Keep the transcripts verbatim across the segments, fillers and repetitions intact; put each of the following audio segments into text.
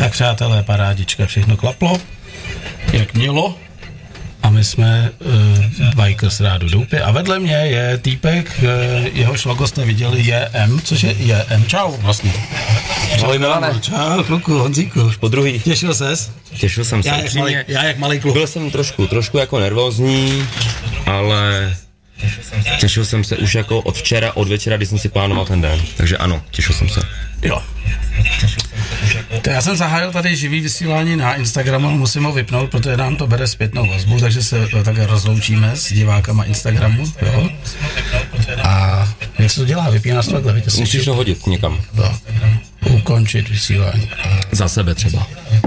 Tak přátelé, parádička, všechno klaplo, jak mělo. A my jsme uh, Bikers Rádu Doupě a vedle mě je týpek, uh, jehož logo jste viděli, J M, což je J M. Čau vlastně. Ahoj Milane. Čau kluku, Honzíku. Už po druhý. Těšil ses? Těšil jsem se. Já jak, malý, já jak malý kluk. Byl jsem trošku, trošku jako nervózní, ale těšil jsem se už jako od včera, od večera, když jsem si plánoval ten den. Takže ano, těšil jsem se. Jo. To já jsem zahájil tady živý vysílání na Instagramu, ale musím ho vypnout, protože nám to bere zpětnou vazbu, takže se takhle rozloučíme s divákama Instagramu, jo. A jak se to dělá? Vypínáš to takhle? Musíš to hodit někam. To. Ukončit vysílání. Za sebe třeba.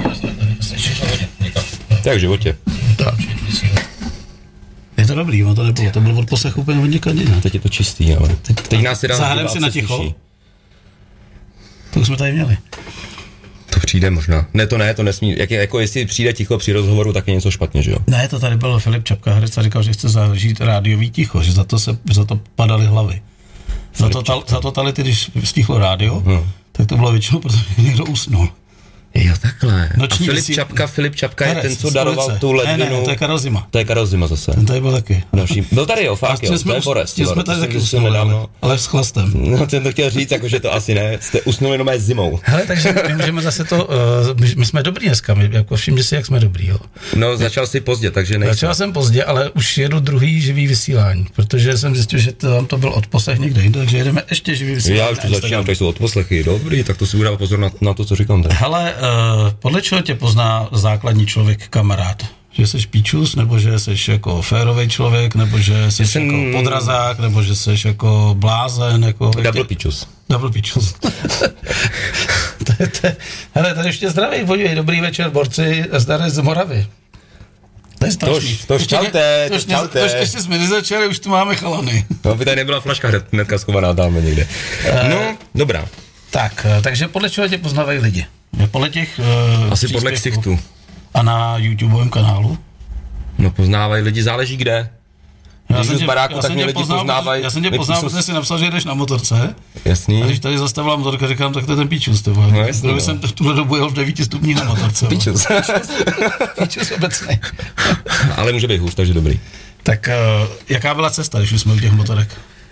To je v životě. Tak. Je to dobrý, to nebylo, to bylo od poslechu úplně hodně kadina. Teď je to čistý, ale teď, teď nás je zahrajeme si na ticho. To už jsme tady měli. To přijde možná. Ne, to ne, to nesmí. Jak je, jako jestli přijde ticho při rozhovoru, tak je něco špatně, že jo? Ne, to tady byl Filip Čapka, herec, a říkal, že chce zažít rádiový ticho, že za to se za to padaly hlavy. Za to, tal, za to tality, když stichlo rádio, hmm. tak to bylo většinou, protože někdo usnul. Jo, takhle. Noční a Filip vysí... Čapka, Filip Čapka herec, je ten, co daroval tu ledvinu. Ne, ne, to je Karel Zima. To je Karel Zima zase. Ten tady byl taky. Další. Byl tady, jo, fakt, jo, jsme, to je Forest. Jsme tady taky usnuli, nedávno. Ale s chlastem. No, jsem to chtěl říct, jakože to asi ne, jste usnuli jenom mé zimou. Hele, takže my můžeme zase to, uh, my, my jsme dobrý dneska, my, jako všimni si, jak jsme dobrý, jo. No, začal jsi pozdě, takže nejsem. Začal jsem pozdě, ale už jedu druhý živý vysílání, protože jsem zjistil, že tam to byl odposlech někde jinde, takže jedeme ještě živý vysílání. Já už tu začínám, tady jsou odposlechy, dobrý, tak to si budu dávat pozor na, na to, co říkám tady. Hele, uh, podle čeho tě pozná základní člověk kamarád? Že jsi píčus, nebo že jsi jako férovej člověk, nebo že jsi jsem... jako podrazák, nebo že jsi jako blázen, jako... Double píčus. Double píčus. to je, to je... Hele, tady ještě zdraví, podívej, dobrý večer, borci, zdar z Moravy. To je strašný. To už čaute, to čaute. To ještě jsme nezačali, už tu máme chalany. No, by tady nebyla flaška hnedka schovaná tam někde. Uh, no, dobrá. Tak, takže podle čeho tě poznávají lidi? Podle těch... Uh, Asi podle ksichtu. A na YouTubeovém kanálu? No poznávají lidi, záleží kde. Když jdu z baráku, tak mě lidi poznal, poznávají. Já jsem tě poznal, protože jsi napsal, že jdeš na motorce. Jasný. A když tady zastavila motorka, říkám, tak to je ten píčus, tebo. No jasný, Kdyby jsem v tuhle dobu jel v devíti stupních na motorce. Píčus. Píčus obecnej. Ale může být hůř, takže dobrý. Tak uh, jaká byla cesta, když jsme u těch motorek?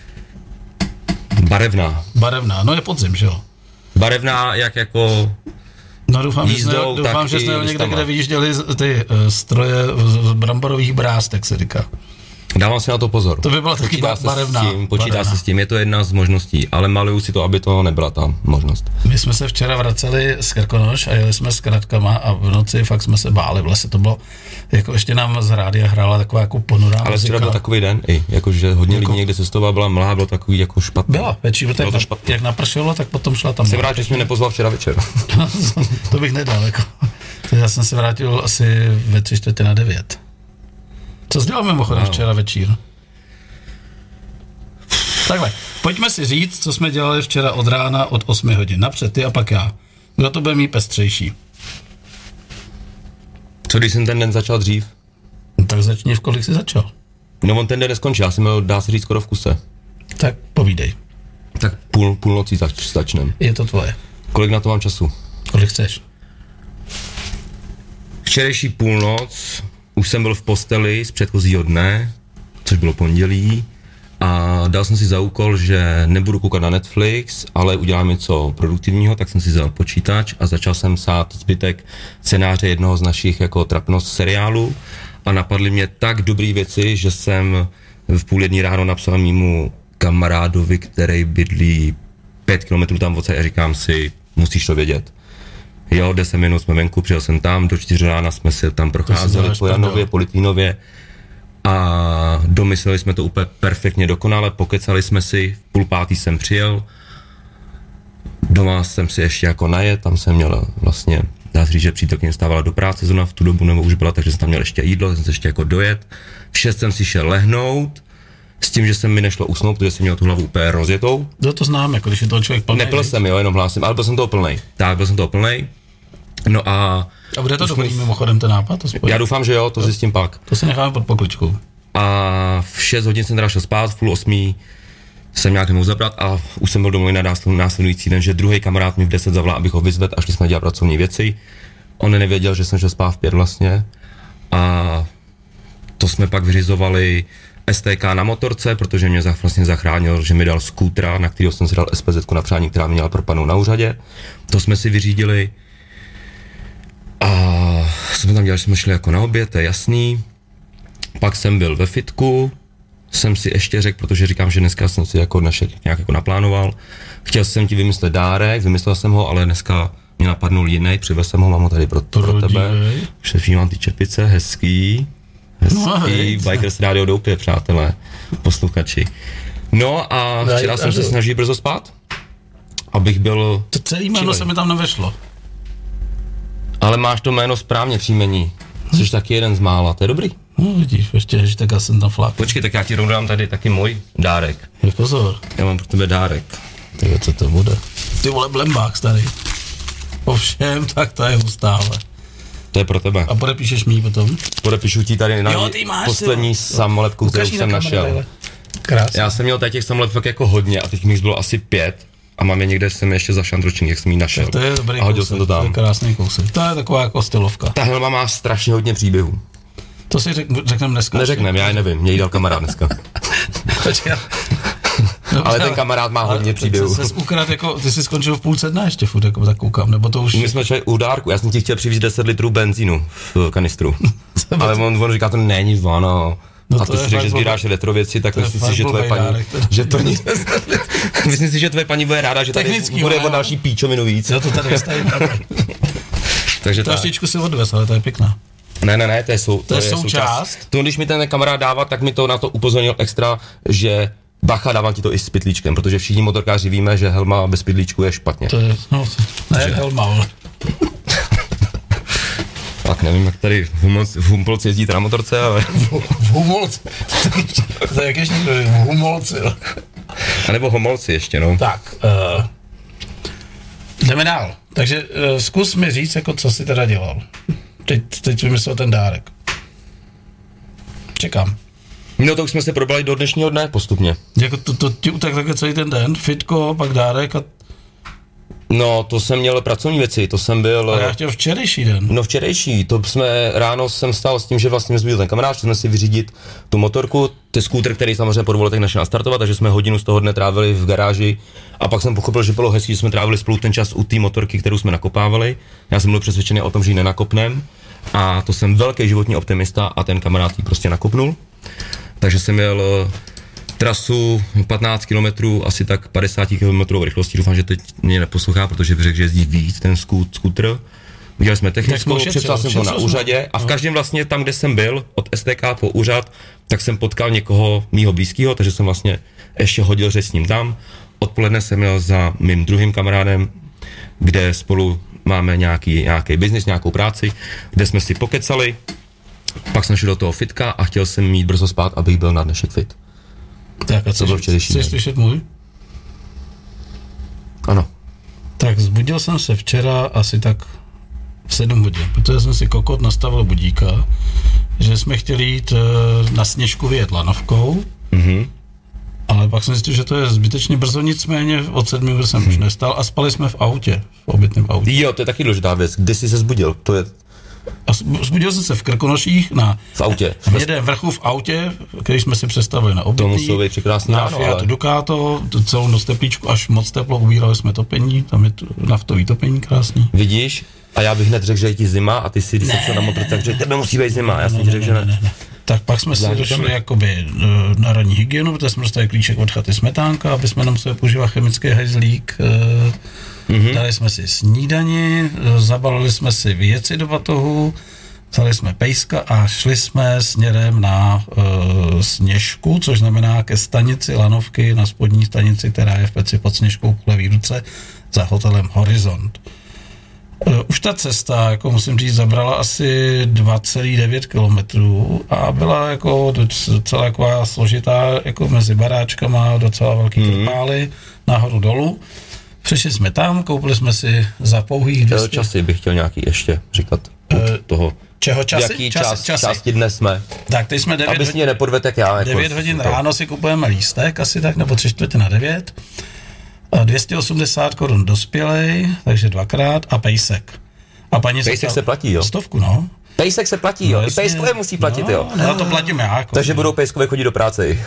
Barevná. Barevná, no je podzim, že jo? Barevná, jak jako... No doufám, jízdou, že jste, doufám, že jste někde, kde vyjížděli ty uh, stroje z bramborových brástek, se říká. Dávám si na to pozor. To by byla taky barevná. Tím, počítá barevná. se s tím, je to jedna z možností, ale maluju si to, aby to nebyla ta možnost. My jsme se včera vraceli z Krkonoš a jeli jsme s kratkama a v noci fakt jsme se báli, v lese to bylo, jako ještě nám z rádia hrála taková jako ponurá ale muzika. včera byl takový den, i, jakože hodně jako, lidí někde cestoval, byla mlha, bylo takový jako špatný. Byla, větší, protože jak, na, jak napršelo, tak potom šla tam. Se vrát, že jsi mě nepozval včera večer. To bych nedal, jako. Já jsem se vrátil asi ve tři čtvrtě na devět. Co jsi dělal mimochodem wow. včera večír? Takhle, pojďme si říct, co jsme dělali včera od rána od osmi hodin. Napřed ty a pak já. Kdo to bude mít pestřejší? Co když jsem ten den začal dřív? No, tak začni, v kolik jsi začal. No on ten den neskončil, já jsem měl, dá se říct, skoro v kuse. Tak povídej. Tak půl, půlnocí zač, začnem. Je to tvoje. Kolik na to mám času? Kolik chceš? Včerejší půlnoc už jsem byl v posteli z předchozího dne, což bylo pondělí. A dal jsem si za úkol, že nebudu koukat na Netflix, ale udělám něco produktivního, tak jsem si vzal počítač a začal jsem psát zbytek scénáře jednoho z našich jako trapnost seriálů a napadly mě tak dobrý věci, že jsem v půl jedný ráno napsal mému kamarádovi, který bydlí pět kilometrů tam odsaď a říkám si, musíš to vědět. Jo, deset minut jsme venku, přijel jsem tam, do čtyři rána jsme se tam procházeli po Janově, po Litvínově. A domysleli jsme to úplně perfektně dokonale, pokecali jsme si, v půl pátý jsem přijel, doma jsem si ještě jako najet, tam jsem měl vlastně, dá se říct, že přítelkyně stávala do práce zrovna v tu dobu, nebo už byla, takže jsem tam měl ještě jídlo, jsem se ještě jako dojet, v šest jsem si šel lehnout, s tím, že se mi nešlo usnout, protože jsem měl tu hlavu úplně rozjetou. No to znám, jako když je toho člověk plnej. Nepil jsem, jo, jenom hlásím, ale byl jsem toho plnej, tak byl jsem toho plnej, no a... A bude to dobrý jsme... mimochodem ten nápad? To já doufám, že jo, to, to zjistím pak. To si necháme pod pokličkou. A v šest hodin jsem teda šel spát, v půl osmí jsem nějak nemohl zabrat a už jsem byl domů na následující den, že druhý kamarád mi v deset zavolal, abych ho vyzvedl a šli jsme dělat pracovní věci. On nevěděl, že jsem šel spát v pět vlastně a to jsme pak vyřizovali S T K na motorce, protože mě vlastně zachránil, že mi dal skútra, na kterého jsem si dal S P Z na přání, která měla propadnout na úřadě. To jsme si vyřídili a jsme tam dělali, že jsme šli jako na oběd, to je jasný. Pak jsem byl ve fitku, jsem si ještě řekl, protože říkám, že dneska jsem si jako dnešek nějak jako naplánoval. Chtěl jsem ti vymyslet dárek, vymyslel jsem ho, ale dneska mě napadnul jiný, přivez jsem ho, mám ho tady pro, pro tebe. Všem mám ty čepice, hezký. Hezký, no, Bikers Radio Doupě, přátelé, posluchači. No a včera jsem se snažil brzo spát, abych byl... To celý jméno se mi tam nevešlo. Ale máš to jméno správně, příjmení. Jsi taky jeden z mála, to je dobrý. No vidíš, ještě, že tak já jsem tam flák. Počkej, tak já ti rovnou dám tady taky můj dárek. Je pozor. Já mám pro tebe dárek. Tyhle, co to bude? Ty vole, blembák starý. Ovšem, tak to je hustá, ale. To je pro tebe. A podepíšeš mi potom? Podepíšu ti tady na jo, poslední samolepku, kterou jsem našel. Krásně. Já jsem měl tady těch samolepek jako hodně a teď mi bylo asi pět a mám je někde, jsem je ještě zašandročený, jak jsem ji našel. Tak to je dobrý a hodil kousek, jsem to tam. To je krásný kousek. To je taková jako stylovka. Ta helma má strašně hodně příběhů. To si řek, řekneme dneska. Neřekneme, já je nevím, mě jí dal kamarád dneska. Ale ten kamarád má hodně příběhů. Ty jsi ukrad jako, ty jsi skončil v půlce dne ještě furt, jako tak koukám, nebo to už... My jsme šli u dárku, já jsem ti chtěl přivést deset litrů benzínu v kanistru. Ale on, on říká, to není ono. No a ty si řekl, že sbíráš retro věci, tak myslím si, že tvoje paní, dárek, že to ní... Myslím si, že tvoje paní bude ráda, že tady technický, bude o další píčovinu víc. Jo, to tady vystavím. Takže to štičku si odvez, ale to je pěkná. Ne, ne, ne, to je, sou, to, to je součást. součást. To, když mi ten kamarád dává, tak mi to na to upozornil extra, že bacha, dávám ti to i s pytlíčkem, protože všichni motorkáři víme, že helma bez pytlíčku je špatně. To je, no, to ne, helma, ale. Tak nevím, jak tady v Humpolci jezdíte na motorce, ale... V Humolci? To je jak ještě někdo, v Humolci, jo. A nebo Homolci ještě, no. Tak, uh, jdeme dál. Takže uh, zkus mi říct, jako co jsi teda dělal. Teď, teď vymyslel ten dárek. Čekám. No to už jsme se probrali do dnešního dne postupně. Jako to, to ti utek také celý ten den, fitko, pak dárek a... No, to jsem měl pracovní věci, to jsem byl... A já chtěl včerejší den. No včerejší, to jsme, ráno jsem stál s tím, že vlastně jsme byl ten kamarád, jsme si vyřídit tu motorku, ten skútr, který samozřejmě po dvou letech našel nastartovat, takže jsme hodinu z toho dne trávili v garáži a pak jsem pochopil, že bylo hezký, že jsme trávili spolu ten čas u té motorky, kterou jsme nakopávali. Já jsem byl přesvědčený o tom, že ji nenakopnem a to jsem velký životní optimista a ten kamarád ji prostě nakopnul. Takže jsem měl trasu patnáct kilometrů, asi tak padesát kilometrů rychlostí. Doufám, že teď mě neposlouchá, protože bych řekl, že jezdí víc ten skútr. Viděli jsme technickou, přepsal jsem to na úřadě a v každém vlastně tam, kde jsem byl, od S T K po úřad, tak jsem potkal někoho mýho blízkého, takže jsem vlastně ještě hodil řeč s ním tam. Odpoledne jsem měl za mým druhým kamarádem, kde spolu máme nějaký, nějaký biznis, nějakou práci, kde jsme si pokecali. Pak jsem šel do toho fitka a chtěl jsem mít brzo spát, abych byl na dnešek fit. Tak a co byl včerejší den? Chceš slyšet můj? Ano. Tak zbudil jsem se včera asi tak v sedm hodin, protože jsem si kokot nastavil budíka, že jsme chtěli jít na Sněžku vyjet lanovkou, mm-hmm. ale pak jsem zjistil, že to je zbytečně brzo, nicméně od sedmi hodin jsem mm-hmm. už nestal a spali jsme v autě, v obytném autě. Jo, to je taky důležitá věc. Kdy jsi se zbudil? To je... A zbudil jsem se v Krkonoších na v autě. V jednom vrchu v autě, který jsme si představili na obytí. To muselo být překrásný ráno, Fiat ale... Ducato, celou noc teplíčku, až moc teplo, ubírali jsme topení, tam je naftový topení krásný. Vidíš? A já bych hned řekl, že je ti zima a ty si, když jsi na motor, tak řekl, tebe musí být zima, já jsem ti řekl, že ne. ne, ne. Tak pak jsme si došli jakoby na ranní hygienu, protože jsme dostali klíček od chaty Smetánka, aby jsme nemuseli používat chemický hajzlík. Mm-hmm. Dali jsme si snídani, zabalili jsme si věci do batohu, vzali jsme pejska a šli jsme směrem na uh, Sněžku, což znamená ke stanici lanovky, na spodní stanici, která je v Peci pod Sněžkou po levý ruce za hotelem Horizont. Uh, už ta cesta, jako musím říct, zabrala asi dva celá devět kilometrů a byla jako docela taková složitá, jako mezi baráčkama, docela velký mm-hmm. krpály, nahoru dolů. Přišli jsme tam, koupili jsme si za pouhých dvě stě... Časy bych chtěl nějaký ještě říkat od uh, toho Čeho časy? V jaký časy, čas, časy. části dnes jsme? Tak teď jsme devět Abys mě nepodvedl, jak já. Jako devět hodin to. ráno si kupujeme lístek, asi tak, nebo tři čtvrtě na devět. dvě stě osmdesát korun dospělej, takže dvakrát a pejsek. A paní Pejsek se, se platí, jo? Stovku, no. Pejsek se platí, jo? No, I pejskové musí platit, no, jo? No, já to platím já. Jako Takže budou pejskové chodit do práce i.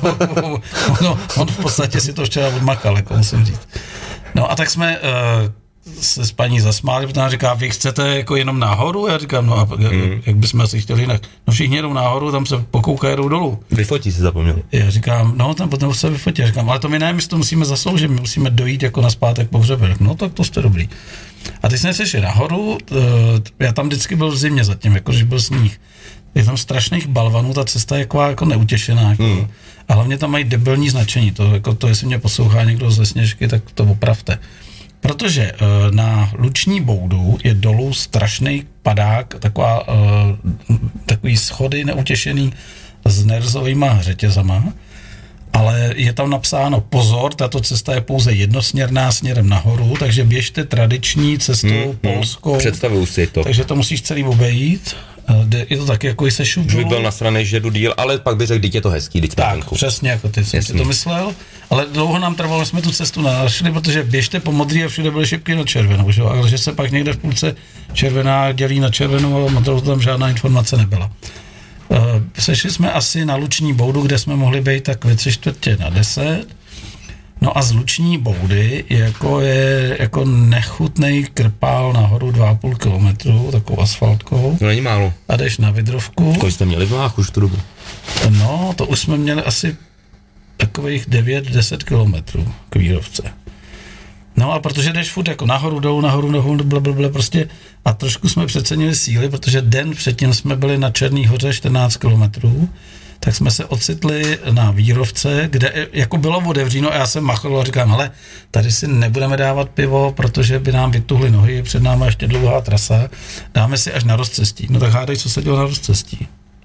no, on v podstatě si to včera odmakal, jako musím říct. No a tak jsme uh, se s paní zasmáli, protože ona říká, vy chcete jako jenom nahoru? Já říkám, no a mm. jak bychom asi chtěli jinak? No všichni jedou nahoru, tam se pokoukají, jedou dolů. Vyfotí si zapomněl. Já říkám, no tam potom se vyfotí. Já říkám, ale to my ne, my si to musíme zasloužit, my musíme dojít jako na zpátek pohřebe. No tak to jste dobrý. A teď jsme se šli nahoru, uh, já tam vždycky byl v zimě zatím, jako když byl sníh. Je tam strašných balvanů, ta cesta je jako, jako neutěšená. Jako. Mm. A hlavně tam mají debilní značení. To, jako to, jestli mě poslouchá někdo z Lesněžky, tak to opravte. Protože uh, na Luční boudu je dolů strašný padák, taková, uh, takový schody neutěšený s nerzovýma řetězama, ale je tam napsáno pozor, tato cesta je pouze jednosměrná směrem nahoru, takže běžte tradiční cestou hmm, polskou. Představuju si to. Takže to musíš celý obejít. Je to taky jako se šup. Už by byl nasranej, že jdu díl, ale pak by řekl, dítě je to hezký, teď tak, přesně jako ty jsem si to myslel, ale dlouho nám trvalo, jsme tu cestu našli, protože běžte po modrý a všude byly šipky na červenou, že? Ale že se pak někde v půlce červená dělí na červenou, ale modrou tam žádná informace nebyla. Uh, sešli jsme asi na Luční boudu, kde jsme mohli být tak ve tři čtvrtě na deset. No a z Luční boudy jako je jako nechutnej krpál nahoru dva a půl kilometru, takovou asfaltkou. To není málo. A jdeš na Vydrovku. Kolik jste měli v Mách už tu dobu? No, to už jsme měli asi takových devět deset kilometrů k Vírovce. No a protože jdeš furt jako nahoru, dolů, nahoru, dolů, blablabla, prostě a trošku jsme přecenili síly, protože den předtím jsme byli na Černý hoře čtrnáct kilometrů, tak jsme se ocitli na Vírovce, kde jako bylo otevříno a já jsem machl a říkám, hele, tady si nebudeme dávat pivo, protože by nám vytuhly nohy, před námi ještě dlouhá trasa, dáme si až na rozcestí. No tak hádej, co se dělo na rozcestí.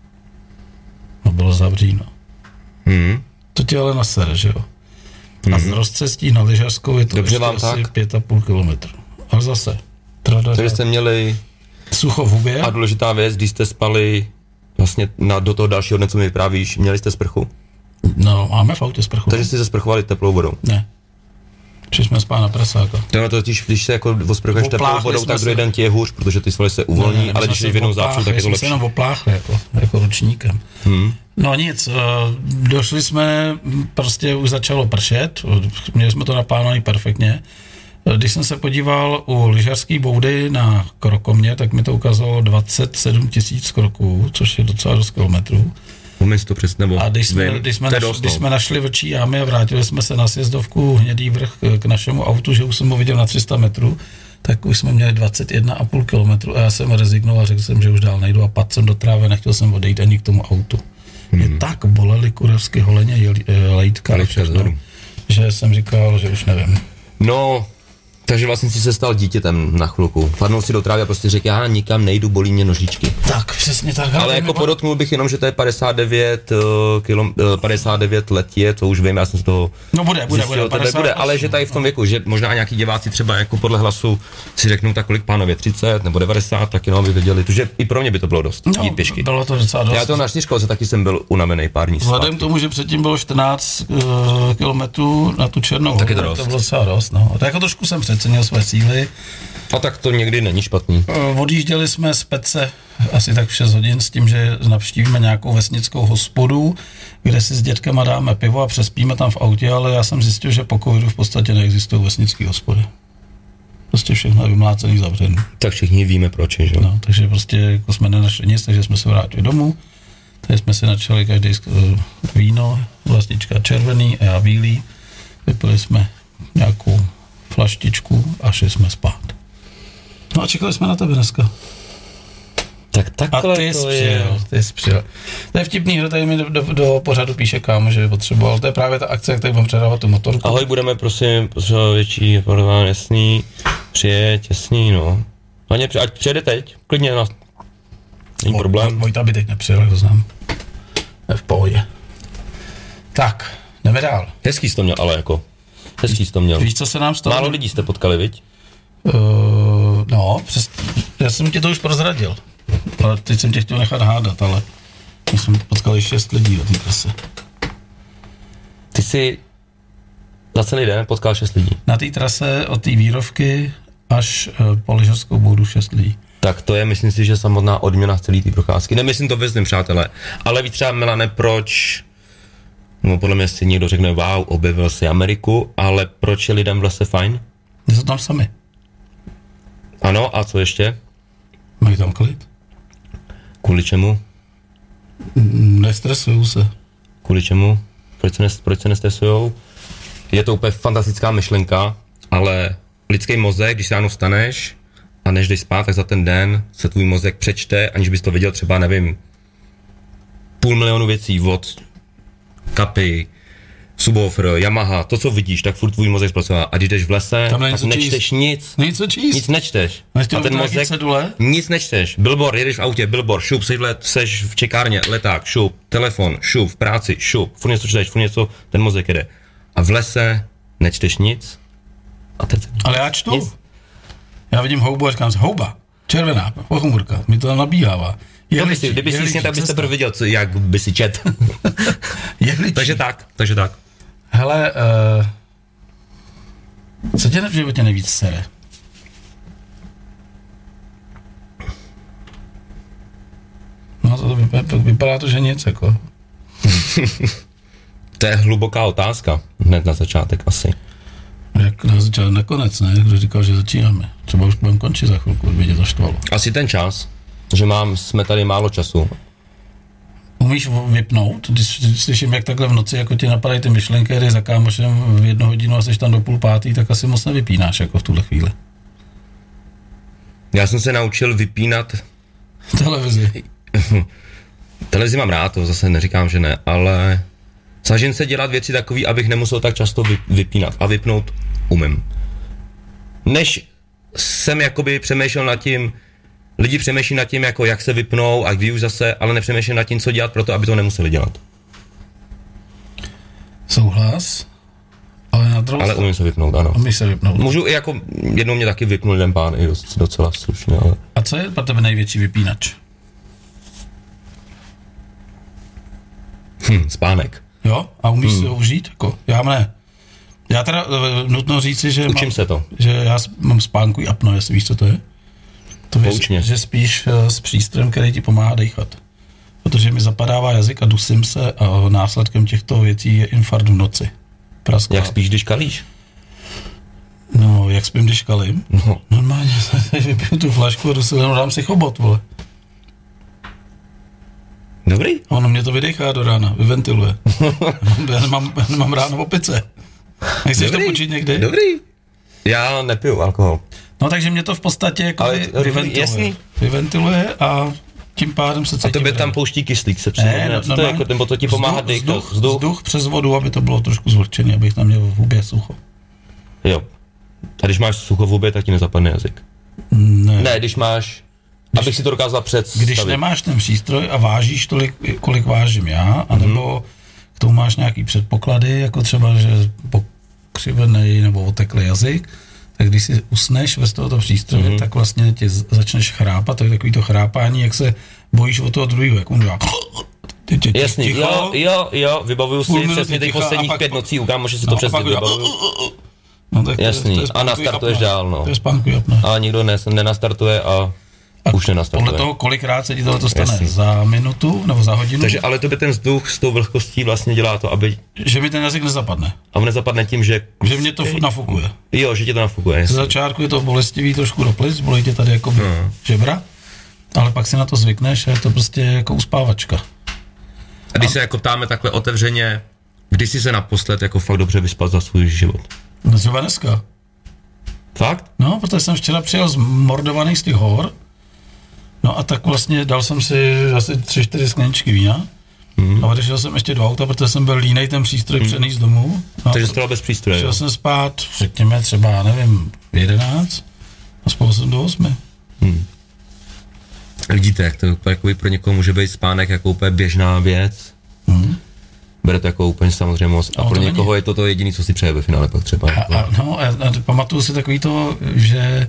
No bylo zavříno. Hmm. To tě ale nasere, že jo? A z rozcestí na lyžařskou je to dobře ještě asi pět a půl kilometru. Ale zase. Takže jste měli sucho v hubě. A důležitá věc, když jste spali vlastně na, do toho dalšího dne, co mi vyprávíš, měli jste sprchu? No, máme v autě sprchu. Takže jste se sprchovali teplou vodou? Ne. Či jsme spali na prasáka. To je totiž, když se jako osprchuješ teplou vodou, tak druhý den ti je hůř, protože ty svaly se uvolní, ne, ne, ale když jsi v jednou zápřu, tak je to lepší. jsme se jenom opláchli, jako, jako ručníkem. Hmm. No nic, došli jsme, prostě už začalo pršet, měli jsme to naplánované perfektně. Když jsem se podíval u lyžařské boudy na krokomě, tak mi to ukázalo dvacet sedm tisíc kroků, což je docela dost kilometrů. To přes, nebo a když jsme, když, jsme našli, když jsme našli vlčí jámy a vrátili jsme se na sjezdovku Hnědý vrch k našemu autu, že už jsem ho viděl na tři sta metrů, tak už jsme měli dvacet jedna a půl kilometru a já jsem rezignoval a řekl jsem, že už dál nejdu a padl jsem do trávy, nechtěl jsem odejít ani k tomu autu. Mě hmm. tak bolely kurevské holeně, lejtka, že jsem říkal, že už nevím. No, takže vlastně si se stal dítětem na chvilku. Padnul si do trávy a prostě řekl, já nikam nejdu, bolí mě nožičky. Tak, přesně tak. Ale jako podotknul bych jenom, že to je padesát devět, kilo, padesát devět let je, to už vím, já jsem z toho no bude, bude, zjistil, bude, bude, ale že tady v tom věku, že možná nějaký diváci třeba jako podle hlasu si řeknou, tak kolik pánově, třicet nebo devadesát, tak jenom by věděli, že i pro mě by to bylo dost, no, jít pěšky. Bylo to docela dost. Já to na čtyřkolce taky jsem byl unavený pár dní. Vzhledem k tomu, že předtím bylo čtrnáct uh, kilometrů na tu Černou, tak je to, to bylo docela dost, no. Tak jako trošku jsem přecenil své síly. A tak to někdy není špatný. Odjížděli jsme z Pece asi tak v šest hodin s tím, že navštívíme nějakou vesnickou hospodu, kde si s dětkama dáme pivo a přespíme tam v autě, ale já jsem zjistil, že po covidu v podstatě neexistují vesnické hospody. Prostě všechno je vymlácený, zavřený. Tak všichni víme proč, že? No, takže prostě jako jsme nenašli nic, takže jsme se vrátili domů. Tady jsme si načali každý víno, vlastička červený a já bílý. Vypili jsme nějakou flaštičku a šli jsme spát. No a čekali jsme na tebe dneska. Tak takhle a ty to jsi je. Přijel, ty jsi přijel. To je vtipný, že tady mi do, do, do pořadu píše kámo, že by potřeboval. To je právě ta akce, jak tady budeme předávat tu motorku. Ahoj, budeme prosím potřebovat větší, podáván jasný, přijeď, jasný, no. Hlavně, ať přijede teď, klidně na... Není problém. Vojta by teď nepřijel, to znám. Je v pohodě. Tak, jdeme dál. Hezký jsi to měl, ale jako. Hezký jsi to měl. Víš, co se nám stalo? Málo lidí jste potkali, viď? Uh, no, přes, já jsem ti to už prozradil. Ale teď jsem tě chtěl nechat hádat, ale my jsme potkali šest lidí na té trase. Ty jsi za celý den potkal šest lidí. Na té trase od té Vírovky až po lyžařskou boudu šest lidí. Tak to je, myslím si, že samotná odměna celý té procházky. Nemyslím to věcným, přátelé, ale víš třeba, Milane, proč, no podle mě si někdo řekne, wow, objevil si Ameriku, ale proč je lidem v lese fajn? Jsou tam sami. Ano, a co ještě? Mají tam klid. Kvůli čemu? Nestresujou se. Kvůli čemu? Proč se, nes, proč se nestresujou? Je to úplně fantastická myšlenka, ale lidský mozek, když ráno vstaneš a než jdeš spát, tak za ten den se tvůj mozek přečte, aniž bys to viděl třeba, nevím, půl milionu věcí od Kapy, Subwoofer, Yamaha, to, co vidíš, tak furt tvůj mozek zpracová. A když jdeš v lese, tak nečteš číst. nic. Něco číst. Nic nečteš. Nechtěl a ten mozek, cedule? nic nečteš. Billboard, jedeš v autě, billboard, šup, seš, let, seš v čekárně, leták, šup, telefon, šup, v práci, šup, furt něco čteš, furt něco, ten mozek jede. A v lese nečteš nic. A teď ale já čtu. Nic. Já vidím houbu a říkám si, houba, červená, pochmurka, mi to tam nabíhává. Kdyby si, kdyby si tak byste prv viděl, co, jak by si čet. takže tak, takže tak. Hele, uh, co tě v životě nejvíc sere? No to vypadá, to vypadá to, že nic, jako. To je hluboká otázka, hned na začátek asi. Jak na začátek, nakonec, ne? Kdo říkal, že začínáme. Třeba už budeme končit za chvilku, kdyby tě to štvalo. Asi ten čas, že mám, jsme tady málo času. Umíš vypnout, když, když slyším, jak takhle v noci jako ti napadají ty myšlenky, jdeš za kámošem v jednu hodinu a jsi tam do půl pátý, tak asi moc nevypínáš jako v tuhle chvíli. Já jsem se naučil vypínat televizi. Televizi mám rád, to zase neříkám, že ne, ale snažím se dělat věci takový, abych nemusel tak často vypínat a vypnout umím. Než jsem jakoby přemýšlel nad tím, lidi přemýšlí nad tím, jako jak se vypnou a kdy už zase, ale nepřemýšlí nad tím, co dělat pro to, aby to nemuseli dělat. Souhlas, ale na druhou Ale umím se vypnout, ano. Umíš se vypnout. Můžu i jako, jednou mě taky vypnul jeden pán, i dost, docela slušně, ale... A co je pro tebe největší vypínač? Hm, spánek. Jo? A umíš hmm. si ho užít? Jako, já ne. Já teda nutno říci, že Učím mám, se to. Že já mám spánkový apno, jestli víš, co to je. To víš, že spíš s přístrojem, který ti pomáhá dýchat. Protože mi zapadává jazyk a dusím se a následkem těchto věcí je infarkt v noci. Prasklá. Jak spíš, když kalíš? No, jak spím, když kalím? No. Normálně vypiju tu flašku a dusím, dám si chobot, vole. Dobrý. Ono mě to vydechá do rána, vyventiluje. já, nemám, já nemám ráno opice. Nechceš to počít někdy? Dobrý. Já nepiju alkohol. No takže mě to v podstatě jako vy, vyventiluje. Jasný. Vyventiluje a tím pádem se cítím. A tebe tam pouští kyslík, se přijde. Ne, no, to je jako, nebo to ti pomáhá vzduch, dýchat. Vzduch, vzduch. vzduch přes vodu, aby to bylo trošku zvlhčený, abych tam měl v hubě sucho. Jo. A když máš sucho v hubě, tak ti nezapadne jazyk. Ne. Ne, když máš, když, abych si to dokázal představit. Když nemáš ten přístroj a vážíš tolik, kolik vážím já, anebo mm-hmm. k tomu máš nějaký předpoklady, jako třeba, že pokřivený nebo oteklý jazyk, tak když si usneš bez tohoto přístroje, mm-hmm. tak vlastně ti začneš chrápat, to je takový to chrápání, jak se bojíš o toho druhého, jak on dělá. Jasný, ticho, jo, jo, jo, vybavuju si přesně těch posledních pět nocí, u kámoše si to no, přesně vybavuju. No, tak jasný, to je, to je a nastartuješ dál, no. To je spánkový apno. A nikdo ne, nenastartuje a, a už nenastartuje. Podle toho, kolikrát se ti tohle stane, jasný. Za minutu nebo za hodinu. Takže ale to by ten vzduch s tou vlhkostí vlastně dělá to, aby... Že mi ten jazyk nezapadne. A on nezapadne tím, že... Že mě to furt nafukuje. Jo, že tě to nafukuje. Z začátku je to bolestivý trošku do plic, bolí tě tady jako no. žebra, ale pak si na to zvykneš a je to prostě jako uspávačka. A když a... se jako ptáme takhle otevřeně, kdy jsi se naposled jako fakt dobře vyspal za svůj život? No třeba dneska. Fakt? No, protože jsem včera přijel zmordovaný z těch hor, no a tak vlastně dal jsem si asi tři, čtyři skleničky vína mm. a odešel jsem ještě do auta, protože jsem byl línej ten přístroj mm. přenést domů. No, takže jsi bez přístroje, šel jsem spát, řekněme třeba, nevím, v jedenáct a spal jsem do osmi. Mm. Vidíte, jak to jako pro někoho může být spánek jako úplně běžná věc. Mm. Bere to jako úplně samozřejmost a no, pro někoho není. Je to to jediné, co si přeje ve finále pak třeba. A, a, no a, a pamatuju si takový to, že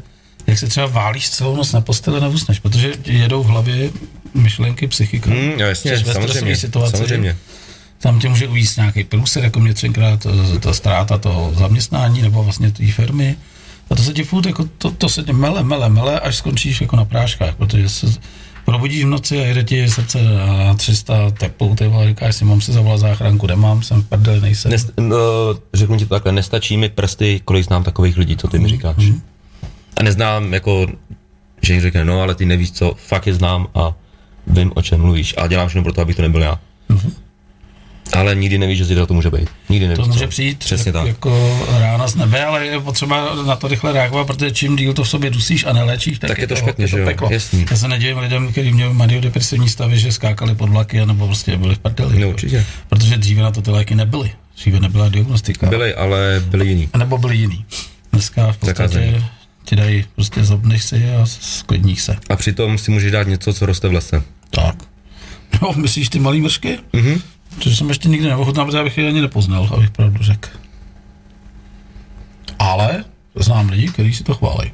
jak se třeba válíš celou noc na posteli, neusneš, protože jedou v hlavě myšlenky, psychika. Mm, jasně, samozřejmě, situaci, samozřejmě. Tam tě může ujíst nějaký průser, jako mě třikrát ta ztráta toho zaměstnání nebo vlastně té firmy. A to se ti furt, jako to, to se tě mele, mele, mele, až skončíš jako na práškách, protože se probudíš v noci a jede ti srdce na tři sta tepů, ty vole, říkáš si, mám si zavolat záchranku, nemám, jsem v prdeli, nejsem. Nest, no, řeknu ti to takhle, nestačí mi prsty, kolik znám takových lidí, co ty mi říkáš. Mm. A neznám, jako, že jim řekne, no ale ty nevíš co, fakt je znám a vím, o čem mluvíš a dělám všechno pro to, abych to nebyl já. Mm. Ale nikdy nevíš, že zítra to může být. Nikdy nevíš, to může co. přijít přesně tak, tak. Jako rána z nebe, ale je potřeba na to rychle reagovat, protože čím díl to v sobě dusíš a neléčíš, tak, tak je, je to to špatně, že jo, jasný. Já se nedivím lidem, kteří měli maniodepresivní stavy, že skákali pod vlaky, nebo prostě byli v prdeli. No určitě. Protože dříve na to ty léky nebyly. Dříve nebyla diagnostika. Byly, ale byly jiný. A nebo byly jiný. Dneska v podstatě Zakázený. Ti dají prostě zobneš si a sklidníš se. A přitom si můžeš dát něco, co roste v lese. Tak. No, myslíš ty malý mršky? Mhm. Což jsem ještě nikdy neochutnal, protože bych je ani nepoznal, abych pravdu řekl. Ale znám lidi, kteří si to chválí.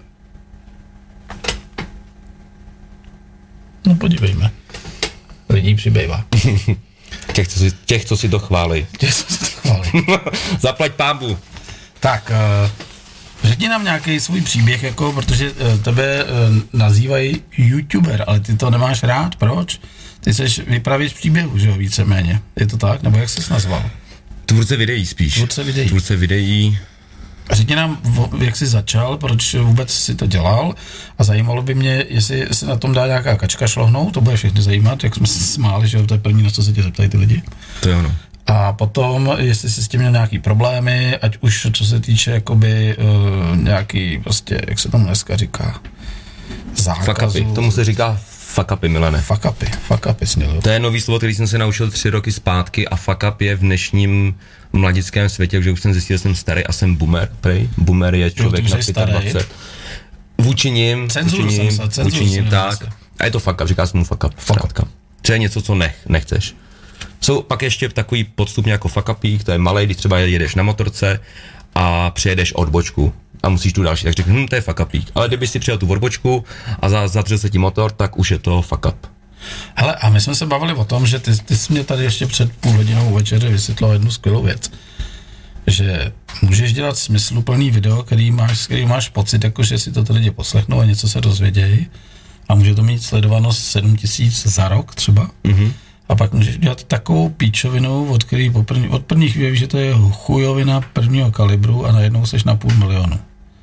No podívejme. Lidí přibývá. těch, co si, těch, co si to chválí. Těch, co si to chválí. Zaplať pánbu. Tak, uh, řekni nám nějaký svůj příběh, jako, protože uh, tebe uh, nazývají YouTuber, ale ty to nemáš rád, proč? Ty seš vypravěč příběhu, že jo, víceméně. Je to tak? Nebo jak ses nazval? Tvůrce videí spíš. Tvůrce videí. Tvůrce videí. Řekni nám, jak jsi začal, proč vůbec si to dělal a zajímalo by mě, jestli se na tom dá nějaká kačka šlohnout, to bude všechny zajímat, jak jsme se smáli, že jo, to je první, na co se tě zeptají ty lidi. To je ono. A potom, jestli jsi s tím měl nějaký problémy, ať už co se týče jakoby uh, nějaký, prostě, jak se tomu dneska říká, zákazu. Fuck upy. Tomu se říká fuck upy, Milane. Fuck upy, fuck upy směl. To je nový slovo, který jsem se naučil tři roky zpátky a fuck up je v dnešním mladickém světě, že už jsem zjistil, že jsem starý a jsem boomer, prej. Boomer je člověk na dvacet pět. Vůči nim, cenzuru vůči nim, jsem se, vůči nim, tak. A je to fuck up, říká se mu fuck up, zkrátka. To je něco, co nech, nechceš. Jsou pak ještě takový podstupně jako fuck upík, to je malej, když třeba jedeš na motorce a přijedeš odbočku a musíš tu další, tak řeknu, hm, to je fuck upík. Ale kdyby si přijel tu odbočku a za, zatřel se ti motor, tak už je to fuck up. Hele, a my jsme se bavili o tom, že ty, ty jsi mě tady ještě před půl hodinou večeře vysvětlil jednu skvělou věc, že můžeš dělat smysluplný video, který máš, který máš pocit, jako že si to ty lidi poslechnou a něco se dozvědějí a může to mít sledovanost sedm tisíc za rok třeba. Mm-hmm. A pak můžeš dělat takovou píčovinu, od který po první, od první chvíli víš, že to je chujovina prvního kalibru a najednou seš na půl milionu.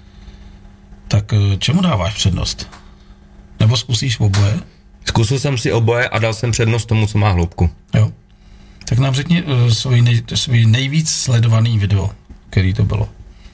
Tak čemu dáváš přednost? Nebo zkusíš oboje? Zkusil jsem si oboje a dal jsem přednost tomu, co má hloubku. Jo. Tak nám řekni uh, svůj, nej, svůj nejvíc sledovaný video, který to bylo.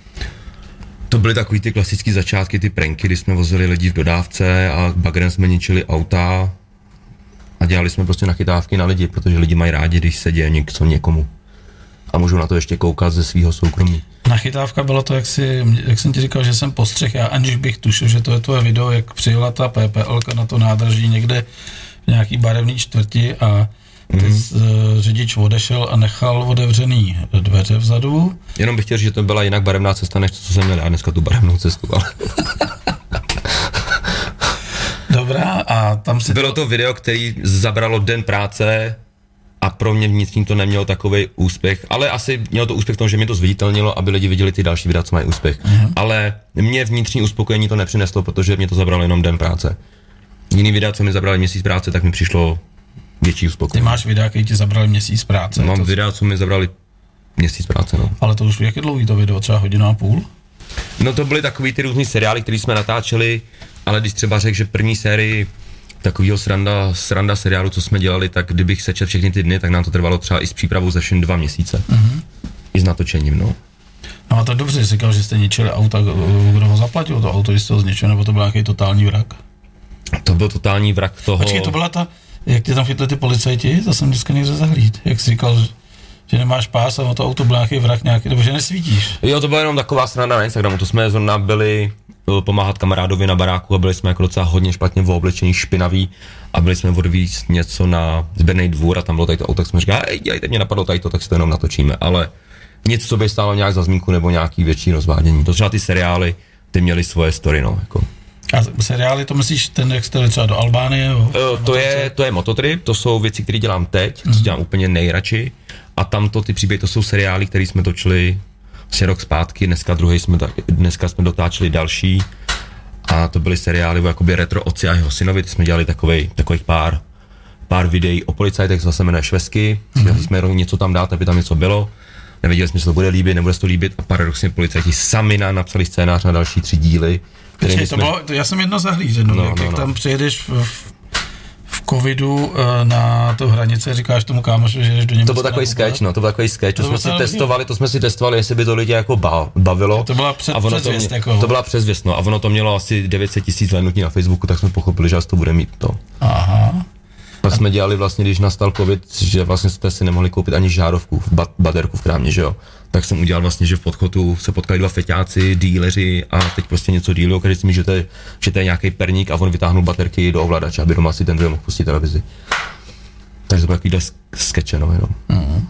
To byly takový ty klasický začátky, ty pranky, kdy jsme vozili lidi v dodávce a bagrem jsme ničili auta a dělali jsme prostě nachytávky na lidi, protože lidi mají rádi, když se děje něco někomu. A můžu na to ještě koukat ze svého soukromí. Nachytávka bylo to, jak, si, jak jsem ti říkal, že jsem postřeh, já aniž bych tušil, že to je tvoje video, jak přijela ta PPLka na to nádraží někde v nějaký barevný čtvrti a ty mm-hmm. řidič odešel a nechal otevřený dveře vzadu. Jenom bych chtěl říct, že to byla jinak barevná cesta, než to, co jsem měl já dneska tu barevnou cestu, ale... Dobrá, a tam si... Bylo to video, který zabralo den práce a pro mě vnitřní to nemělo takový úspěch, ale asi mělo to úspěch v tom, že mě to zviditelnilo, aby lidi viděli ty další videa, co mají úspěch. Mm-hmm. Ale mě vnitřní uspokojení to nepřineslo, protože mě to zabralo jenom den práce. Jiný videa, co mi zabrali měsíc práce, tak mi přišlo větší uspokojení. Ty máš videa, který ti zabrali měsíc práce? Mám to... videa, co mi zabrali měsíc práce, no. Ale to už jak je dlouhý to video, třeba hodinu a půl? No to byly takový ty různý seriály, které jsme natáčeli, ale když třeba řekl, že první sérii takovýho sranda, sranda seriálu, co jsme dělali, tak kdybych sečetl všechny ty dny, tak nám to trvalo třeba i s přípravou ze všem dva měsíce. Mm-hmm. I s natočením, no. No a to dobře, jsi říkal, že jste ničili auta, kdo ho zaplatil to auto, když jste ho zničil, nebo to byl nějaký totální vrak? To byl totální vrak toho... Počkej, to byla ta, jak tě tam chytli ty policajti, to jsem dneska někde zahlíd, jak jsi říkal, že nemáš pás a to auto byl nějaký vrak nějaký, nebo že nesvítíš. Jo, to byla jenom taková sranda na Instagramu, to jsme zrovna byli pomáhat kamarádovi na baráku a byli jsme jako docela hodně špatně v oblečení, špinaví a byli jsme odvízt něco na sběrný dvůr a tam bylo tady to auto, tak jsme říkali, hej, dělejte, mě napadlo tady to, tak si to jenom natočíme, ale nic, co by stálo nějak za zmínku nebo nějaký větší rozvádění. To třeba ty seriály, ty měly svoje story, no, jako. A seriály, to myslíš ten, jak jste třeba do Albánie? Jo? Uh, to, je, to je Mototrip, to jsou věci, které dělám teď, co mm-hmm. dělám úplně nejradši. A tamto ty příběhy, to jsou seriály, které jsme točili asi rok zpátky, dneska druhý jsme, dneska jsme dotáčeli další. A to byly seriály jakoby Retro otci a jeho synovi, ty jsme dělali takovej, takových pár, pár videí o policajtech, zase jmenuje Švesky, mm-hmm. jsme něco tam dát, aby tam něco bylo. Nevěděli jsme, že to bude líbit, nebude se to líbit a paradoxně policajti sami nám napsali scénář na další tři díly. Počkej, to jsme... bylo, to já jsem jedno zahlížel, no, jak, no, jak no. tam přijedeš v, v, v covidu na tu hranici a říkáš tomu kámoši, že jdeš do Německa. To byl takový sketch, no, to byl takový sketch, to, to jsme si testovali, to jsme si testovali, jestli by to lidi jako bavilo. To byla před, předzvěst, to, mě, jako. to byla předzvěst, no, a ono to mělo asi devět set tisíc hlédnutí na Facebooku, tak jsme pochopili, že to bude mít to. Aha. Pak jsme dělali vlastně, když nastal covid, že vlastně jste si nemohli koupit ani žárovku, bat, baterku v krámě, že jo. Tak jsem udělal vlastně, že v podchodu se potkali dva feťáci, díleři a teď prostě něco dílu, každý si mi, že to je, že to je nějaký perník a on vytáhnul baterky do ovladače, aby doma si ten druhý mohl pustit televizi. Takže to bylo takovýhle skeče, no jenom. Mm.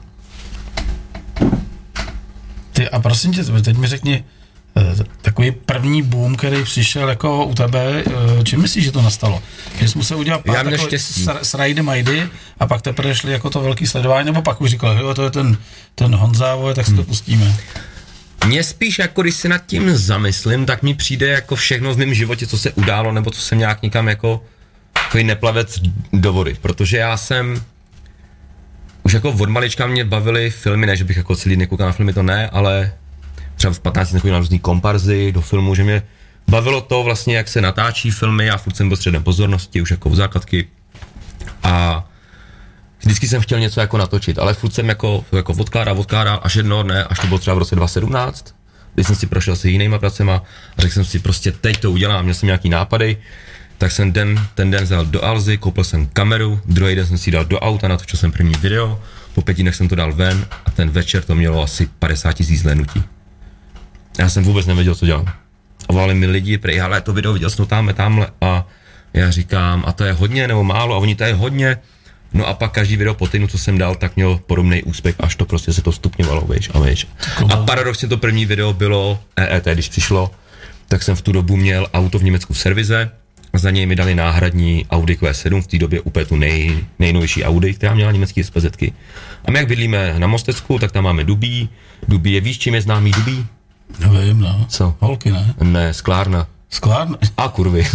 Ty a prosím tě, teď mi řekni, takový první boom, který přišel jako u tebe, čím myslíš, že to nastalo? Že jsi musel udělat pár takový srajdy majdy a pak teprve šli jako to velký sledování, nebo pak už říkal, jo, to je ten, ten Honza, tak si to pustíme. Mně spíš, jako když se nad tím zamyslím, tak mi přijde jako všechno v mém životě, co se událo, nebo co jsem nějak někam jako takový neplavec do vody, protože já jsem už jako od malička mě bavily filmy, ne, že bych jako celý den koukal na filmy, to ne, ale třeba v patnácti jsem na různý komparzy do filmu, že mě bavilo to vlastně, jak se natáčí filmy, já furt jsem byl středem pozornosti, už jako v základky a vždycky jsem chtěl něco jako natočit, ale furt jsem jako, jako odkládal, odkládal, až jednoho dne, až to bylo třeba v roce dva tisíce sedmnáct, kdy jsem si prošel se jinýma pracema a řekl jsem si prostě teď to udělám, měl jsem nějaký nápady, tak jsem den, ten den vzal do Alzy, koupil jsem kameru, druhý den jsem si dal do auta, natočil jsem první video, po pěti dnech jsem to dal ven a ten večer to mělo asi padesát tisíc hlédnutí. Já jsem vůbec nevěděl, co dělám. A volali mi lidi, prej, ale to video viděl jsem tamhle, tamhle a já říkám, a to je hodně nebo málo a oni to je hodně. No a pak každý video po týdnu, co jsem dal, tak měl podobný úspěch, až to prostě se to stupňovalo, víš, a víš. A paradoxně to první video bylo E E T, když přišlo, tak jsem v tu dobu měl auto v Německu v servize a za něj mi dali náhradní Audi Q sedm, v té době úplně tu nej, nejnovější Audi, která měla německý S P Zetky. A my jak bydlíme na Mostecku, tak tam máme Dubí. Dubí je, víš, čím je známý Dubí? Nevím, no. Co? Holky, ne? Ne, sklárna. Sklárna? A kurvy.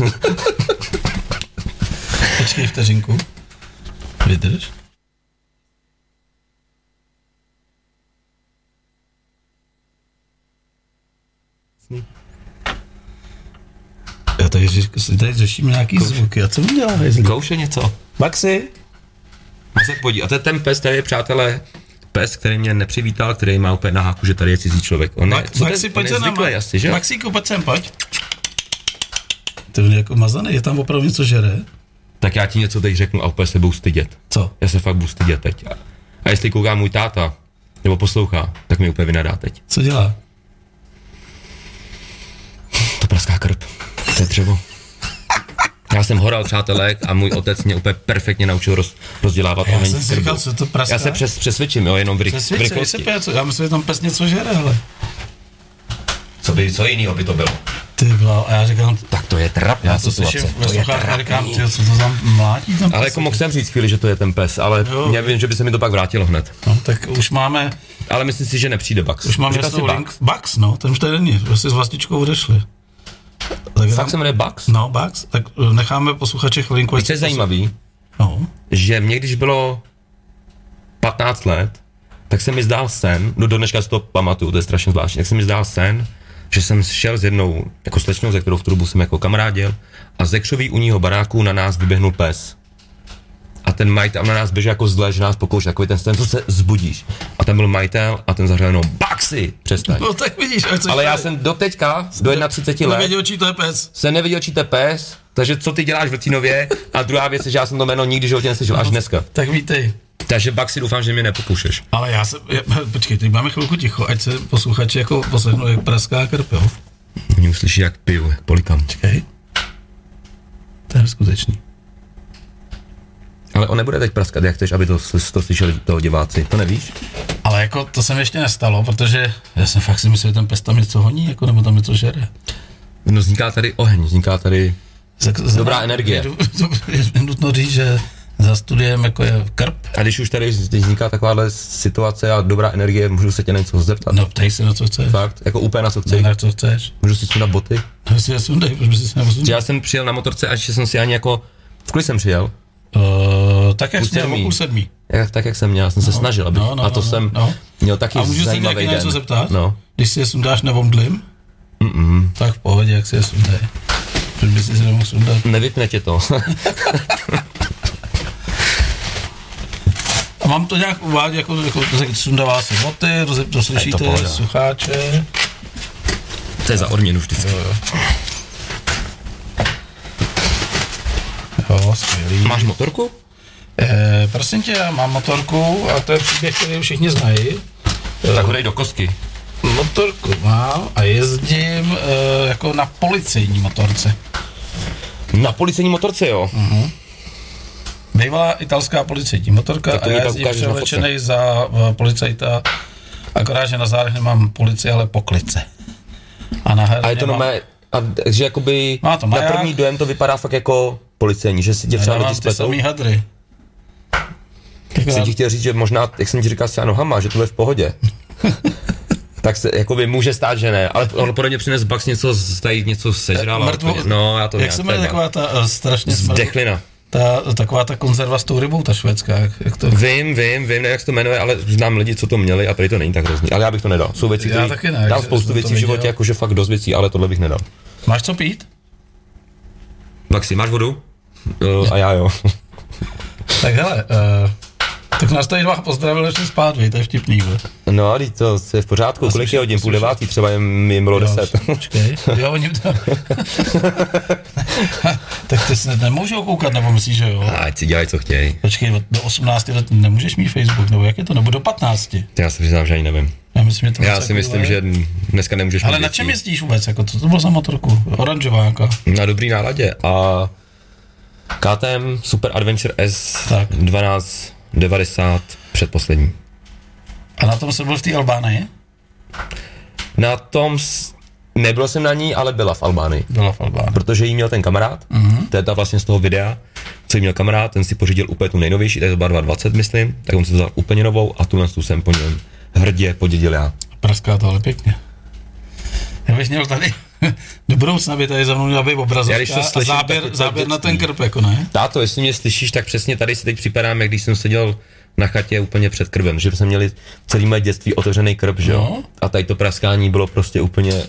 Počkej vteřinku. Vydrž. Já tady, tady řeším nějaký Kouš. zvuky. A co mi dělá? Kouše něco. Maxi? Může podí. A to je ten pes, tady je, přátelé, pes, který mě nepřivítal, který má úplně na háku, že tady je cizí člověk. On je, co Maxi, pojď se nám. Asi, že? Maxíku, pojď sem, pojď. To je jako mazaný, je tam opravdu něco žere. Tak já ti něco teď řeknu a úplně se budu stydět. Co? Já se fakt budu stydět teď. A jestli kouká můj táta, nebo poslouchá, tak mi úplně vynadá teď. Co dělá? To praská krb. To je dřevo. Já jsem horal, přátelé, a můj otec mě úplně perfektně naučil roz, rozdělávat já jsem si říkal, co to praská? Já se přes, přesvědčím, jo, jenom v, rych, v rychlosti. Já myslím, že tam pes něco žere, hele. Co by, co jinýho by to bylo? Ty bláho, a já říkám... Tak to je trapná situace. To je trapný. Tyjo, co to tam mlátí tam? Ale jako mohl jsem říct chvíli, že to je ten pes, ale jo. Já vím, že by se mi to pak vrátilo hned. No, tak už máme... Ale myslím si, že nepřijde Bugs. Už máme jasnou link. Bugs, no, ten už tady není, prostě s vlastičkou odešli. Tak Fakt tam, se jmenuje Bugs? No, Bugs, tak necháme posluchače chvilinku. Víš, co je zajímavý? No. Že mě, když bylo patnáct let, tak se mi zdál sen, no do dneška si to pamatuju, to je strašně zvláštní, tak se mi zdál sen, že jsem šel s jednou jako slečnou, ze kterou v tu dobu jsem jako kamarádil, a ze křoví u ního baráku na nás vyběhnul pes. A ten majitel na nás běžel jako zle, že nás pokouší, takový ten sen, co se zbudíš. A tam byl majitel a ten zařel jenom Bugsy, přestaň. No tak vidíš, ale, ale já jsem do teďka, do třiceti jedna let, nevěděl, čí to je pes. Jsem nevěděl, čí to je pes, takže co ty děláš v Lecinově? A druhá věc je, že já jsem to jméno nikdy životě neslyšel, až dneska. Tak vítej. Takže Bugsy, doufám, že mě nepokoušeš. Ale já se, já, počkej, teď máme chvilku ticho, ať se posluchači jako poslechnou, jak praská krp, jo? Oni uslyší, jak piju, jak polikám. Čekej. To je skutečný. Ale on nebude teď praskat, jak chceš, aby to, to slyšeli toho diváci, to nevíš? Ale jako to se mi ještě nestalo, protože já jsem fakt si myslel, že ten pes tam něco honí, jako nebo tam něco žere. No vzniká tady oheň, vzniká tady za, za, dobrá za, energie. Je, je nutno říct, že za studiem jako je krb. A když už tady vzniká takováhle situace a dobrá energie, můžu se tě na něco zeptat? No ptej se na co chceš. Fakt? Jako úplně na co chceš? No, na co chceš. Můžu si sundat boty? No si je sundej, proč by si se nebo sundej? Já jsem přijel na motorce a ještě jsem si ani jako, v kolik jsem přijel? Uh, tak jak Půl jsi měl, sedmý. půl sedmý. Jak, tak jak jsem měl, jsem se no, snažil, abych, no, no, a to no, jsem no. měl taky zajímavý den. A můžu se den. něco zeptat? No. Když si je sundáš nevomdlím? Mm-mm. Tak v pohodě, jak si je sundej. Proč by si se nemohl sundat? Nevypne tě to. A mám to nějak uvádět, jako, jako sundává se boty, to slyšíte, to sucháče. To je za odměnu vždycky. Jo, jo. Jo, skvělý. Máš motorku? Eh, prosím tě, já mám motorku a to je příběh, který všichni znají. Tak ho dej do kostky. Motorku mám a jezdím eh, jako na policejní motorce. Na policejní motorce, jo? Uh-huh. Bývalá italská policejní motorka a já jezdím převlečenej za uh, policajta, akorát, že na zádech nemám policii, ale poklice. A na a je to mám... nomé, a že jakoby Má to na maják. první dojem to vypadá fakt jako policejní, že si tě třeba lidi spletou. Samý hadry. Jsem ti chtěl říct, že možná, jak jsem ti říkal s těma nohama, že to je v pohodě. Tak se, jakoby může stát, že ne, ale on podle mě přines Bax něco, tady něco sežral. Mrtvou, no, já to jak se jmenuje taková ta uh, strašně smrt... Zdechlina. Ta, taková ta konzerva s tou rybou, ta švédská, jak, jak to... Vím, vím, vím, jak se to jmenuje, ale znám lidi, co to měli a tady to není tak hrozný, ale já bych to nedal. Jsou věci, já taky ne, dám spoustu věcí v životě, jakože fakt dost věcí, ale tohle bych nedal. Máš co pít? Maxi, máš vodu? Uh, a já jo. Tak hele, uh, tak nás tady dva pozdravili, ještě spát, vy, to je vtipný, vy. No, teď to je v pořádku, Asi kolik je hodin, půl slyšel. devátý, třeba jim, jim bylo deset. Počkej, jo, oni to... Tak ty se nemůžou koukat, nebo myslíš, že jo? Ať si dělají, co chtějí. Počkej, do osmnácti let nemůžeš mít Facebook, nebo jak je to, nebo do patnácti? Já si přiznám, že ani nevím. Já myslím, že to Já si myslím, že dneska nemůžeš ale mít na dětí. čem jezdíš vůbec, jako to, to bylo za motorku, oranžováka. Na dobrý náladě a K T M Super Adventure S Tak. dvanáct devadesát předposlední. A na tom se byl v té Albánii? Na tom, s... nebyl jsem na ní, ale byla v Albánii. Byla v Albánii. Protože jí měl ten kamarád, mm-hmm. to je ta vlastně z toho videa, co jí měl kamarád, ten si pořídil úplně tu nejnovější, tak to byla dva dvacet, myslím, tak on si vzal úplně novou a tuhle tu jsem po něm hrdě podědil já. Praská to ale pěkně. Já bych měl tady, do budoucna by tady za mnou měla být obrazovka a slyším, záběr, záběr na ten krb, jako ne? Táto, jestli mě slyšíš, tak přesně tady si teď připadám, jak když jsem seděl na chatě úplně před krbem, že jsme měli celý moje dětství otevřený krb, že jo? No. A tady to praskání bylo prostě úplně...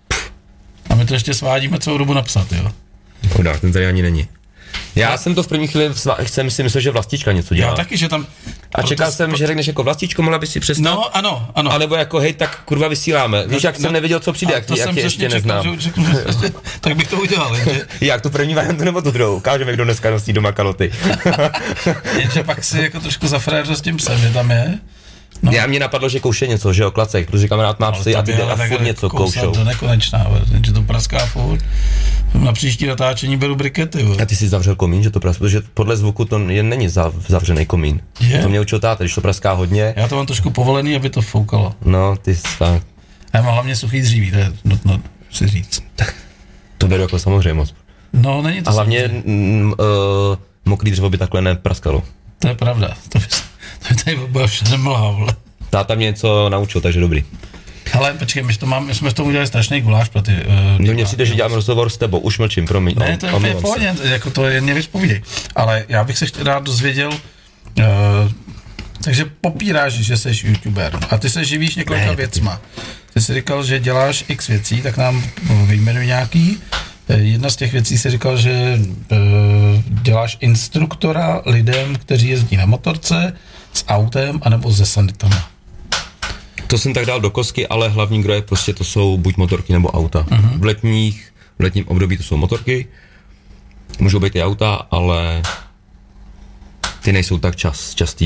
A my to ještě svádíme celou dobu napsat, jo? Chudák, ten tady ani není. Já no. jsem to v první chvíli jsem si myslel, že Vlastička něco dělá. Já taky, že tam... A čekal jsem, pro... že řekneš jako Vlastičko, mohla by si přestat. No, ano, ano. A nebo jako hej, tak kurva vysíláme. Víš, jak no, jsem nevěděl, co přijde, jak, jak tě ještě neznám. Čekal, že, řeknu, že, tak bych to udělal. Že... Jak tu první variantu nebo tu druhou? Ukážeme, kdo dneska nosí doma kaloty. Jenže pak si jako trošku zafrajeřil s tím psem, že tam je. No. Já mě napadlo, že kouše něco, že jo, klacek, protože kamarád má psy a ty a furt něco koušou. To nekonečná, že to praská furt. Na příští natáčení beru brikety. Bo. A ty jsi zavřel komín, že to praská, protože podle zvuku to jen není zav, zavřený komín. Je? To mě učil táta, když to praská hodně. Já to mám trošku povolený, aby to foukalo. No, ty jsi fakt. Já mám hlavně suchý dříví, to je nutno si říct. Tak to beru jako samozřejmost. No, není to. A hlavně m, uh, mokrý dřevo by takhle nepraskalo. To je pravda, to by, to by tady byla všade mlha, vole. Táta mě něco naučil, takže dobrý. Ale počkej, my, to mám, my jsme s tomu udělali strašný guláš pro ty... Uh, no mně přijde, že dělám rozhovor s tebou, už mlčím, promiň. Ne, to je úplně pohodně, jako to jen mě vypovídej. Ale já bych se rád dozvěděl, uh, takže popíráš, že jsi youtuber a ty se živíš několika ne, věcma. Ty jsi říkal, že děláš x věcí, tak nám vyjmenuj nějaký. Jedna z těch věcí si říkal, že uh, děláš instruktora lidem, kteří jezdí na motorce, s autem, anebo se sanitama. To jsem tak dal do kostky, ale hlavní zdroje prostě to jsou buď motorky nebo auta. Uh-huh. V letních, v letním období to jsou motorky, můžou být i auta, ale ty nejsou tak čas, častý.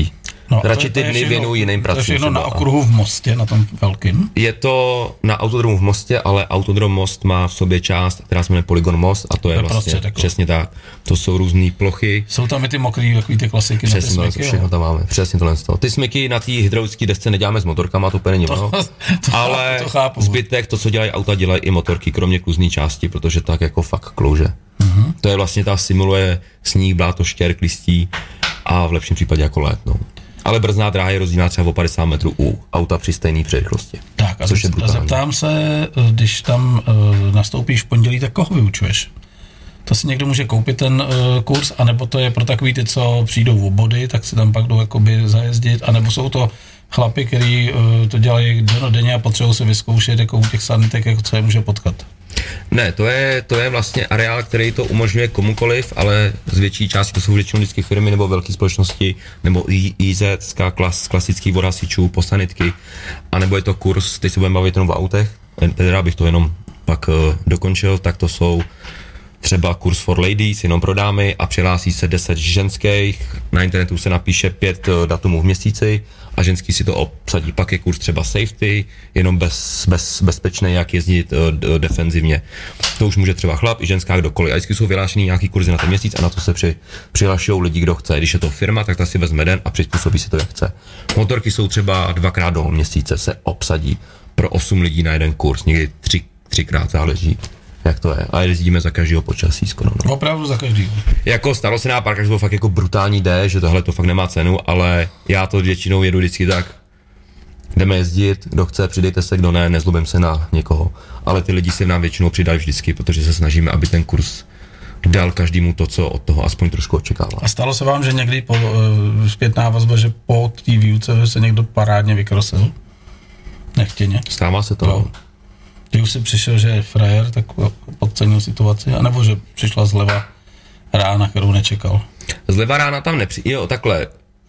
No, radši ty dny věnuju jiným pracím. To je všechno na okruhu v Mostě, na tom velkým? Je to na autodromu v Mostě, ale autodrom Most má v sobě část, která se jmenuje Polygon Most a to je, je vlastně prostě přesně tak. To jsou různé plochy. Jsou tam i ty mokrý, takový ty klasiky přesně na ty smyky? Všechno tam máme, přesně tohle. Ty smyky na té hydraulické desce neděláme s motorkama, to úplně není ono. Ale to chápu. Zbytek, to, co dělají auta, dělají i motorky, kromě kluzní části, protože tak jako fakt klouže. Mm-hmm. To je vlastně ta simuluje sníh, bláto, štěrk, listí a v lepším případě jako led. No. Ale brzná dráha je rozdílná třeba o padesát metrů u auta při stejné rychlosti. Tak a což je brutální. Zeptám se, když tam uh, nastoupíš v pondělí, tak koho vyučuješ? To si někdo může koupit ten uh, kurz, anebo to je pro takový ty, co přijdou v body, tak si tam pak jdou jakoby zajezdit, anebo jsou to chlapi, kteří uh, to dělají dennodenně a potřebují se vyzkoušet jako u těch sanitek, jako co je může potkat. Ne, to je, to je vlastně areál, který to umožňuje komukoliv, ale z větší části to jsou většinou vždycky firmy nebo velké společnosti, nebo í zet, klas, klasický vodhasičů, posanitky, anebo je to kurz, teď se budeme bavit jenom o autech, teda bych to jenom pak uh, dokončil, tak to jsou třeba kurz for ladies, jenom pro dámy a přihlásí se deset ženských, na internetu se napíše pět datumů v měsíci a ženský si to obsadí. Pak je kurz třeba safety, jenom bez, bez, bezpečný, jak jezdit uh, defenzivně. To už může třeba chlap i ženská kdokoliv. A vždycky jsou vyhlášený nějaký kurzy na ten měsíc a na to se při, přihlašují lidi, kdo chce. Když je to firma, tak ta si vezme den a přizpůsobí si to, jak chce. Motorky jsou třeba dvakrát do měsíce, se obsadí pro osm lidí na jeden kurz, někdy tři, třikrát záleží. Jak to je? A jezdíme za každého počasí skoro. No. Opravdu za každého. Jako stalo se nám párkrát, že to fakt jako brutální jde, že tohle to fakt nemá cenu, ale já to většinou jedu vždycky tak, jdeme jezdit, kdo chce, přidejte se, kdo ne, nezlobím se na někoho. Ale ty lidi se nám většinou přidají vždycky, protože se snažíme, aby ten kurz dal každému to, co od toho aspoň trošku očekává. A stalo se vám, že někdy po, uh, zpětná vazba, že po té výuce se někdo parádně vykrosil? Nechtěně. Stává se to. No. Když už si přišel, že je frajer, tak podcenil situaci, anebo že přišla zleva rána, kterou nečekal? Zleva rána tam nepřijde, jo, takhle.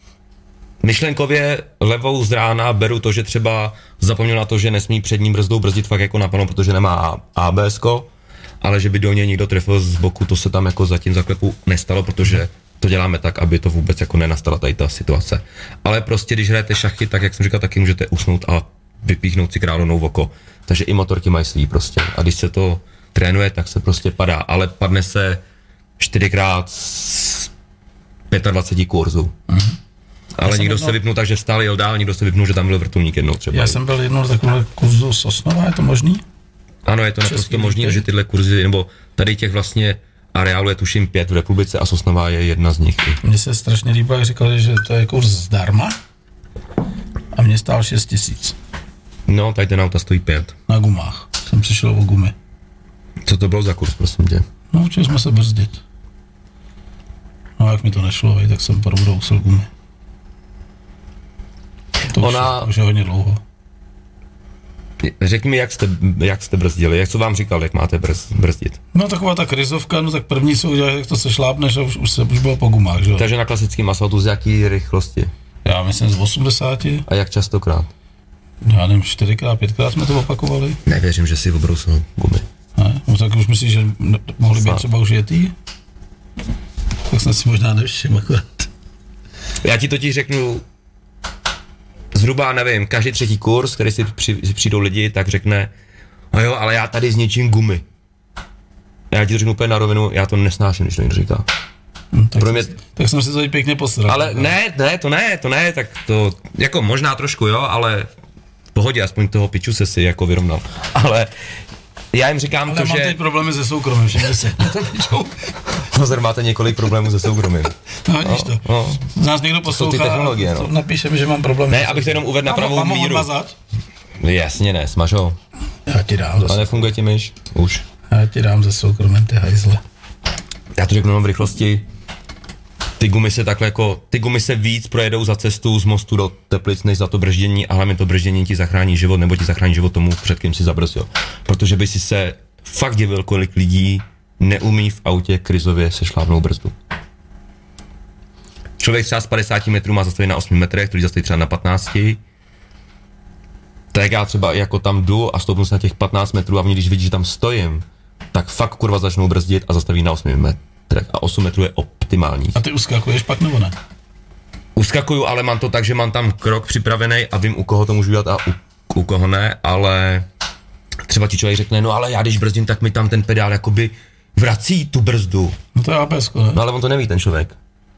Myšlenkově levou z rána beru to, že třeba zapomněl na to, že nesmí přední brzdou brzdit fakt jako naplno, protože nemá á bé esko, ale že by do něj někdo trefil z boku, to se tam jako zatím zaklepu nestalo, protože to děláme tak, aby to vůbec jako nenastala tady ta situace. Ale prostě, když hrajete šachy, tak jak jsem říkal, taky můžete usnout a vypíchnout si královnou v oko. Takže i motorky mají svý prostě. A když se to trénuje, tak se prostě padá. Ale padne se čtyřikrát z dvacet pět kurzů. Mm-hmm. Ale někdo jednou... se vypnul tak, že stále jel dál, někdo se vypnul, že tam byl vrtulník jednou třeba. Já jsem byl jednou takového kurzu z Osnova, je to možný? Ano, je to naprosto možný, že tyhle kurzy, nebo tady těch vlastně areálů je tuším pět v republice a Sosnová je jedna z nich. Mně se strašně líbilo, jak říkali, že to je kurz zdarma a mě stál šest tisíc. No, tady ten auta stojí pět. Na gumách. Jsem přišel o gumy. Co to bylo za kurz, prosím tě? No, učili jsme se brzdit. No, jak mi to nešlo, vej, tak jsem probrousil gumy. To Ona... už je hodně dlouho. Řekni mi, jak jste, jak jste brzdili, jak co vám říkal, jak máte brz, brzdit? No taková ta krizovka, no tak první co uděláš, jak to se šlápneš a už, už, se, už bylo po gumách, že jo? Takže na klasickém asfaltu z jaký rychlosti? Já myslím z osmdesáti. A jak častokrát? Já nevím, čtyřikrát, pětkrát jsme to opakovali. Nevěřím, že si obrousil gumy. Ne? No tak už myslíš, že mohli být třeba už jetý? Tak jsem si možná nevšiml akorát. Já ti totiž řeknu, zhruba, nevím, každý třetí kurz, který si při, přijdou lidi, tak řekne, no jo, ale já tady zničím gumy. Já ti to řeknu úplně na rovinu, já to nesnáším, když to někdo říká. Hmm, tak, mě... tak jsem si to i pěkně posral. Ale ne, ne, to ne, to ne, tak to, jako možná trošku, jo, ale v pohodě, aspoň toho piču se si jako vyrovnal. Ale já jim říkám ale to, že... Ale mám teď problémy se soukromím, všimli si. Pozor, máte několik problémů se soukromím. No, vidíš to. No. Z nás někdo poslouchá, ty technologie, no. Napíše mi, že mám problém. Ne, abych to jenom uvedl na pravou mám míru. Mám odmazat? Jasně ne, smaž ho. Já ti dám zase. Ale nefunguje ti myš? Už. Já ti dám ze soukromím, ty hajzle. Já to řeknu jenom v rychlosti. Ty gumy se takhle jako, ty gumy se víc projedou za cestu z Mostu do Teplic, než za to brždění a hlavně to brždění ti zachrání život, nebo ti zachrání život tomu, před kým si zabrzdil. Protože by si se fakt divil, kolik lidí neumí v autě krizově sešlápnout brzdu. Člověk třeba z padesáti metrů má zastavit na osmi metrech, který zastaví třeba na patnácti. Tak já třeba jako tam jdu a stoupnu se na těch patnáct metrů a když vidí, že tam stojím, tak fakt kurva začnou brzdit a zastaví na osmi metrech. A osm metrů je optimální. A ty uskakuješ pak nebo ne? uskakuju, ale mám to tak, že mám tam krok připravený a vím, u koho to můžu dělat a u, u koho ne, ale třeba ti člověk řekne, no ale já když brzdím, tak mi tam ten pedál jakoby vrací tu brzdu. No to je á bé esko, ne? No ale on to neví, ten člověk.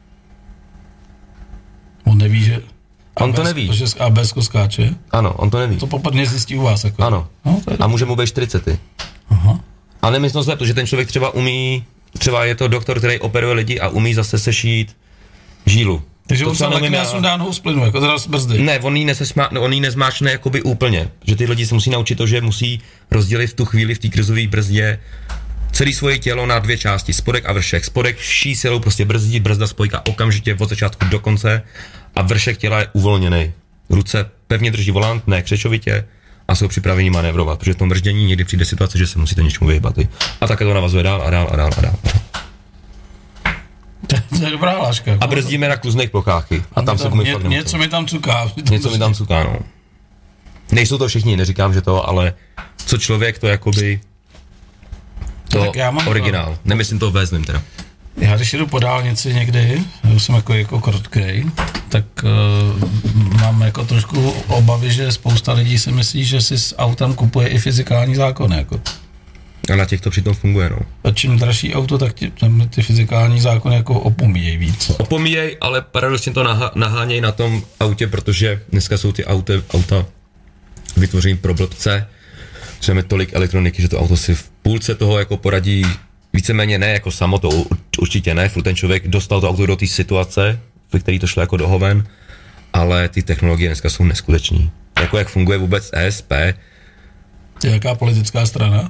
On neví, že... On á bé es, to neví. Protože á bé esko skáče? Ano, on to neví. To popadně zjistí u vás, jako. Ano. No, a může mu být čtyřicet. Aha. A nemyslím to zle, protože ten člověk třeba umí, třeba je to doktor, který operuje lidi a umí zase sešít žílu. Takže to on se taky nesundá nohou z plynu, jako teda z brzdy. Ne, on jí, nesesma, on jí nezmáčne jakoby úplně, že ty lidi se musí naučit to, že musí rozdělit v tu chvíli v té krizové brzdě celé svoje tělo na dvě části, spodek a vršek. Spodek vší silou prostě brzdí, brzda spojka okamžitě od začátku do konce a vršek těla je uvolněný. Ruce pevně drží volant, ne křečovitě a jsou připraveni manévrovat, protože v tom brždění někdy přijde situace, že se musíte něčemu vyhýbat. A také to navazuje dál a dál a dál a dál. To je dobrá hláška. A brzdíme na kluzných plochách. A tam se ně, něco mi tam cuká. Něco mi tam cuká, no. Nejsou to všichni, neříkám, že to, ale co člověk, to jakoby to originál. To. Nemyslím to vezmím teda. Já když jdu po dálnici někdy, já jsem jako, jako korotkej, tak uh, mám jako trošku obavy, že spousta lidí si myslí, že si s autem kupuje i fyzikální zákony. Jako. A na těch to přitom funguje, no. A čím dražší auto, tak ty, ty fyzikální zákony jako opomíjejí víc. Opomíjejí, ale paradoxně to nahá, nahánějí na tom autě, protože dneska jsou ty auta, auta vytvoření pro blbce, že máme tolik elektroniky, že to auto si v půlce toho jako poradí víceméně ne jako samo, to určitě ne, furt ten člověk dostal to auto do té situace, ve který to šlo jako do hoven, ale ty technologie dneska jsou neskuteční. Jako jak funguje vůbec E S P. To je jaká politická strana?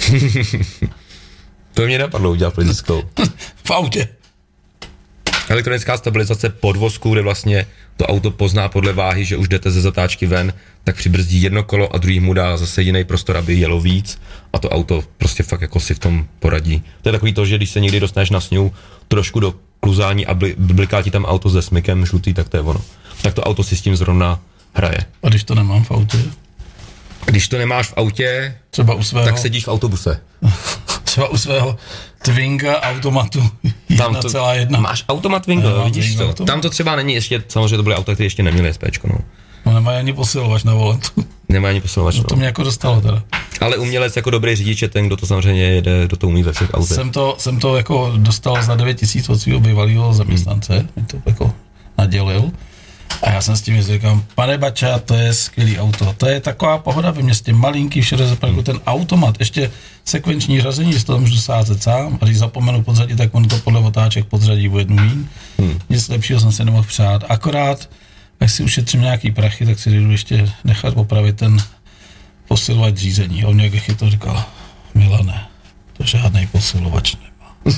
To mě napadlo udělat politickou. V autě. Elektronická stabilizace podvozku, kde vlastně to auto pozná podle váhy, že už jdete ze zatáčky ven, tak přibrzdí jedno kolo a druhý mu dá zase jiný prostor, aby jelo víc a to auto prostě fakt jako si v tom poradí. To je takový to, že když se někdy dostaneš na sněhu trošku do kluzání a bliká ti tam auto se smykem žlutý, tak to je ono. Tak to auto si s tím zrovna hraje. A když to nemám v autě? Když to nemáš v autě, třeba u svého, tak sedíš v autobuse. Třeba u svého Twinga automatu jedna celá jedna. Máš automat Twingo, no, vidíš Twingo to. Automat. Tam to třeba není ještě, samozřejmě to byly auta, které ještě neměly SPčko, no. No nemají ani posilovač na volantu. Nemají ani posilovač, no. To mě jako dostalo teda. Ale umělec jako dobrý řidič je ten, kdo to samozřejmě jede, kdo to umí ve všech autech. Jsem to, jsem to jako dostal za devět tisíc od svého bývalého zaměstnance, hmm. mi to jako nadělil. A já jsem s tím říkám, pane Bača, to je skvělý auto, to je taková pohoda ve městě, malinký, všude zapadl hmm. ten automat, ještě sekvenční řazení, z toho můžu sázet sám, a když zapomenu podřadit, tak on to podle otáček podřadí o jednu míň. Hmm. Nic lepšího jsem si nemohl přát, akorát, jak si ušetřím nějaký prachy, tak si jdu ještě nechat opravit ten posilovač řízení. A on mě to říkal, Milane, to žádnej posilovač nemá.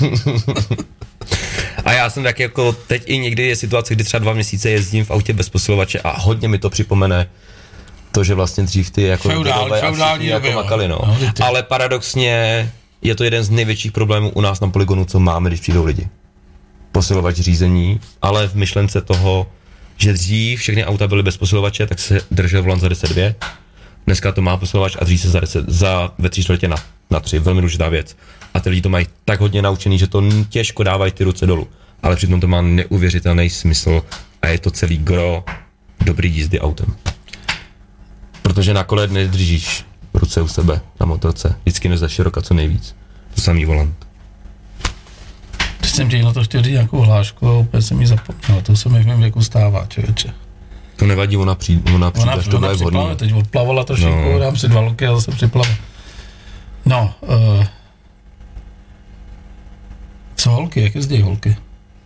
A já jsem tak jako, teď i někdy je situace, kdy třeba dva měsíce jezdím v autě bez posilovače a hodně mi to připomene to, že vlastně dřív ty jako feudál, a všichni jako makali, no. no Ale paradoxně je to jeden z největších problémů u nás na poligonu, co máme, když přijdou lidi. Posilovač řízení, ale v myšlence toho, že dřív všechny auta byly bez posilovače, tak se držel volant za deset dva. Dneska to má posilovač a dřív se za, deset, za ve tři čtvrtě na, na tři, velmi důležitá věc. A ty lidi to mají tak hodně naučený, že to těžko dávají ty ruce dolů. Ale přitom to má neuvěřitelný smysl a je to celý gro dobrý jízdy autem. Protože na kole nedržíš ruce u sebe na motorce, vždycky než za široka co nejvíc. To samý volant. Když jsem ti na to chtěl říct nějakou hlášku a úplně jsem ji zapomněl, to se mi v mém věku stává, člověče. To nevadí, ona přijde, ona přijde, až to bude vhodný. Teď odplavala trošku, no. Dám si dva loky a zase připlava. No, uh, co holky, jak jezdí holky?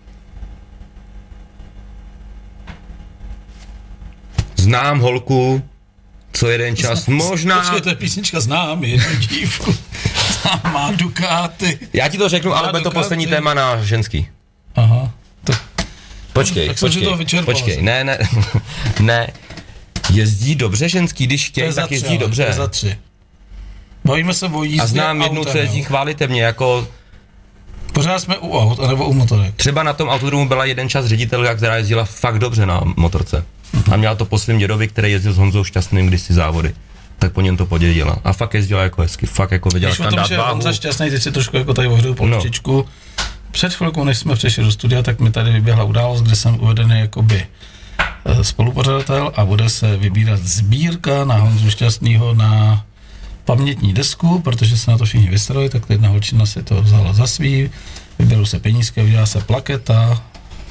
Znám holku, co jeden čas, znám, možná... Počkej, to je písnička, znám jednu dívku, tam má Dukáty. Já ti to řeknu, má ale bude to poslední téma na ženský. Aha, tak... Počkej, tak počkej, počkej, ne, ne, ne, jezdí dobře ženský, když chtějí, tak jezdí tři, dobře. To je za tři. Bavíme se o jízdě. A znám jednu, co jezdí, chválíte mě, jako... Pořád jsme u aut, anebo u motorek. Třeba na tom autodromu byla jeden čas ředitelka, která jezdila fakt dobře na motorce. A měla to po svém dědovi, který jezdil s Honzou Šťastným kdysi závody. Tak po něm to podědila. A fakt jezdila jako hezky, fakt jako věděla, kam dát váhu. Honza Šťastný, teď si trošku jako tady ohřeju polčičku. před chvilkou, než jsme přišli do studia, tak mi tady vyběhla událost, kde jsem uvedený jakoby spolupořadatel a bude se vybírat sbírka na Honzu Šťastnýho na pamětní desku, protože se na to všichni vystrali, tak jedna holčina si to vzala za svý, vyberou se penízky, udělá se plaketa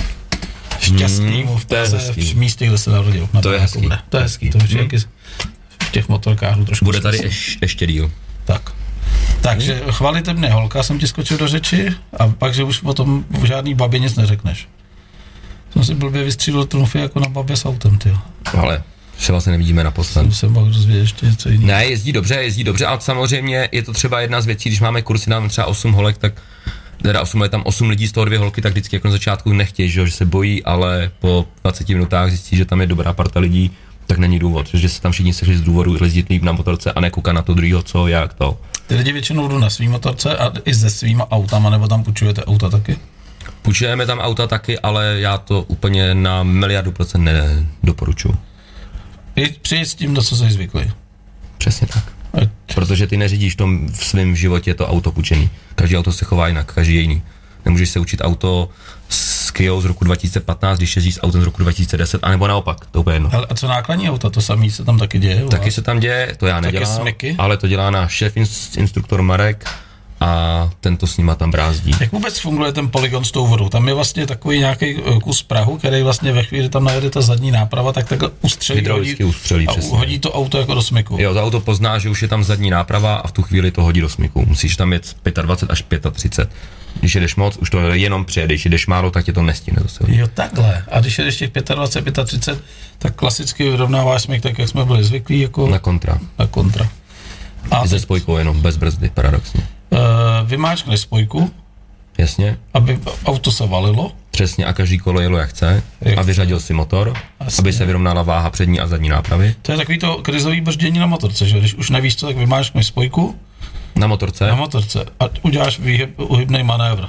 Šťastnýmu v Praze, v místě, kde se narodil. To je hezký. Bude. To je hezký, to je hezký. V těch motorkářů trošku. Bude tady ješ, ještě díl. Tak. Takže hmm. chvalitebně holka, jsem ti skočil do řeči a pak, že už o tom v žádný babě nic neřekneš. Jsem si blbě vystřídil trumfy jako na babě s autem, tyjo. Ale třeba se nevidíme naposled. Jsem se mohl dozvědět ještě něco jiného. Ne, jezdí dobře, jezdí dobře, ale samozřejmě je to třeba jedna z věcí, když máme kursy, dáme třeba osm holek, tak teda osm je tam osm lidí, z toho dvě holky, tak vždycky jako na začátku nechtějí, že, že se bojí, ale po dvaceti minutách zjistí, že tam je dobrá parta lidí, tak není důvod, že se tam všichni sešli z důvodu jezdit líp na motorce a nekoukat na to druhýho, co, jak to. Ty lidi většinou jdou na svý motorce a i se svýma autama, nebo tam půjčujete auta taky? Půjčujeme tam auta taky, ale já to úplně na miliardu procent nedoporučuji. Přijet s tím, do co jsi zvyklý. Přesně tak. Ať. Protože ty neřídíš v tom v svém životě to auto půjčený. Každý auto se chová jinak, každý je jiný. Nemůžeš se učit auto s Kia z roku dva tisíce patnáct, když jezdíš s autem z roku dva tisíce deset, anebo naopak, to úplně jedno. Ale a co nákladní auta, to samý se tam taky děje? Taky se tam děje, to já nedělám, ale to dělá náš šéf instruktor Marek a tento s nima tam brázdí. Jak vůbec funguje ten polygon s tou vodou? Tam je vlastně takový nějaký kus prahu, který vlastně ve chvíli tam najede ta zadní náprava, tak takhle ustřelí, hydraulicky ustřelí, a přesně. Hodí to auto jako do smyku. Jo, to auto pozná, že už je tam zadní náprava a v tu chvíli to hodí do smyku. Musíš tam jet dvacet pět až třicet pět. Když jedeš moc, už to jenom přijede, když jedeš málo, tak tě to nestihne zase. Jo, takhle. A když jedeš těch dvacet pět až třicet pět, tak klasicky vyrovnáváš smyk tak, jak jsme byli zvyklí, jako na kontra. Na kontra. A I se spojkou jenom, bez brzdy, paradoxně. Uh, vymáčkneš spojku. Jasně. Aby auto se valilo. Přesně, a každý kolo jelo jak chce. Jak a vyřadil si motor, Jasně. aby se vyrovnala váha přední a zadní nápravy. To je takový to krizový brždění na motorce, že když už nevíš co, tak vymáčkneš spojku. Na motorce? Na motorce. A uděláš výhyb, uhybnej manévr.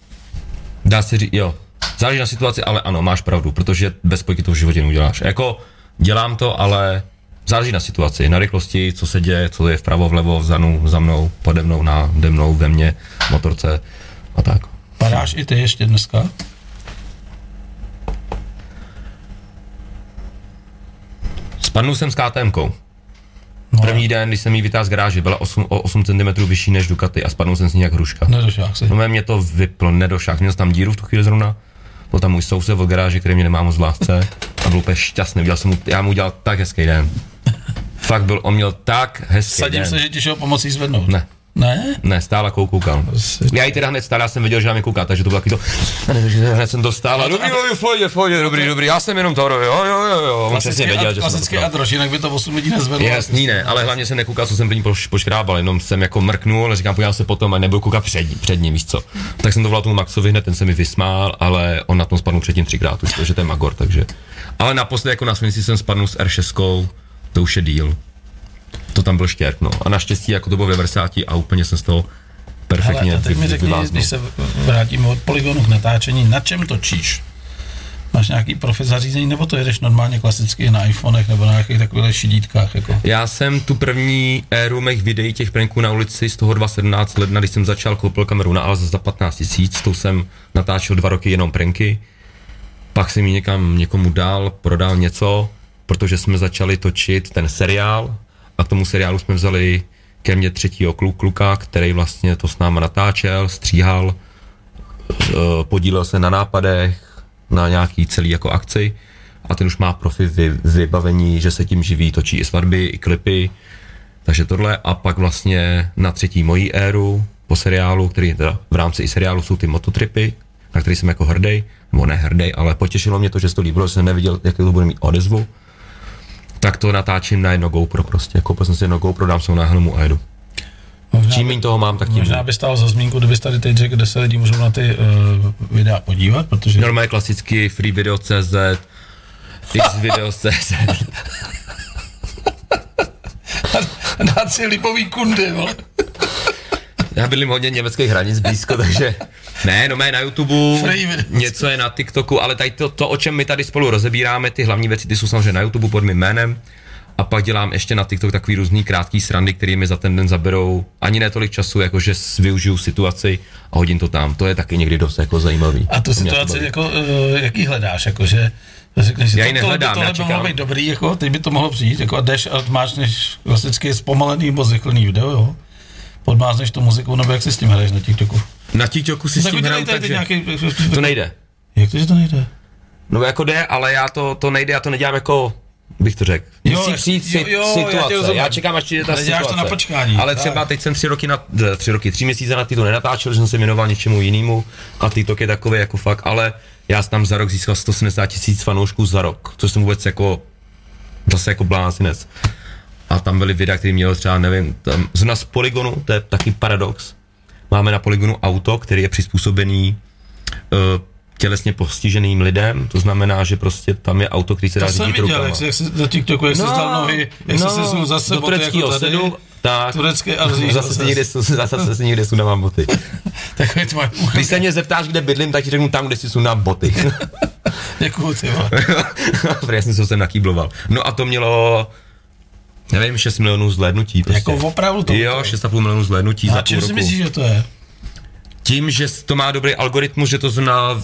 Dá se říct, jo. Záleží na situaci, ale ano, máš pravdu, protože bez spojky to v životě neuděláš. Jako, dělám to, ale záleží na situaci, na rychlosti, co se děje, co je vpravo, vlevo, vzadu, za mnou, pode mnou, nade mnou, ve mně, motorce a tak. Padáš i ty ještě dneska? Spadnul jsem s KTMkou. No. První den, když jsem jí vytáhl z garáže, byla osm, o osm centimetrů vyšší než Ducati a spadnul jsem s ní jak hruška. Nedošák si. No mě to vyplo, nedošák. Měl jsem tam díru v tu chvíli zrovna. Byl tam můj soused od garáže, který mě nemá moc v lásce a byl úplně šťastný. Udělal jsem mu, já mu udělal tak hezký den. Fakt byl, on měl tak hezký Sadím den. se, že ti šel pomocí zvednout. Ne. Ne? Ne, stála kou, koukal. Já jí teda hned stála, já jsem věděl, že na mě kouká, takže to bylo taky to, hned jsem to stála, dobrý, dobrý, pojď, pojď, dobrý, dobrý, já jsem jenom to, jo, jo, jo, jo, on přesně věděl, že klasický adroš, jinak by to osm lidí nezvedlo. Jasný, ne, ale hlavně jsem nekoukal, co jsem první poškrábal, jenom jsem jako mrknul, ale říkám, podívám se potom a nebudu koukat před, před ním, víš co. Tak jsem to volal tomu Maxovi hned, ten se mi vysmál, ale on na tom spadnul předtím třikrát, už to, že to je magor, takže. Ale naposledy jako na svinci jsem spadnul s R šest, to už je díl. To tam byl štěrk, no. A naštěstí jako to bylo ve Versáti a úplně jsem z toho perfektně. Hele, a teď mi řekni, když se vrátíme od polygonu k natáčení, na čem točíš? Máš nějaký profi zařízení, nebo to jedeš normálně klasicky na iPhonech nebo na nějakých takových šidítkách? Jako? Já jsem tu první éru mých videí těch pranků na ulici z toho dva tisíce sedmnáct ledna, když jsem začal, koupil kameru na Alze za patnáct tisíc, tou jsem natáčel dva roky jenom pranky, pak jsem ji někam někomu dal, prodal něco, protože jsme začali točit ten seriál a k tomu seriálu jsme vzali ke mně třetího kluka, který vlastně to s náma natáčel, stříhal, podílel se na nápadech, na nějaký celý jako akci a ten už má profi vy, vybavení, že se tím živí, točí i svatby, i klipy, takže tohle a pak vlastně na třetí mojí éru po seriálu, který teda v rámci i seriálu jsou ty mototripy, na který jsem jako hrdý, nebo ne hrdý, ale potěšilo mě to, že se to líbilo, že jsem neviděl, jaký to bude mít odezvu, tak to natáčím na jedno GoPro prostě, koupil jsem si jedno GoPro, dám se ho na helmu a jedu. Možná Čím méně toho mám, tak tím. Možná by stálo za zmínku, kdybys tady teď řekl, kde se lidi můžou na ty uh, videa podívat, protože... Normálně klasicky freevideo tečka cé zet, xvideo tečka cé zet. Dát si lipový kundy, vole. Já bydlím hodně německých hranic blízko, takže ne, no mé na YouTube, něco je na TikToku, ale tady to, to, o čem my tady spolu rozebíráme, ty hlavní věci, ty jsou samozřejmě na YouTube pod mým jménem a pak dělám ještě na TikTok takový různý krátký srandy, který mi za ten den zaberou ani ne tolik času, jakože využiju situaci a hodím to tam. To je taky někdy dost jako zajímavý. A tu situaci, jako, uh, jaký hledáš, jakože řekneš, já ji to, nehledám, tohle, já tohle by mohlo být dobrý, jako, teď by to mohlo přijít, jako a jdeš a máš než klasicky zpomalený nebo zrychlený video, jo? Podmázneš tu muziku, nebo jak si s tím hraješ na TikToku? Na TikToku si tak s tím hraju, takže nějaký, to nejde. Jak to, že to nejde? No jako jde, ale já to, to nejde, já to nedělám jako, bych to řekl. Musí přijít si, jo, jo, situace, já, já čekám, až přijde ta situace. To na počkání. Ale tak. Třeba teď jsem tři roky, na, tři roky, tři měsíce na TikTok nenatáčel, že jsem se věnoval něčemu jinému a TikTok je takový jako fakt, ale já jsem tam za rok získal sto sedmdesát tisíc fanoušků za rok, což jsem vůbec jako, zase jako blázinec. A tam byly videa, které mělo třeba, nevím, tam, zrovna z Polygonu, to je taky paradox. Máme na Polygonu auto, který je přizpůsobený uh, tělesně postiženým lidem, to znamená, že prostě tam je auto, který se dá řídit rukama. To jsem viděl, jak, jak jsi na TikToku, jak no, jsi zdal nohy, jak no, jsi se zase do tureckého jako sedu, tak, turecké Azii, zase se někde, zase se někde sundávám boty. Když se mě zeptáš, kde bydlím, tak ti řeknu tam, kde si sundám boty. Děkuju, ty vole. Já jsem se sem nakýbloval. No a to mělo, nevím, šest milionů zhlédnutí. Prostě. Jako opravdu to? Jo, šest a půl milionů zhlédnutí a za čím půl si roku. myslíš, že to je? Tím, že to má dobrý algoritmus, že to zná.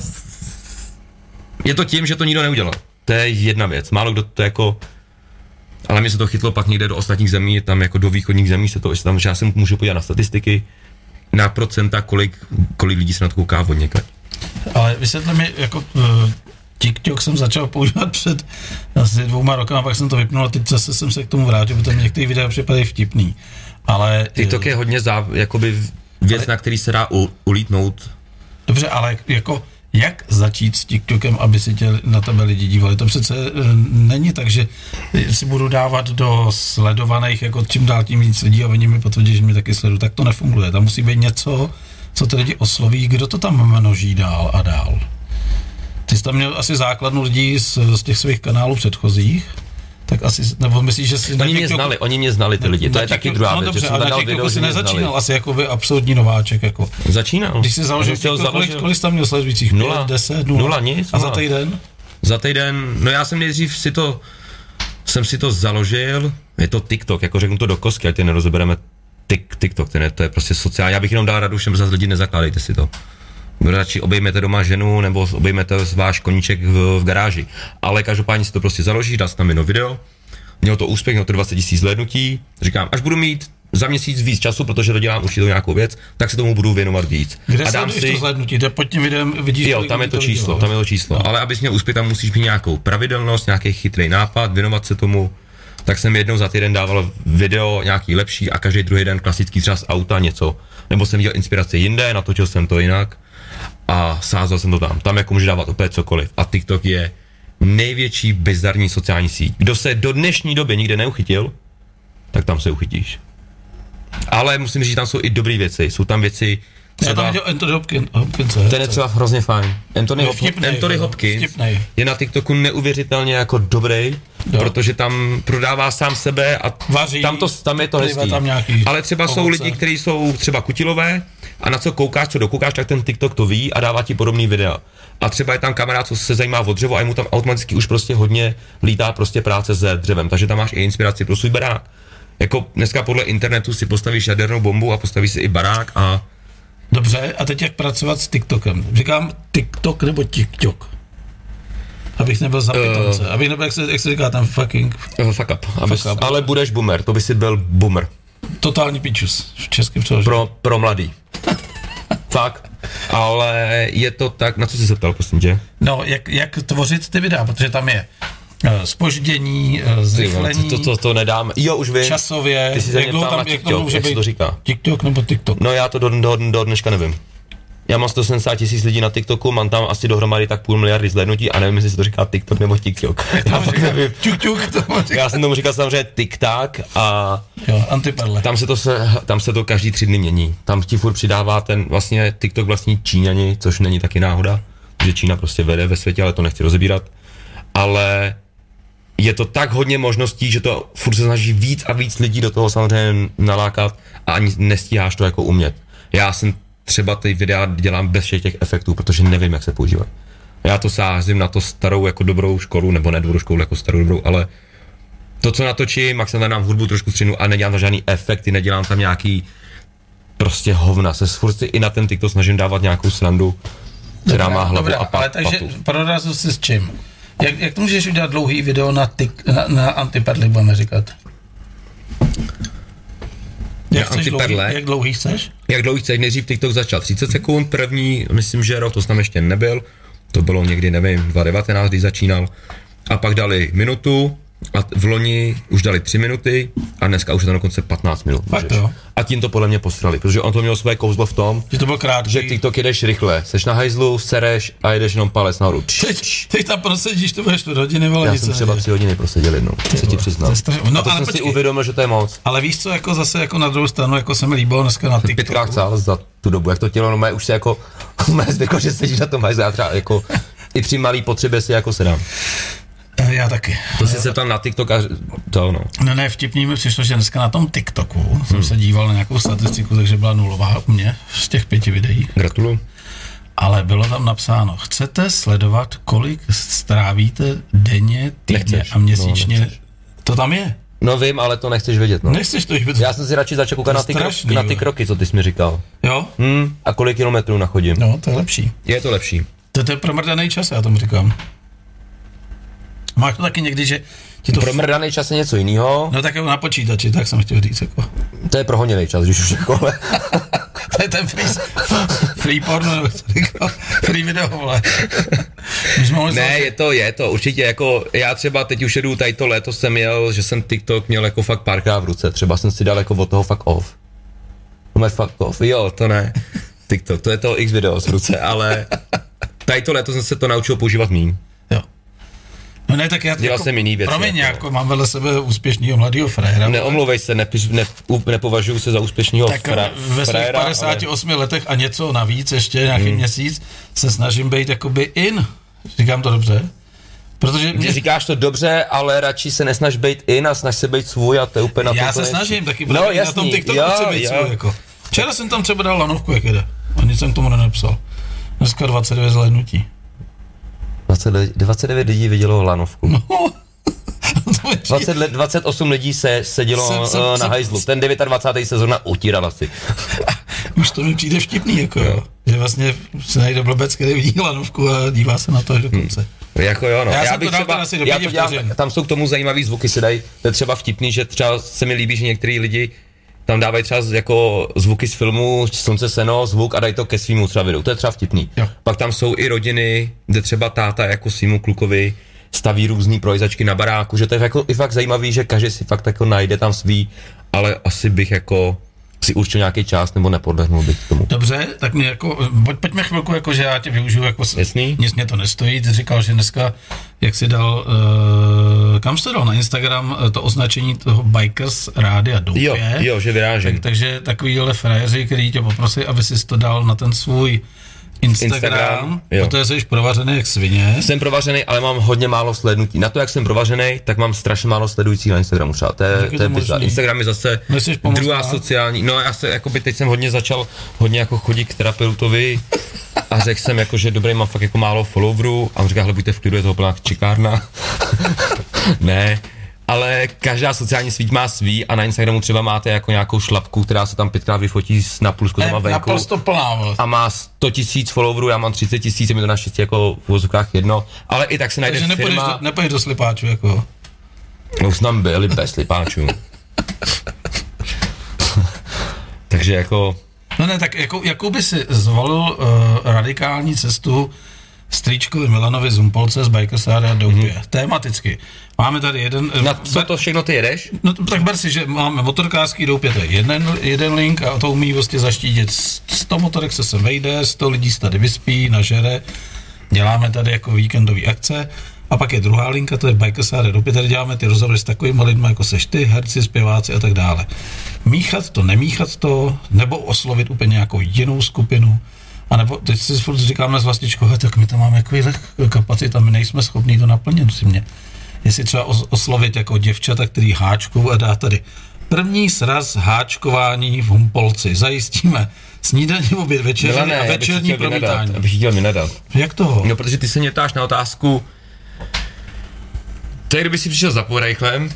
Je to tím, že to nikdo neudělal. To je jedna věc. Málo kdo to jako. Ale mě se to chytlo pak někde do ostatních zemí, tam jako do východních zemí se to, tam, že já se můžu podívat na statistiky, na procenta, kolik, kolik lidí se na to kouká od někde. Ale vysvětle mi, jako uh, TikTok jsem začal používat před asi dvouma rokama, pak jsem to vypnul a teď zase jsem se k tomu vrátil, protože některé videa připadají vtipný. Ale TikTok je hodně zá, jakoby věc, ale, na který se dá u, ulítnout. Dobře, ale jako jak začít s TikTokem, aby si tě na tebe lidi dívali? To přece e, není tak, že si budu dávat do sledovaných, jako čím dál tím víc lidí a oni mi potvrdí, že mě taky sledují. Tak to nefunguje. Tam musí být něco, co ty lidi osloví, kdo to tam množí dál a dál. Ty jsi tam měl asi základnu lidí z, z těch svých kanálů předchozích, tak asi, nebo myslíš, že si oni mě TikToku, znali, oni mě znali ty lidi, to je taky druhá no věc, dobře, že jsem tam dal video, že mě nezačínal znali. Asi jakoby absolutní nováček, jako. Začínal. Když jsi založil TikTok, kolik, kolik jsi tam měl sledujících? Nula, pět, deset, nula? Nula, nic. A za týden? Za týden, no já jsem nejdřív si to, jsem si to založil, je to TikTok, jako řeknu to do kostky, ať tě nerozebereme tik, TikTok, ten je, to je prostě sociální, já bych jenom dal radu všem, zase lidi nezakládejte si to. Radši obejmete doma ženu, nebo obejmete váš koníček v, v garáži. Ale každopádně si to prostě založí, dá se tam jedno video, mělo to úspěch, mělo to dvacet tisíc zhlédnutí, říkám, až budu mít za měsíc víc času, protože to dělám určitou nějakou věc, tak se tomu budu věnovat víc. Kde a dám si to zhlédnutí? Pod tím videem vidíš, jo, tam je to číslo, vidělo. tam je to číslo, no. Ale abys měl úspěch, tam musíš mít nějakou pravidelnost, nějaký chytrý nápad, věnovat se tomu. Tak jsem jednou za týden dával video nějaký lepší a každý druhý den klasický třeba z auta něco, nebo jsem viděl inspiraci jinde, natočil jsem to jinak a sázel jsem to tam. Tam jako může dávat opět cokoliv. A TikTok je největší bizarní sociální síť. Kdo se do dnešní doby nikde neuchytil, tak tam se uchytíš. Ale musím říct, že tam jsou i dobré věci. Jsou tam věci třeba... Já tam viděl Anthony Hopkins. Hopkins ten je třeba hrozně fajn. Anthony, Hop, vtipnej, Anthony Hopkins vtipnej. Je na TikToku neuvěřitelně jako dobrý, jo. Protože tam prodává sám sebe a vaří, tam, to, tam je to hezký. Ale třeba ovoce. Jsou lidi, kteří jsou třeba kutilové a na co koukáš, co dokoukáš, tak ten TikTok to ví a dává ti podobný videa. A třeba je tam kamarád, co se zajímá o dřevo a mu tam automaticky už prostě hodně lítá prostě práce se dřevem, takže tam máš i inspiraci pro svůj barák. Jako dneska podle internetu si postavíš jadernou bombu a postavíš si i barák a... Dobře, a teď jak pracovat s TikTokem? Říkám TikTok nebo TikTok? Abych nebyl za pitomce, uh, abych nebyl, jak se, jak se říká tam fucking... Uh, fuck up, abys, fuck up. Ale budeš boomer, to by si byl boomer. Totální pičus, v českém přeložení. Pro, pro mladý. Fakt. Ale je to tak, na co jsi se ptal, prosím tě? No, jak, jak tvořit ty videa, protože tam je zpoždění, zrychlení, to, to, to nedám. Jo, už vím. Časově. Ty si se mě ptal na TikTok, jak se to říká? TikTok nebo TikTok? No já to do, do, do dneška nevím. Já mám sto sedmdesát tisíc lidí na TikToku, mám tam asi dohromady tak půl miliardy zhlédnutí a nevím, jestli se to říká TikTok nebo TikTok. Já, tuk, tuk, já jsem tomu říkal samozřejmě TikTok a jo, antiperle. Tam se, to se, tam se to každý tři dny mění. Tam ti furt přidává ten vlastně TikTok vlastní Číňani, což není taky náhoda, že Čína prostě vede ve světě, ale to nechci rozebírat. Ale je to tak hodně možností, že to furt se snaží víc a víc lidí do toho samozřejmě nalákat a ani nestíháš to jako umět. Já jsem třeba ty videa dělám bez všech těch efektů, protože nevím, jak se používat. Já to sázím na to starou jako dobrou školu, nebo ne dobrou školu jako starou dobrou, ale to, co natočím, jak jsem tam dám hudbu trošku střinu a nedělám tam žádný efekty, nedělám tam nějaký prostě hovna, se furt si i na ten TikTok snažím dávat nějakou srandu, která má hlavu dobré, a pat, ale takže patu. prorazil jsi s čím? Jak, jak to můžeš udělat dlouhý video na, tik, na, na antiperly, budeme říkat? Jak, chceš dlouhý, jak dlouhý chceš? Jak dlouhý chceš? Nejdřív TikTok začal třicet sekund, první, myslím, že rok, to tam ještě nebyl, to bylo někdy, nevím, dva tisíce devatenáct, když začínal, a pak dali minutu, a v loni už dali tři minuty a dneska už je to dokonce patnáct minut. Fakt jo. A tím to podle mě posrali, protože on to měl své kouzlo v tom, že to bylo krátký. Že TikTok jedeš rychle, seš na hajzlu, sereš a jedeš jenom palec nahoru. Teď, teď tam prosedíš, to budeš čtvrt hodiny, vole. Já jsem třeba tři hodiny proseděl jednou, se ti přiznám. No, a to ale jsem počkej. si uvědomil, že to je moc. Ale víš co, jako zase jako na druhou stranu, jako se mi líbilo dneska na TikToku. Pětkrát chcel za tu dobu, jak to tělo, no mé už se jako, mé jako, že sedíš na tom hajzlu, já třeba jako i při malý potřebě si jako sedám. Já taky. To si se tam na TikTok a to no. No ne, vtipný mi přišlo, že dneska na tom TikToku hmm. jsem se díval na nějakou statistiku, takže byla nulová u mě z těch pěti videí. Gratuluju. Ale bylo tam napsáno, chcete sledovat, kolik strávíte denně, týdně nechceš. a měsíčně. No, to tam je. No vím, ale to nechceš vědět, no. Nechceš to vědět. Já jsem si radši začal koukat na ty, strašný, krok, na ty kroky, co ty jsi mi říkal. Jo? Hmm, a kolik kilometrů nachodím. No, to je lepší. Je to lepší. To je promrdaný čas, já tomu říkám. Máš to taky někdy, že ti to... Promrdaný čas je něco jiného. No tak jako na počítači, tak jsem chtěl říct, jako. To je prohoněný čas, když už jako, ale... To je ten free, free porno, nebo co říkal, free video, vole. Ne, je to, je to, určitě, jako, já třeba teď už jedu, tady to léto jsem jel, že jsem TikTok měl jako fakt párkrát v ruce, třeba jsem si dal jako od toho fakt off. No fakt off, jo, to ne, TikTok, to je to X video z ruce, ale tady to léto jsem se to naučil používat míň. Jo. No ne, tak já dělal jako, jsem jiný věci. Promiň, jako, jako mám vedle sebe úspěšného mladého fréra. Neomlouvej se, ne, ne, nepovažuji se za úspěšného tak fréra. Tak ve svých padesáti osmi ale... letech a něco navíc, ještě nějaký hmm. měsíc, se snažím být jakoby in. Říkám to dobře? Protože mě... Říkáš to dobře, ale radši se nesnaž být in a snaž se být svůj a to je úplně na to. Já se nejsi. snažím taky, no, na tom TikToku jo, chci být jo. svůj. Jako. Včera jsem tam třeba dal lanovku, jak jede. A nic jsem k tomu nenapsal. Dneska dvacet devět zhlédnutí. dvacet devět lidí vidělo lanovku. No. dvacet, dvacet osm lidí se sedělo jsem, jsem, na jsem, hajzlu. Ten dvacátý devátý se zrovna utíral asi. Už to mi přijde vtipný, jako jo. Že vlastně se najde blbec, který vidí lanovku a dívá se na to až do konce. Hmm. Jako jo, no. Já, já bych třeba, já to dělám, tam jsou k tomu zajímavý zvuky, si dají, to je třeba vtipný, že třeba se mi líbí, že některý lidi tam dávají třeba jako zvuky z filmu, slunce, seno, zvuk a dají to ke svýmu třeba videu. To je třeba vtipný. Jo. Pak tam jsou i rodiny, kde třeba táta jako svýmu klukovi staví různý projizačky na baráku, že to je jako i fakt zajímavý, že každý si fakt jako najde tam svý, ale asi bych jako si určil nějaký čas nebo nepodlehnul bych tomu. Dobře, tak mě jako, pojď, pojďme chvilku, jako, že já tě využiju, jako Jasný? Nic mě to nestojí, ty říkal, že dneska, jak jsi dal, uh, kam jsi to dal na Instagram, to označení toho Bikers Rádia Doupě. Jo, jo, že vyrážím. Tak, takže takovýhle frajeři, který tě poprosí, aby jsi to dal na ten svůj Instagram, Instagram protože jsi provařený jak svině. Jsem provařený, ale mám hodně málo slednutí. Na to, jak jsem provařený, tak mám strašně málo sledujících na Instagramu třeba. To je, to je bizar. Instagram je zase druhá sociální. No já se, jakoby teď jsem hodně začal, hodně jako chodit k terapeutovi a řekl jsem jako, že dobrý, mám fakt jako málo followerů a on říká, hele, buďte v klidu, je toho plná čekárna. Ne. Ale každá sociální síť má svý a na Instagramu třeba máte jako nějakou šlapku, která se tam pětkrát vyfotí s napůl skozama venku. Naprosto plná. A má sto tisíc followerů, já mám třicet tisíc, je mi to naštěstí jako v vozovkách jedno, ale i tak se najde takže firma... Takže nepůjdeš do slipáčů, jako... No už nám byli bez slipáčů. Takže jako... No ne, tak jako, jakou by si zvolil uh, radikální cestu strýčkovi Milanovi Zumpolce z Bikers Rádia Doupě. Mm-hmm. Tematicky. Máme tady jeden... Na co to všechno ty jedeš? No tak ber si, že máme motorkářský Doupě, to je jeden, jeden link a to umí vlastně zaštítit sto motorek se sem vejde, sto lidí se tady vyspí, nažere. Děláme tady jako víkendový akce. A pak je druhá linka, to je Bikers Rádia Doupě, tady děláme ty rozhovory s takovými lidmi, jako seš ty, herci, zpěváci a tak dále. Míchat to, nemíchat to, nebo oslovit úplně nějakou jinou skupinu. A nebo teď si furt říkáme s vlastičkou, tak my tam máme takovýhle kapacit a my nejsme schopní to naplnit, si mě. Jestli třeba oslovit jako děvčata, který háčkou a dá tady první sraz háčkování v Humpolci. Zajistíme snídaní, oběd, večeření a večerní promítání. Abych chtěl vynadat. Jak toho? No, protože ty se mě ptáš na otázku, to je, kdyby si přišel za Porejchlem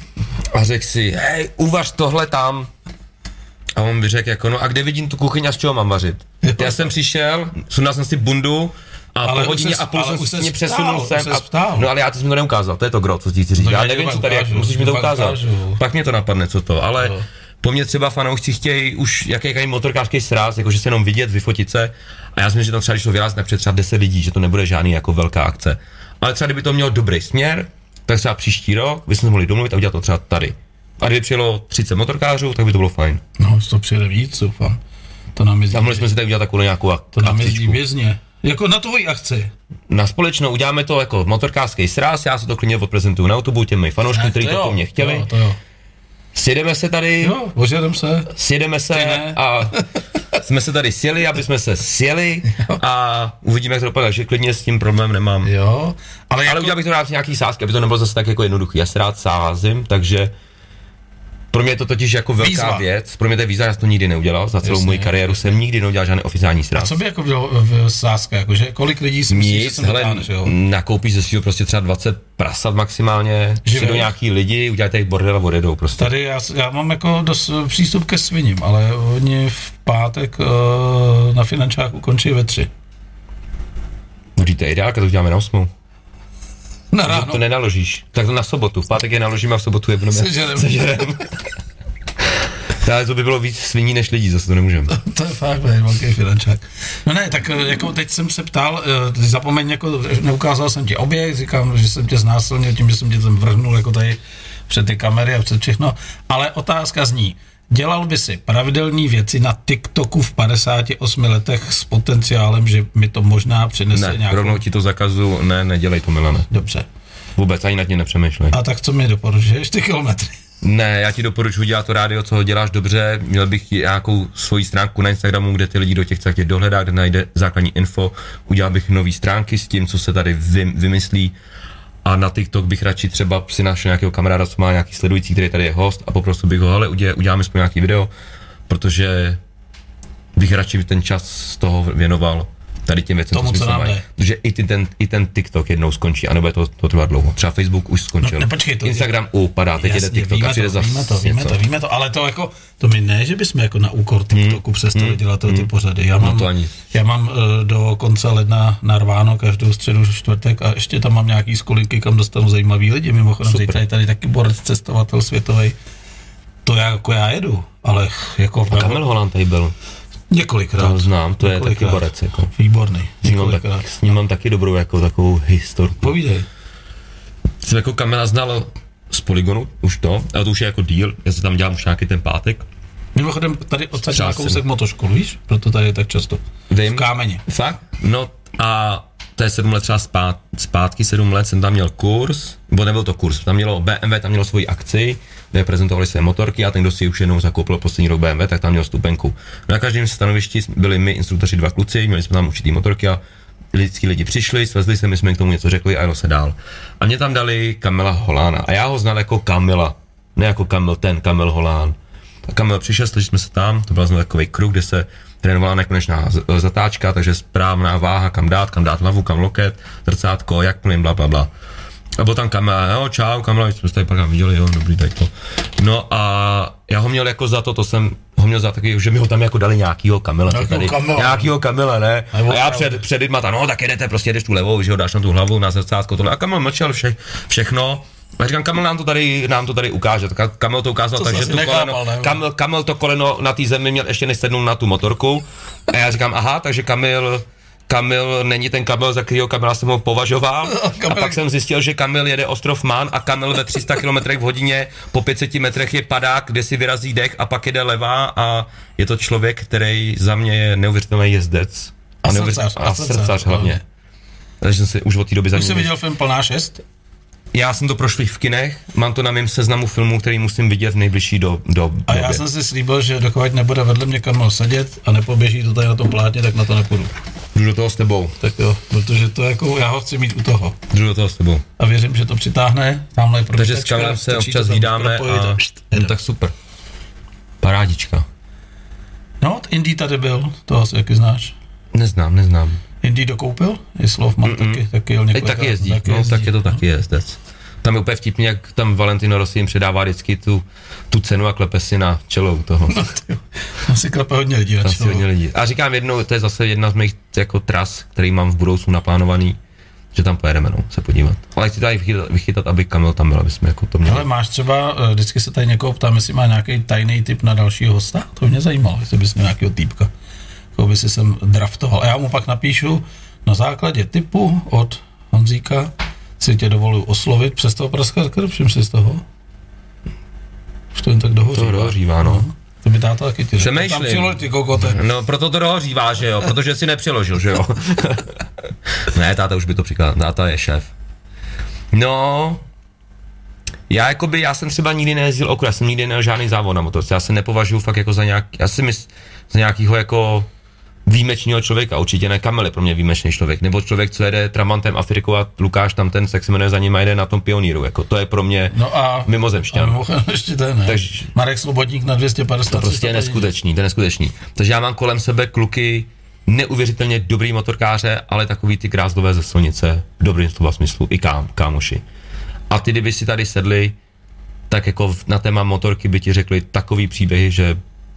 A řekl si, hej, uvař tohle tam. A on by řekl jako, no a kde vidím tu kuchyň a z čeho mám vařit? Já jsem přišel, sundal jsem si bundu a ale po hodině a půl jsem se mě přesunul sem. A, no ale já to jsem to neukázal, to je to gro, co ti chci říct. No, já nevím, co tady, ukážu, musíš mi to ukázat. Ukážu. Pak mě to napadne, co to, ale no. Po mně třeba fanoušci chtějí už jaký motorkářský sraz, jakože se jenom vidět, vyfotit se. A já myslím, že tam třeba, když to vyrazí, tak před třeba deset lidí, že to nebude žádný jako velká akce. Ale třeba kdyby to mělo dobrý směr, tak třeba příští rok bychom se mohli domluvit a udělat to třeba tady. A kdyby přijelo třicet motorkářů, tak by to bylo fajn. No, to přijede víc, doufám. To nám jezdí. A mohli jsme si tady udělat takovou nějakou akcičku. To nám jezdí vězně. Jako na tvojí akci. Na společnou uděláme to jako motorkářský sraz, já se to klidně odprezentuju na autobu těm mých fanouškům, kteří to, to po mně chtěli. Jo, to jo. Sjedeme se tady. Jo, požedem se. Sjedeme se a jsme se tady sjeli, aby jsme se sjeli a uvidíme, jak to dopadne, že klidně s tím problém nemám. Jo, ale, jako... ale udělal bych to rád nějaký sázky, aby to nebylo zase tak jako jednoduchý. Já se rád sázím, takže pro mě je to totiž jako velká výzva. Věc. Pro mě to je výzva, já jsem to nikdy neudělal. Za celou Jasně, moji kariéru jsem nikdy neudělal žádný oficiální sraz. A co by jako bylo v sázce, jakože kolik lidí si myslíš, že se nedáne, že jo? Nakoupíš ze svého prostě třeba dvacet prasat maximálně, přijdu nějaký lidi, udělají tady bordel a odjedou prostě. Tady já, já mám jako dost přístup ke sviním, ale oni v pátek uh, na finančáku končí ve tři. No to je ideálka, to uděláme na osmou. Na ráno. To nenaložíš. Tak to na sobotu. V pátek je naložíme a v sobotu je budeme sežerem. Ale to by bylo víc sviní než lidí, zase to nemůžeme. To, to je fakt, je velký finančák. No ne, tak jako teď jsem se ptal, zapomeň, jako neukázal jsem ti objekt, říkám, že jsem tě znásilnil tím, že jsem tě tam vrhnul jako tady před ty kamery a před všechno, ale otázka zní, dělal by si pravidelné věci na TikToku v padesáti osmi letech s potenciálem, že mi to možná přinese ne, nějakou... Ne, rovnou ti to zakazu, ne, nedělej to, Milane. Dobře. Vůbec ani nad tím nepřemýšlej. A tak co mi doporučuješ, ty kilometry? Ne, já ti doporučuji dělat to rádio, co ho děláš dobře, měl bych nějakou svoji stránku na Instagramu, kde ty lidi do těch tě dohledá, kde najde základní info, udělal bych nový stránky s tím, co se tady vy, vymyslí a na TikTok bych radši třeba si našel nějakého kamaráda, co má nějaký sledující, který tady je host a poprosil bych ho, hele, uděláme spolu nějaký video, protože bych radši ten čas z toho věnoval tady těm věcem, tomu, co nám jde. Protože i, ty, ten, i ten TikTok jednou skončí a nebude to, to trvat dlouho. Třeba Facebook už skončil. No, nepočkej, to Instagram je... upadá, teď jde TikTok a přijde zase víme to, víme to, víme to, ale to jako, to mi ne, že bychom jako na úkor TikToku hmm. přestali hmm. dělat ty hmm. pořady. Já mám, no já mám uh, do konce ledna narváno každou středu, čtvrtek a ještě tam mám nějaký skulinky, kam dostanu zajímavý lidi. Mimochodem, zítra je tady taky borec, cestovatel světovej. To já, jako já jedu, ale jako... A Kamil Holland tady byl. Několikrát. To znám, to je taky borec. Jako. Výborný. S ním, mám, tak, s ním mám taky dobrou jako takovou historku. Povídej. Jsem jako Kamila znal z Polygonu, už to, ale to už je jako deal, já se tam dělám už nějaký ten pátek. Mimochodem tady odsaď na kousek motoškolu, víš? Proto tady je tak často. Vím. V Kámeni. Fakt? No a to je sedm let třeba zpát, zpátky, sedm let jsem tam měl kurz, nebo nebyl to kurz, tam mělo bé em vé, tam mělo svoji akci, kde prezentovali své motorky a ten, kdo si už jednou zakoupil poslední rok bé em vé, tak tam měl stupenku. Na každém stanovišti byli my, instruktoři, dva kluci, měli jsme tam určitý motorky a lidský lidi přišli, svezli se, my jsme k tomu něco řekli a jelo se dál. A mě tam dali Kamila Holána a já ho znal jako Kamila, ne jako Kamil ten, Kamil Holán. A Kamil přišel, slyšeli jsme se tam, to byl takový kruh, kde se trénovala nekonečná zatáčka, takže správná váha, kam dát, kam dát hlavu, kam loket, zrcátko, jak plyn, bla, bla, bla. A byl tam Kamil, jo, čau, Kamil, jsme se tady pak viděli, jo, dobrý, tady to. No a já ho měl jako za to, to jsem ho měl za takový, že mi ho tam jako dali nějakýho Kamila, tady, Kamila. nějakýho Kamila, ne? A já před, před lidma tam, no tak jedete, prostě jedeš tu levou, že ho dáš na tu hlavu, na zrcátko, tohle. A Kamil mlčel vše, všechno. A říkám, Kamil nám to tady, nám to tady ukáže. Kamil to ukázal, takže tu koleno, Kamil, Kamil to koleno na té zemi měl ještě než sednul na tu motorku. A já říkám, aha, takže Kamil, Kamil není ten Kamil, za kterého Kamila jsem ho považoval. A pak jsem zjistil, že Kamil jede ostrov Man a Kamil ve tři sta kilometrech v hodině po pět set metrech je padák, kde si vyrazí dech a pak jede levá a je to člověk, který za mě je neuvěřitelný jezdec. A, a, srdcař, a srdcař hlavně. Takže jsem si už od té doby za mě... Už jsi viděl film Plná šest? Já jsem to prošl v kinech, mám to na mém seznamu filmů, který musím vidět v nejbližší do, do A já jsem si slíbil, že dokud nebude vedle mě Kamil sedět a nepoběží to tady na tom plátně, tak na to nepůjdu. Jdu do toho s tebou. Tak jo, protože to jako, já ho chci mít u toho. Jdu do toho s tebou. A věřím, že to přitáhne, tamhle pro takže s Kamilem se občas vídáme a, no, tak super. Parádička. No, Indy tady byl, toho asi jaký znáš. Neznám, neznám. Indy dokoupil? Je Slovman taky, taky jel několikrát. Taky jezdí, taky no, jezdí. Tak je to taky jezdec. Tam je úplně vtipný, jak tam Valentino Rossi jim předává vždycky tu, tu cenu a klepe si na čelo u toho. No, tam si klepe hodně lidí na čelo. Hodně lidí. A říkám jednou, to je zase jedna z mých jako tras, který mám v budoucnu naplánovaný, že tam pojedeme, no, se podívat. Ale chci tady vychytat, vychytat, aby Kamil tam byl, aby jsme jako to měli. Ale máš třeba, vždycky se tady někoho ptám, jestli má nějaký tajný tip na dalšího hosta? To mě zajímalo, jestli bys měl nějakého týpka, koho by si sem draftoval. A já mu pak napíšu na základě tipu od Honzíka, si tě dovoluji oslovit, přes toho praskat krv, všim si z toho. Už to jen tak dohořívá. To dohořívá, no. no. To by táta taky ti řekl. Přemýšlím. Tam přilož ty kokote. No, proto to dohořívá, že jo, protože si nepřiložil, že jo. Ne, táta už by to přikázal, táta je šéf. No, já jakoby, já jsem třeba nikdy nejezdil okolo, já jsem nikdy nejezdil žádný závod na motorce, já se nepovažuji fakt jako za nějak, já si myslím, za nějakýho jako výjimečného člověka, určitě ne Kamil je pro mě výjimečný člověk, nebo člověk, co jede Tramantem Afrikou a Lukáš tam ten, jak se jmenuje za ním a jede na tom Pioníru, jako to je pro mě no a, mimozemšťan. A ještě ten, ne? Takže, Marek Slobodník na dvě stě padesát. To prostě je neskutečný, to je neskutečný. Takže já mám kolem sebe kluky neuvěřitelně dobrý motorkáře, ale takový ty krázlové ze silnice, v dobrým slova smyslu, i kam, kámoši. A ty, kdyby si tady sedli, tak jako na téma motorky by ti řekli takový příběhy, že...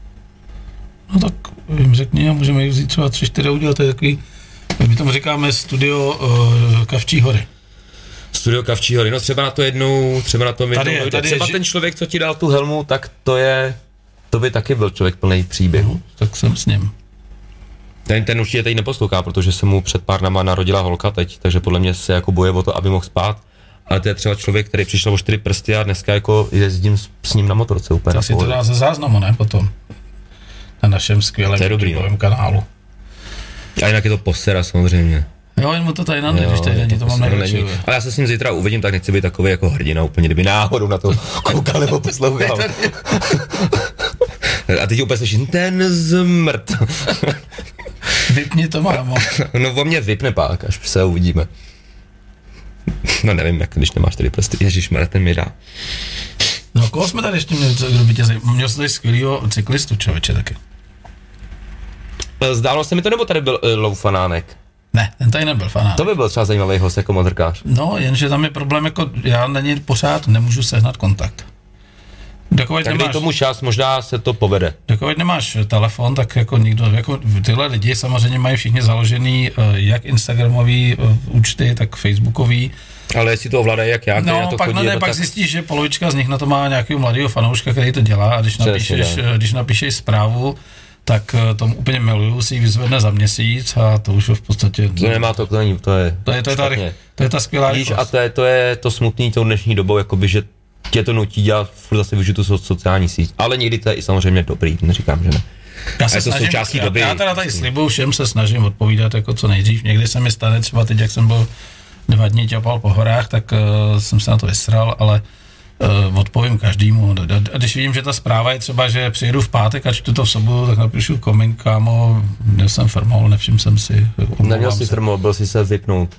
No tak jim řekni a můžeme jich vzít třeba tři, čtyři udělat, to je takový, my tomu říkáme studio uh, Kavčí hory. Studio Kavčí hory, no třeba na to jednou, třeba na to jednou, tady je, tady třeba je, ten člověk, co ti dal tu helmu, tak to je, to by taky byl člověk plný příběhu. No, tak jsem s ním. Ten, ten určitě teď neposlouchá, protože se mu před pár dnama narodila holka teď, takže podle mě se jako boje o to, aby mohl spát. Ale to je třeba člověk, který přišel o čtyři prsty a dneska jako jezdím s, s ním na motorce úplně. Tak si to dá ze záznamu, ne, potom. Na našem skvělém YouTubeovém kanálu. A jinak je to posera samozřejmě. Jo, jen mu to tady nadej, když tady není, to mám nejradši. Ale já se s ním zítra uvidím, tak nechci být takový jako hrdina úplně, kdyby náhodou na to koukal nebo poslouchal. A teď úplně slyším, ten zmrt. Vypni to, mámo. No o mě vypne pak, až se uvidíme. No nevím, jak když nemáš tady prsty. Ježišmarja, ten mi dá. No koho jsme tady ještě měli, kdo by tě zajímal? Měl jsi tady skvělýho cyklistu, člověče, taky. Zdálo se mi to, nebo tady byl uh, Lou Fanánek? Ne, ten tady nebyl Fanánek. To by byl třeba zajímavý host jako motorkář. No, jenže tam je problém, jako já na něj pořád nemůžu sehnat kontakt. Dokud tak dej tomu čas, možná se to povede. Dokud nemáš telefon, tak jako nikdo, jako tyhle lidi samozřejmě mají všichni založený jak instagramový účty, tak facebookový. Ale jestli to ovládají jak já, no, na to pak chodí, ne, ne, pak tak... zjistíš, že polovička z nich na to má nějakého mladého fanouška, který to dělá a když napíšeš, když napíšeš zprávu, tak tomu úplně miluju, si ji vyzvedne za měsíc a to už v podstatě... To nemá to, to není, to je... To je, to je, ta, to je ta skvělá Víš, a to je, to je to smutný tou dnešní dobou, jakoby, že tě to nutí dělat furt zase využít tu sociální síť, ale někdy to je i samozřejmě dobrý, neříkám, že ne. Já se snažím, já, doby. já teda tady slibuju, všem se snažím odpovídat jako co nejdřív, někdy se mi stane, třeba teď, jak jsem byl dva dny ťapal po horách, tak uh, jsem se na to vysral, ale uh, odpovím každému. A když vidím, že ta zpráva je třeba, že přijedu v pátek a čtu to v sobotu, tak napíšu komink, kámo, měl jsem firmol, nevšiml jsem si. Neměl jsi firmol, byl si se vypnout.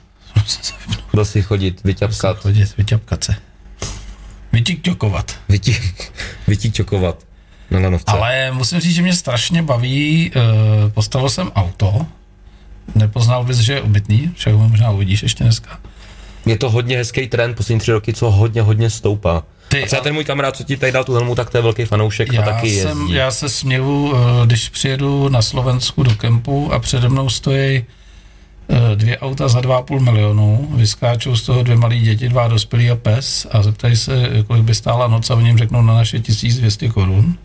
Byl si chodit, vyťapkat. Chodit, vyťapkat se. Vytíkťokovat. Vytí, vytíkťokovat na lanovce. Ale musím říct, že mě strašně baví, uh, postavil jsem auto, nepoznal bys, že je obytný, však ho možná uvidíš ještě dneska. Je to hodně hezký trend poslední tři roky, co hodně, hodně stoupá. Ty, a třeba ten můj kamarád, co ti tady dal tu helmu, tak to je velký fanoušek a taky jezdí. Jsem, já se směju, když přijedu na Slovensku do kempu a přede mnou stojí dvě auta za dva a půl milionu, vyskáčou z toho dvě malí děti, dva dospělí a pes a zeptají se, kolik by stála noc a oni jim řeknou na naše tisíc dvě stě korun.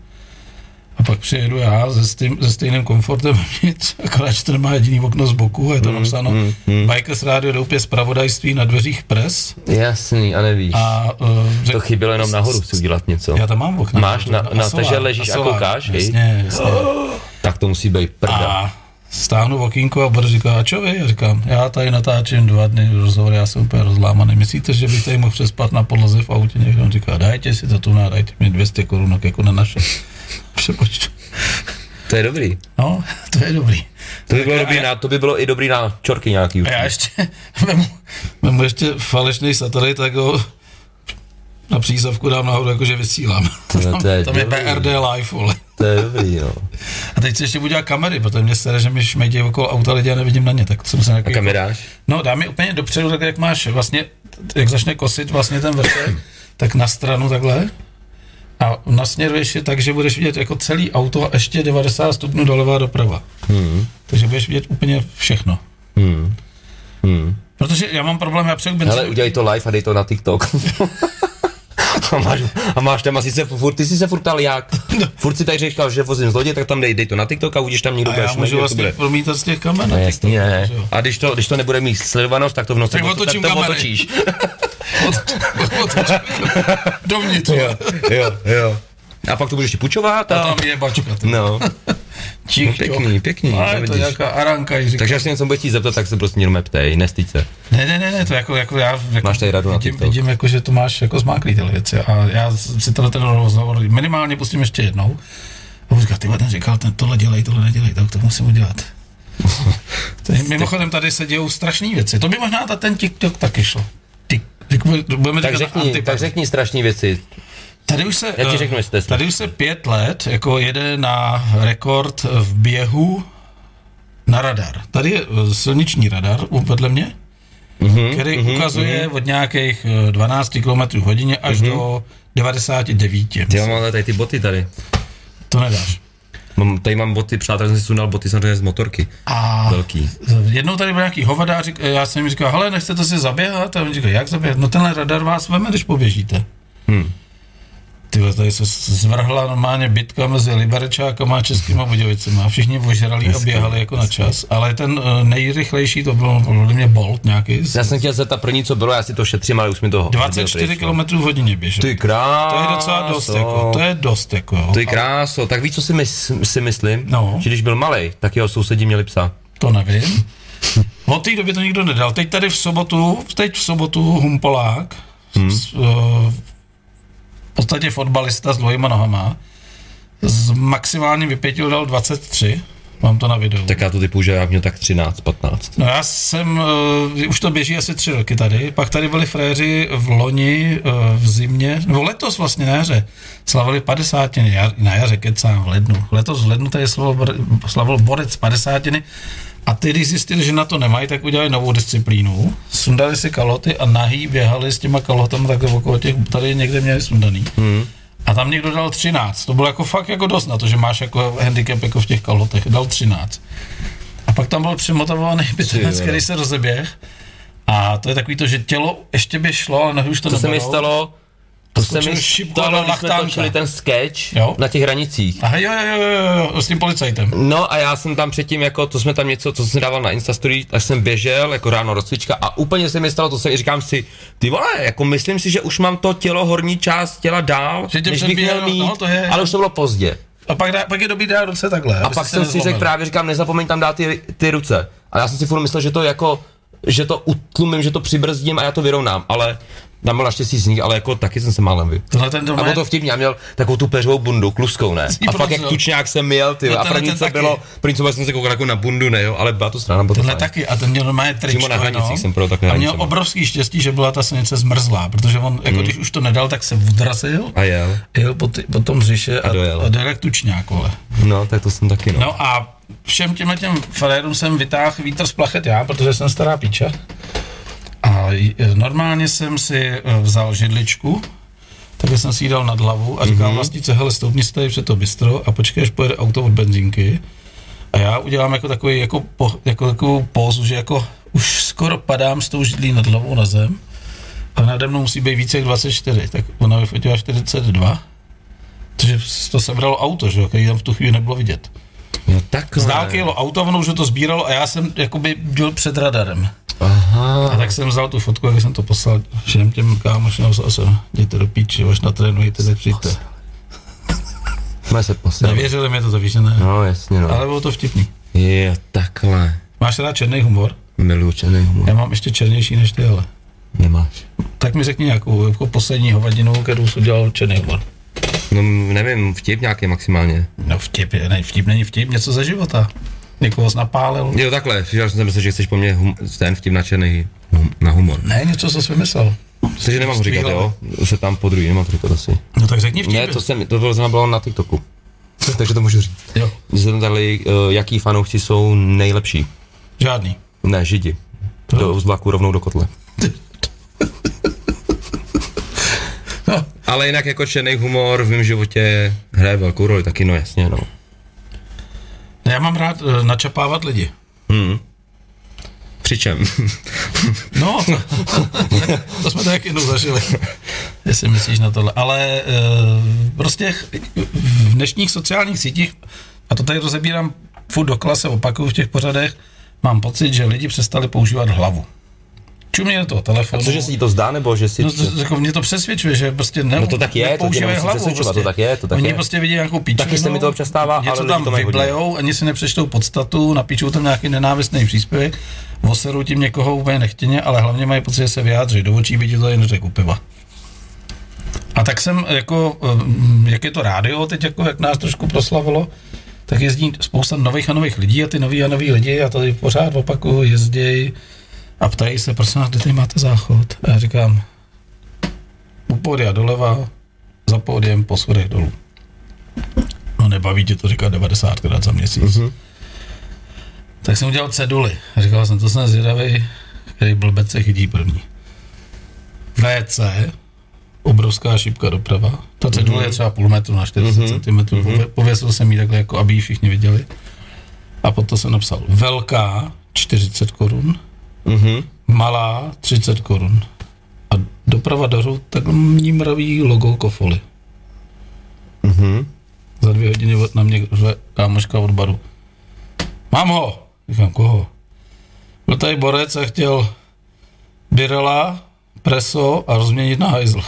A pak přijedu já se, stým, se stejným komfortem nic, akorát, že to nemá jediný okno z boku a je to mm, napsáno mm, mm. Bikers Radio doupě zpravodajství na dveřích pres. Jasný, a nevíš. A, uh, řek, to chybělo jenom nahoru si udělat něco. Já tam mám okna. Máš na, na, na takže ležíš a, a koukáš, jasně, jasně. Oh, tak to musí být prda. A stáhnu okýnko a bude říká, a čo vy? Já říkám, já tady natáčím dva dny rozhovor, já jsem úplně rozlámaný. Myslíte, že bych tady mohl přespat na podlaze v autě? Někdo on říká, dajte si to tu, dajte mi dvě stě korun, jako na naše přepočtu. To je dobrý. No, to je dobrý. To by bylo, dobrý já, na, to by bylo i dobrý na čorky nějaký. A já ještě vemu, vemu ještě falešný satelit, tak ho na přízavku dám nahoru, jakože vysílám. To, to je tam je B R D live, vole. To je dobrý, jo. A teď si ještě budu dělat kamery, protože mě stane, že mi šmejdí okolo auta lidi a nevidím na ně, tak jsem se nějaký... A kameráš? No, dám je úplně dopředu, tak jak máš vlastně jak začne kosit vlastně ten vrtek, tak na stranu takhle a nasměruješ je tak, že budeš vidět jako celý auto a ještě devadesát stupňů doleva a doprava. Hmm. Takže budeš vidět úplně všechno. Hmm. Hmm. Protože já mám problém, já přeju benzín. Hele, udělej to live a dej to na TikTok. a, máš, a máš tam asi se furt, ty jsi se furt ptal jak. No. Furt si tady říkal, že vozím z lodě, tak tam dej, dej to na TikTok a uvidíš tam někdo. A já můžu vlastně promítat z těch kamer. No jasně, ne. A když to, když to nebude mít sledovanost, tak to v noci tak otočím tak to kamery. otočíš. Otočím dovnitř. Jo, jo, jo. A pak to budeš ti půjčovat a... a tam je bačka. Ty. No. Čich, no pěkný, pěkný. A je to nějaká aranka, takže až si něco bude chtít zeptat, tak se prostě jenom ptej, nestyď se. Ne, ne, ne, ne, to jako, jako já jako máš tady radu vidím, vidím jako, že to máš jako zmáklý tyhle věci a já si tohle ten rozhovor minimálně pustím ještě jednou. A on říká, ty ten říkal, ten, tohle dělej, tohle nedělej, tak to musím udělat. Mimochodem tady se dějou strašné věci, to by možná ta ten TikTok taky šlo. Tik, tik, tak, řekni, tak řekni strašné věci. Tady už, se, Já ti řeknu, tady už se pět let jako jede na rekord v běhu na radar. Tady je silniční radar vedle mě, mm-hmm, který mm-hmm, ukazuje mm-hmm. od nějakých dvanáct kilometrů hodině až mm-hmm. do devadesát devět. Já mám tady ty boty tady. To nedáš. Mám, tady mám boty, přátel, jsem si sundal boty samozřejmě z motorky. A velký. Jednou tady byl nějaký hovada, řík, já jsem jim říkal, hele, nechcete si zaběhat? A on říkal, jak zaběhat? No tenhle radar vás veme, když poběžíte. Hmm. Tyhle, tady se zvrhla normálně bitka mezi Liberečákama a Českýma Budějovicema a všichni ožrali a běhali jako na čas, ale ten uh, nejrychlejší to bylo podle mě Bolt nějaký. Já jsem chtěl zeptat první, co bylo, já si to šetřím, ale už mi to dvacet čtyři kilometrů v hodině běžel. Ty kráso. To je docela dost, jako, to je dost, jako. Ty kráso, tak víš, co si, mys- si myslím? No. Že když byl malej, tak jeho sousedí měli psa. To nevím. Od té doby to nikdo nedal. Teď tady v sobotu, teď v sobotu Humpolák, hmm. s, uh, v podstatě fotbalista s dvojima nohama, z maximálně vypětil dal dvacet tři, mám to na videu. Tak já to typu, že já měl tak třináct, patnáct. No já jsem, uh, už to běží asi tři roky tady, pak tady byli fréři v loni, uh, v zimě, nebo letos vlastně na jaře, slavili padesátiny, na jaře kecám v lednu, letos v lednu tady slavil borec padesátiny. A ty, když zjistili, že na to nemají, tak udělali novou disciplínu. Sundali si kaloty a nahý běhali s těma kalotami takhle okolo těch, tady někde měli sundaný. Hmm. A tam někdo dal třináct. To bylo jako fakt jako dost na to, že máš jako handicap jako v těch kalotech. Dal třináct. A pak tam byl přemotivovaný bytenec, který se rozeběh. A to je takový to, že tělo ještě by šlo, ale nohy už to neberou. To se mi stalo, to se mi stalo, když jsme točili ten sketch jo? Na těch hranicích. Aha, jo, jo, jo, jo, s tím policajtem. No a já jsem tam předtím, jako, to jsme tam něco, co jsem dával na Instastory, až jsem běžel, jako ráno rozcvička a úplně se mi stalo, to jsem i říkám si, ty vole, jako myslím si, že už mám to tělo, horní část těla dál, než bych měl mít, no, to je, ale už to bylo pozdě. A pak, dá, pak je dobrý dát ruce takhle. A pak jsem si řekl právě, říkám, nezapomeň tam dát ty, ty ruce. A já jsem si furt myslel, že to jako, že to utlumím, že to přibrzdím a já to vyrovnám, ale tam byl naštěstí sníh, ale jako taky jsem se málem vy. A bylo to vtipně, já měl takovou tu peřovou bundu, kluskou, ne? A fakt jak tučňák jsem měl, ty, no, a první co bylo, první co jsem se koukal jako na bundu, ne jo, ale byla to strana. Tenhle taky, a ten měl normálně tričko, na hranicích no. jsem pro takhle. A měl obrovský štěstí, že byla ta silnice zmrzlá, protože on, jako mm. když už to nedal, tak se odrazil a jel, jel po, ty, po tom břiše a, a dojel a jak tučňák, vole. No, tak to jsem taky, no. No a všem těmhle těm frérům jsem vytáhl vítr z plachet já, protože jsem stará píča. A normálně jsem si vzal židličku, takhle jsem si ji dal nad hlavu a říkám mm-hmm. vlastnice, hele, stoupni si tady před to bistro a počkej, až pojede auto od benzínky. A já udělám jako takový, jako, po, jako takovou pózu, že jako už skoro padám s tou židlí nad hlavou na zem a nade mnou musí být více jak dvacet čtyři, tak ona vyfotila čtyřicet dva, protože to sebralo auto, že jo, který tam v tu chvíli nebylo vidět. No takhle. Z dálky jelo auto, ono už to sbíralo a já jsem jakoby byl před radarem. Aha. A tak jsem vzal tu fotku, jak jsem to poslal všem těm kámošům, a jsem, jděte do píči, až natrénujete, tak přijďte. Má se poslat. Nevěřili mi to, to víš, že ne? No, jasně, no. Ale bylo to vtipný. Je, takhle. Máš rád černý humor? Miluji černý humor. Já mám ještě černější než ty, ale. Nemáš. Tak mi řekni nějakou, jako poslední hovadinu, kterou jsi udělal černý humor. No, nevím, vtip nějaký maximálně. No vtip, ne, vtip není vtip, něco ze života. Někoho jsi napálil. Jo, takhle, já jsem myslel, že chceš po mně hum, ten vtip načerný hum, na humor. Ne, něco co jsi vymyslel. Takže nemám říkat, jo? Se tam podrují, nemám to říkat asi. No tak řekni vtip. Ne, to, jsem, to bylo, bylo na TikToku. Takže to můžu říct. Jo. Že jsem tady, uh, jaký fanoušci jsou nejlepší. Žádný. Ne, Židi. To? Do, z vlaku rovnou do kotle. Ale jinak jako černý humor v mém životě hraje velkou roli, taky no jasně, no. Já mám rád uh, načapávat lidi. Hmm. Přičem? No, to, to jsme tak jednou zažili, jestli myslíš na tohle. Ale uh, prostě v dnešních sociálních sítích, a to tady rozebírám furt dokola, se opakuju v těch pořadech, mám pocit, že lidi přestali používat hlavu. Čumě do toho telefonu. A cože si to zdá, nebo že si... No, to, jako mě to přesvědčuje, že prostě ne, no to tak je, nepoužívají to hlavu. Prostě. To tak je, to tak Oni je. prostě vidí nějakou píču. Taky se mi to občas stává, něco ale tam to vyblejou, ani si nepřečtou podstatu, napíčou tam nějaký nenávistný příspěvek, oserou tím někoho úplně nechtěně, ale hlavně mají pocit, že se vyjádří. Do očí by ti to jen řekl piva. A tak jsem jako, jak je to rádio teď, jako jak nás trošku proslavilo, tak jezdí spousta nových a nových lidí a ty noví a noví lidi, a tady pořád opakuju, jezdí a ptají se, prosím vás, kde tady máte záchod? A já říkám, u pódia doleva, za pódiem, po schodech dolů. No nebaví tě to říkat devadesátkrát za měsíc. Mm-hmm. Tak jsem udělal ceduly. Říkal jsem, to jsem zvědavý, který blbec se chytí první. vé cé, obrovská šipka doprava. Ta cedule mm-hmm. je třeba půl metru na čtyřicet mm-hmm. centimetrů. Mm-hmm. Pověsil jsem ji takhle, jako aby ji všichni viděli. A potom jsem napsal velká čtyřicet korun, mm-hmm. malá třicet korun. A doprava doru takhle mraví logo Kofoly. Mm-hmm. Za dvě hodiny na mě řve kámoška od baru. Mám ho! Říkám, koho? Byl tady borec a chtěl birela, preso a rozměnit na hajzl.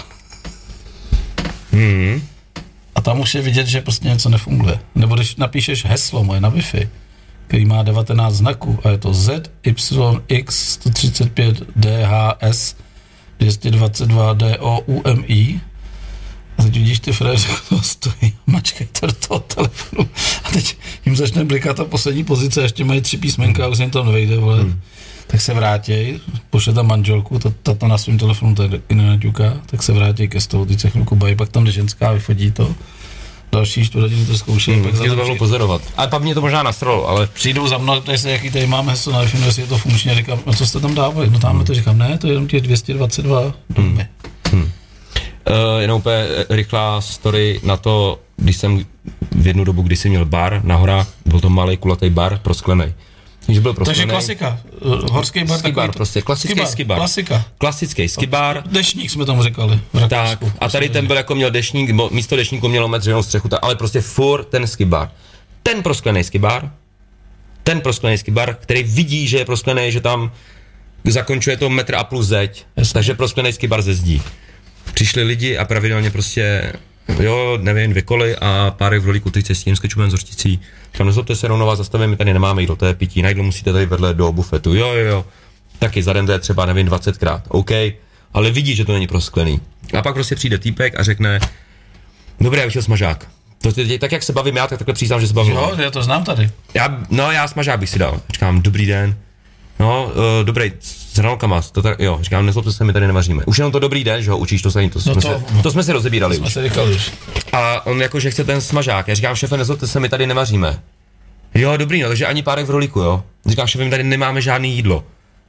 Mm-hmm. A tam už je vidět, že prostě něco nefunguje. Nebo když napíšeš heslo moje na Wi-Fi, který má devatenáct znaků a je to Z Y X sto třicet pět D H S dvě stě dvacet dva D O U M I, a teď vidíš ty fréři, to stojí, mačkej to do toho telefonu a teď jim začne blikat ta poslední pozice a ještě mají tři písmenka a už se jim tam nevejde, vole. Hmm. Tak se vrátěj, pošle tam manželku, ta, ta to na svým telefonu taky nenaťuká, tak se vrátěj ke stolu, teď se chvilku baví, pak tam jde ženská, vyfotí to, další čtvrt hodiny to zkoušejí. Hmm, pak to bylo pozorovat. Ale pak mě to možná nastralo, ale... Přijdou za mnou, ptají se, jaký tady máme heslo na Wi-Fi, jestli je to funkčně, říkám, no co jste tam dávali, no tam hmm. to říkám, ne, to je jenom těch dvě stě dvacet dva domy. Hmm. Hmm. Uh, jenom úplně rychlá story na to, když jsem v jednu dobu, když jsem měl bar na horách, byl to malý kulatý bar prosklenej. Když byl prosklenej. Takže klasika, uh, horský bar. Skibar, to... prostě klasický skibar, skibar. Klasika. Klasický skibar. Dešník jsme tomu říkali. Tak, a tady ten byl jako měl dešník, místo dešníku mělo metřenou střechu, ale prostě furt ten skibar. Ten prosklenej skibar, ten prosklenej skibar, který vidí, že je prosklenej, že tam zakončuje to metr a plus zeď, yes. Takže prosklenej skibar ze zdí. Přišli lidi a pravidelně prostě, jo, nevím, dvě koly a párek v rolíku teď se s tím skečupem z hořticí. Tam nezlobte se, rovnou vás zastavím, my tady nemáme jídlo, to je pití, na jídlo musíte tady vedle do bufetu, jo, jo, jo. Taky za den to je třeba, nevím, dvacetkrát, OK, ale vidí, že to není prosklený. A pak prostě přijde týpek a řekne, dobré, já bych chtěl smažák. To teď, tak jak se bavím já, tak takhle přiznám, že se bavím. Jo, já to znám tady. Já, no, já smažák bych si dal. Říkám, dobrý den. No, uh, dobrý, s hranolkama, to tak, jo, říkám, nezlobte se, my tady nevaříme. Už jenom to dobrý den, že ho učíš, to, to, to, no jsme, to, se, to jsme si rozebírali jsme už. Se říkali už. A on jako, že chce ten smažák, já říkám, šefe, nezlobte se, my tady nevaříme. Jo, dobrý, no, takže ani párek v rolíku, jo. Říkám, šefe, my tady nemáme žádný jídlo.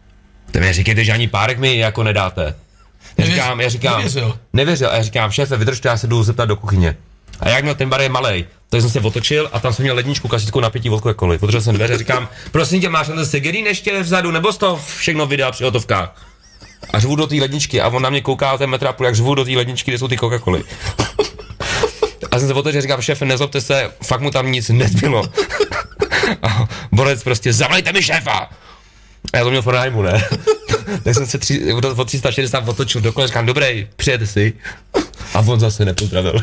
To mi říkejte, že ani párek mi jako nedáte. Já říkám, já říkám, nevěřil. nevěřil, a já říkám, šéfe, vydržte, já se jdu zeptat do kuchyně. A jak měl ten bar je malej, tak jsem se otočil a tam jsem měl ledničku klasickou napětí od Coca-Coly. Otevřel jsem dveře a říkám, prosím tě, máš ten segerín ještě vzadu, nebo z toho všechno vydal při hotovkách? A řvu do té ledničky a on na mě kouká ten metr a půl, jak řvu do té ledničky, kde jsou ty Coca-Coly. A jsem se otevřel a říkám, šéfe, nezlobte se, fakt mu tam nic nezbylo. A borec prostě, zavolejte mi šéfa! A já to měl v pronájmu, ne? Tak jsem se tři, o tři sta šedesát otočil dokola, říkám, dobrý, přijete si. A on zase nepozdravil.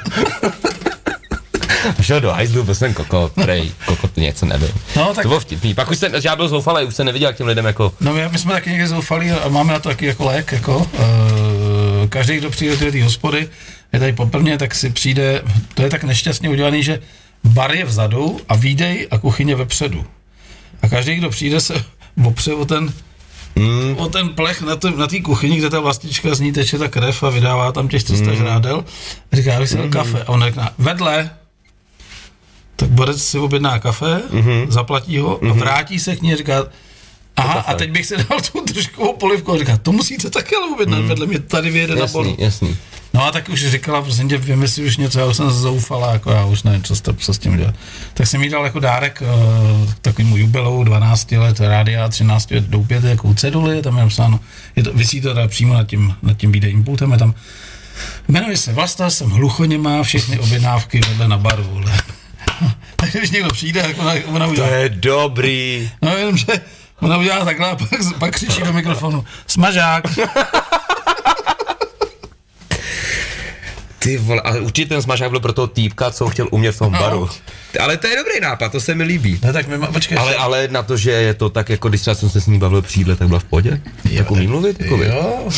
Šel do hajzlu, byl jsem kokot, prej, kokot něco nebyl. No, tak... To bylo vtipný, pak už jsem, já byl zoufalý, už jsem neviděl k těm lidem jako... No my, my jsme taky někde zoufalí a máme na to taky jako lék, jako. Uh, každý, kdo přijde do té hospody, je tady poprvně, tak si přijde, to je tak nešťastně udělaný, že bar je vzadu a výdej a kuchyně vepředu. A každý, kdo přijde, se opře o ten... Mm. O ten plech na té kuchyni, kde ta vlastička z ní teče ta krev a vydává tam těch tři sta mm. žrádel. A říká, já bych si dal mm. kafe. A on řekne, vedle. Tak borec si objedná kafe, mm-hmm. zaplatí ho mm-hmm. a vrátí se k ní a říká, aha, a teď bych si dal tu držkovou polivku. A říká, to musíte taky ale objednat, mm. vedle mě tady vyjede jasný, na bolu. Jasný. No a tak už říkala, prosím tě, vymysli už něco, já už jsem zoufala, jako já už nevím, co, co s tím dělat. Tak jsem jí dal jako dárek uh, takovýmu jubileu dvanáct let rádia, třináct let doupět jako ceduly, tam je napsáno, je to, visí to teda přímo nad tím, nad tím výdejním pultem, je tam, jmenuje se Vlasta, jsem hluchoněmá, všechny objednávky vedle na baru, vole. Takže když někdo přijde, tak ona, ona udělá. To je dobrý. No jenom, že ona udělá takhle a pak, pak křičí do mikrofonu. Smažák. Ty vole, ale určitě ten smažák byl pro toho týpka, co chtěl umět v tom no. baru. Ale to je dobrý nápad, to se mi líbí. No tak my má, počkej. Ale, ale na to, že je to tak, jako když třeba jsem se s ní bavil přijde, tak byla v pohodě? Jak umí mluvit? Jako jo.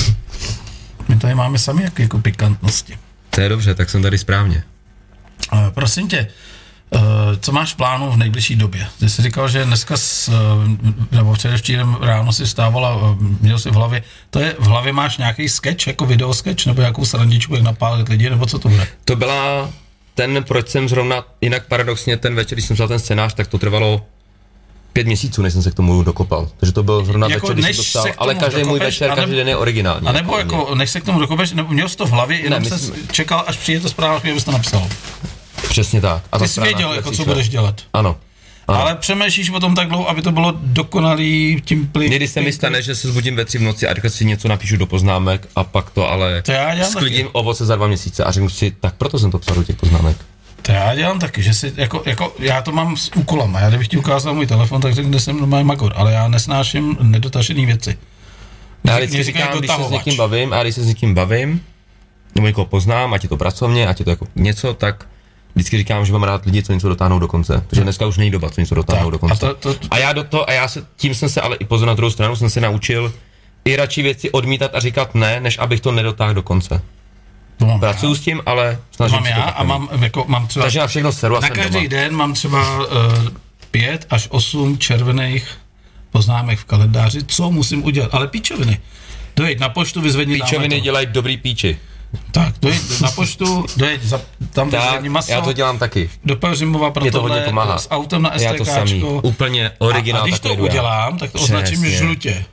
My tady máme sami jako, jako pikantnosti. To je dobře, tak jsem tady správně. Uh, prosím tě, uh, co máš v plánu v nejbližší době? Ty jsi říkal, že dneska, s, uh, nebo předevčírem ráno si vstávala, uh, měl jsi v hlavě, to je, v hlavě máš nějaký sketch, jako video sketch, nebo nějakou srandičku, jak napálit lidi, nebo co to bude? To byla ten, proč jsem zrovna, jinak paradoxně ten večer, když jsem psal ten scénář, tak to trvalo pět měsíců, než jsem se k tomu dokopal. Takže to byl zrovna jako večer, když jsem to psal, ale každý dokopeš, můj večer, nebo, každý den je originální. A nebo jako, jako než se k tomu dokopeš, nebo měl jsi to v hlavě, jenom ne, jsi čekal, až přijde to zpráva, jak bys to napsal. Přesně tak. A ty jsi věděl, jako, co budeš dělat. Ano. Ano. Ale přemýšlíš o tom tak dlouho, aby to bylo dokonalý tím plyn. Někdy se mi stane, že se zbudím ve tři v noci a rychle si něco napíšu do poznámek a pak to ale to já sklidím ovoce za dva měsíce a řeknu si, tak proto jsem to psal do těch poznámek. To já dělám taky, že si, jako, jako, já to mám s úkolama, já kdybych ti ukázal můj telefon, tak řeknu, kde jsem normální magor, ale já nesnáším nedotažený věci. Já vždycky říkám, když se s někým bavím, a když se s někým bavím, nebo někoho poznám, ať je to pracovně, ať je to jako něco, tak vždycky říkám, že mám rád lidi, co něco dotáhnou do konce, protože dneska už není doba, co něco dotáhnou tak, do konce. A, to, to, to, a já do toho, a já se, tím jsem se ale i pozor na druhou stranu, jsem se naučil i radši věci odmítat a říkat ne, než abych to nedotáhl do konce. Pracuju já. s tím, ale snažím mám se já a mám, jako, mám třeba, takže na všechno seru a na každý doma. Den mám třeba uh, pět až osm červených poznámek v kalendáři, co musím udělat, ale píčoviny. Dojď na poštu, vyzvedni tam. Píčoviny dělají dobrý píči. Tak, dojď na poštu, dojď za, tam vyzvedni maso. Já to dělám taky. Do Pelřimova pro tohle, s autem na STKčko. Úplně originál. A, a když to udělám, tak to označím žlutě.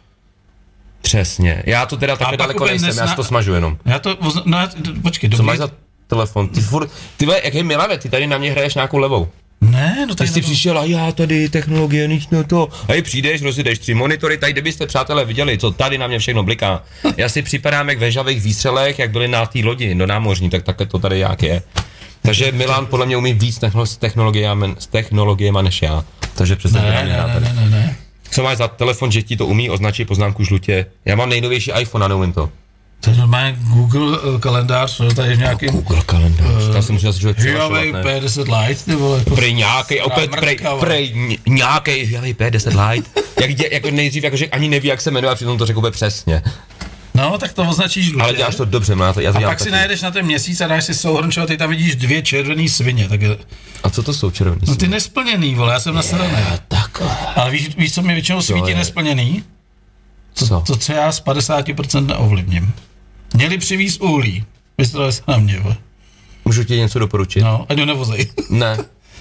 Přesně. Já to teda takhle daleko nejsem, nesna... já si to smažu jenom. Já to, no, počkej, co dobrý. Máš za telefon? Ty furt, ty vole, jaký milave, ty tady na mě hraješ nějakou levou. Ne, no tady. Ty jsi přišel a já tady technologie, nic na to. A i přijdeš, rozjedeš tři monitory, tady kdybyste přátelé viděli, co tady na mě všechno bliká. Já si připadám jak ve žavých výstřelech, jak byli na té lodi do námořní, tak takhle to tady jak je. Takže Milan podle mě umí víc s technologiemi, s technologiemi než já. Takže přesně ne, ne, ne, ne, ne, ne. Co máš za telefon, že ti to umí označit poznámku žlutě? Já mám nejnovější iPhone a neumím to. To je normálně Google uh, kalendář, tady v nějakém... No, Google kalendář, uh, to se musí asi člověk Huawei P deset Lite, ty vole. Jako prej nějakej, opět prej, prej nějakej Huawei P deset Lite. jak, dě, jako nejdřív, jako že ani neví, jak se jmenuje, a přitom to řekl úplně přesně. No, tak to označíš žlutě. Ale děláš to dobře, já to, já to a dělám pak taky. Si najedeš na ten měsíc a dáš si souhrn, čo, ty tam vidíš dvě červený svině, tak je... A co to jsou červený svině? No ty nesplněný, vole, já jsem nasraný. Takhle. Ale víš, víš, co mi většinou svítí nesplněný? Co? To, co já z padesát procent neovlivním. Měli přivízt uhlí. Vystrali se na mě, vole. Můžu ti něco doporučit? No, ať ho nevozej. Ne.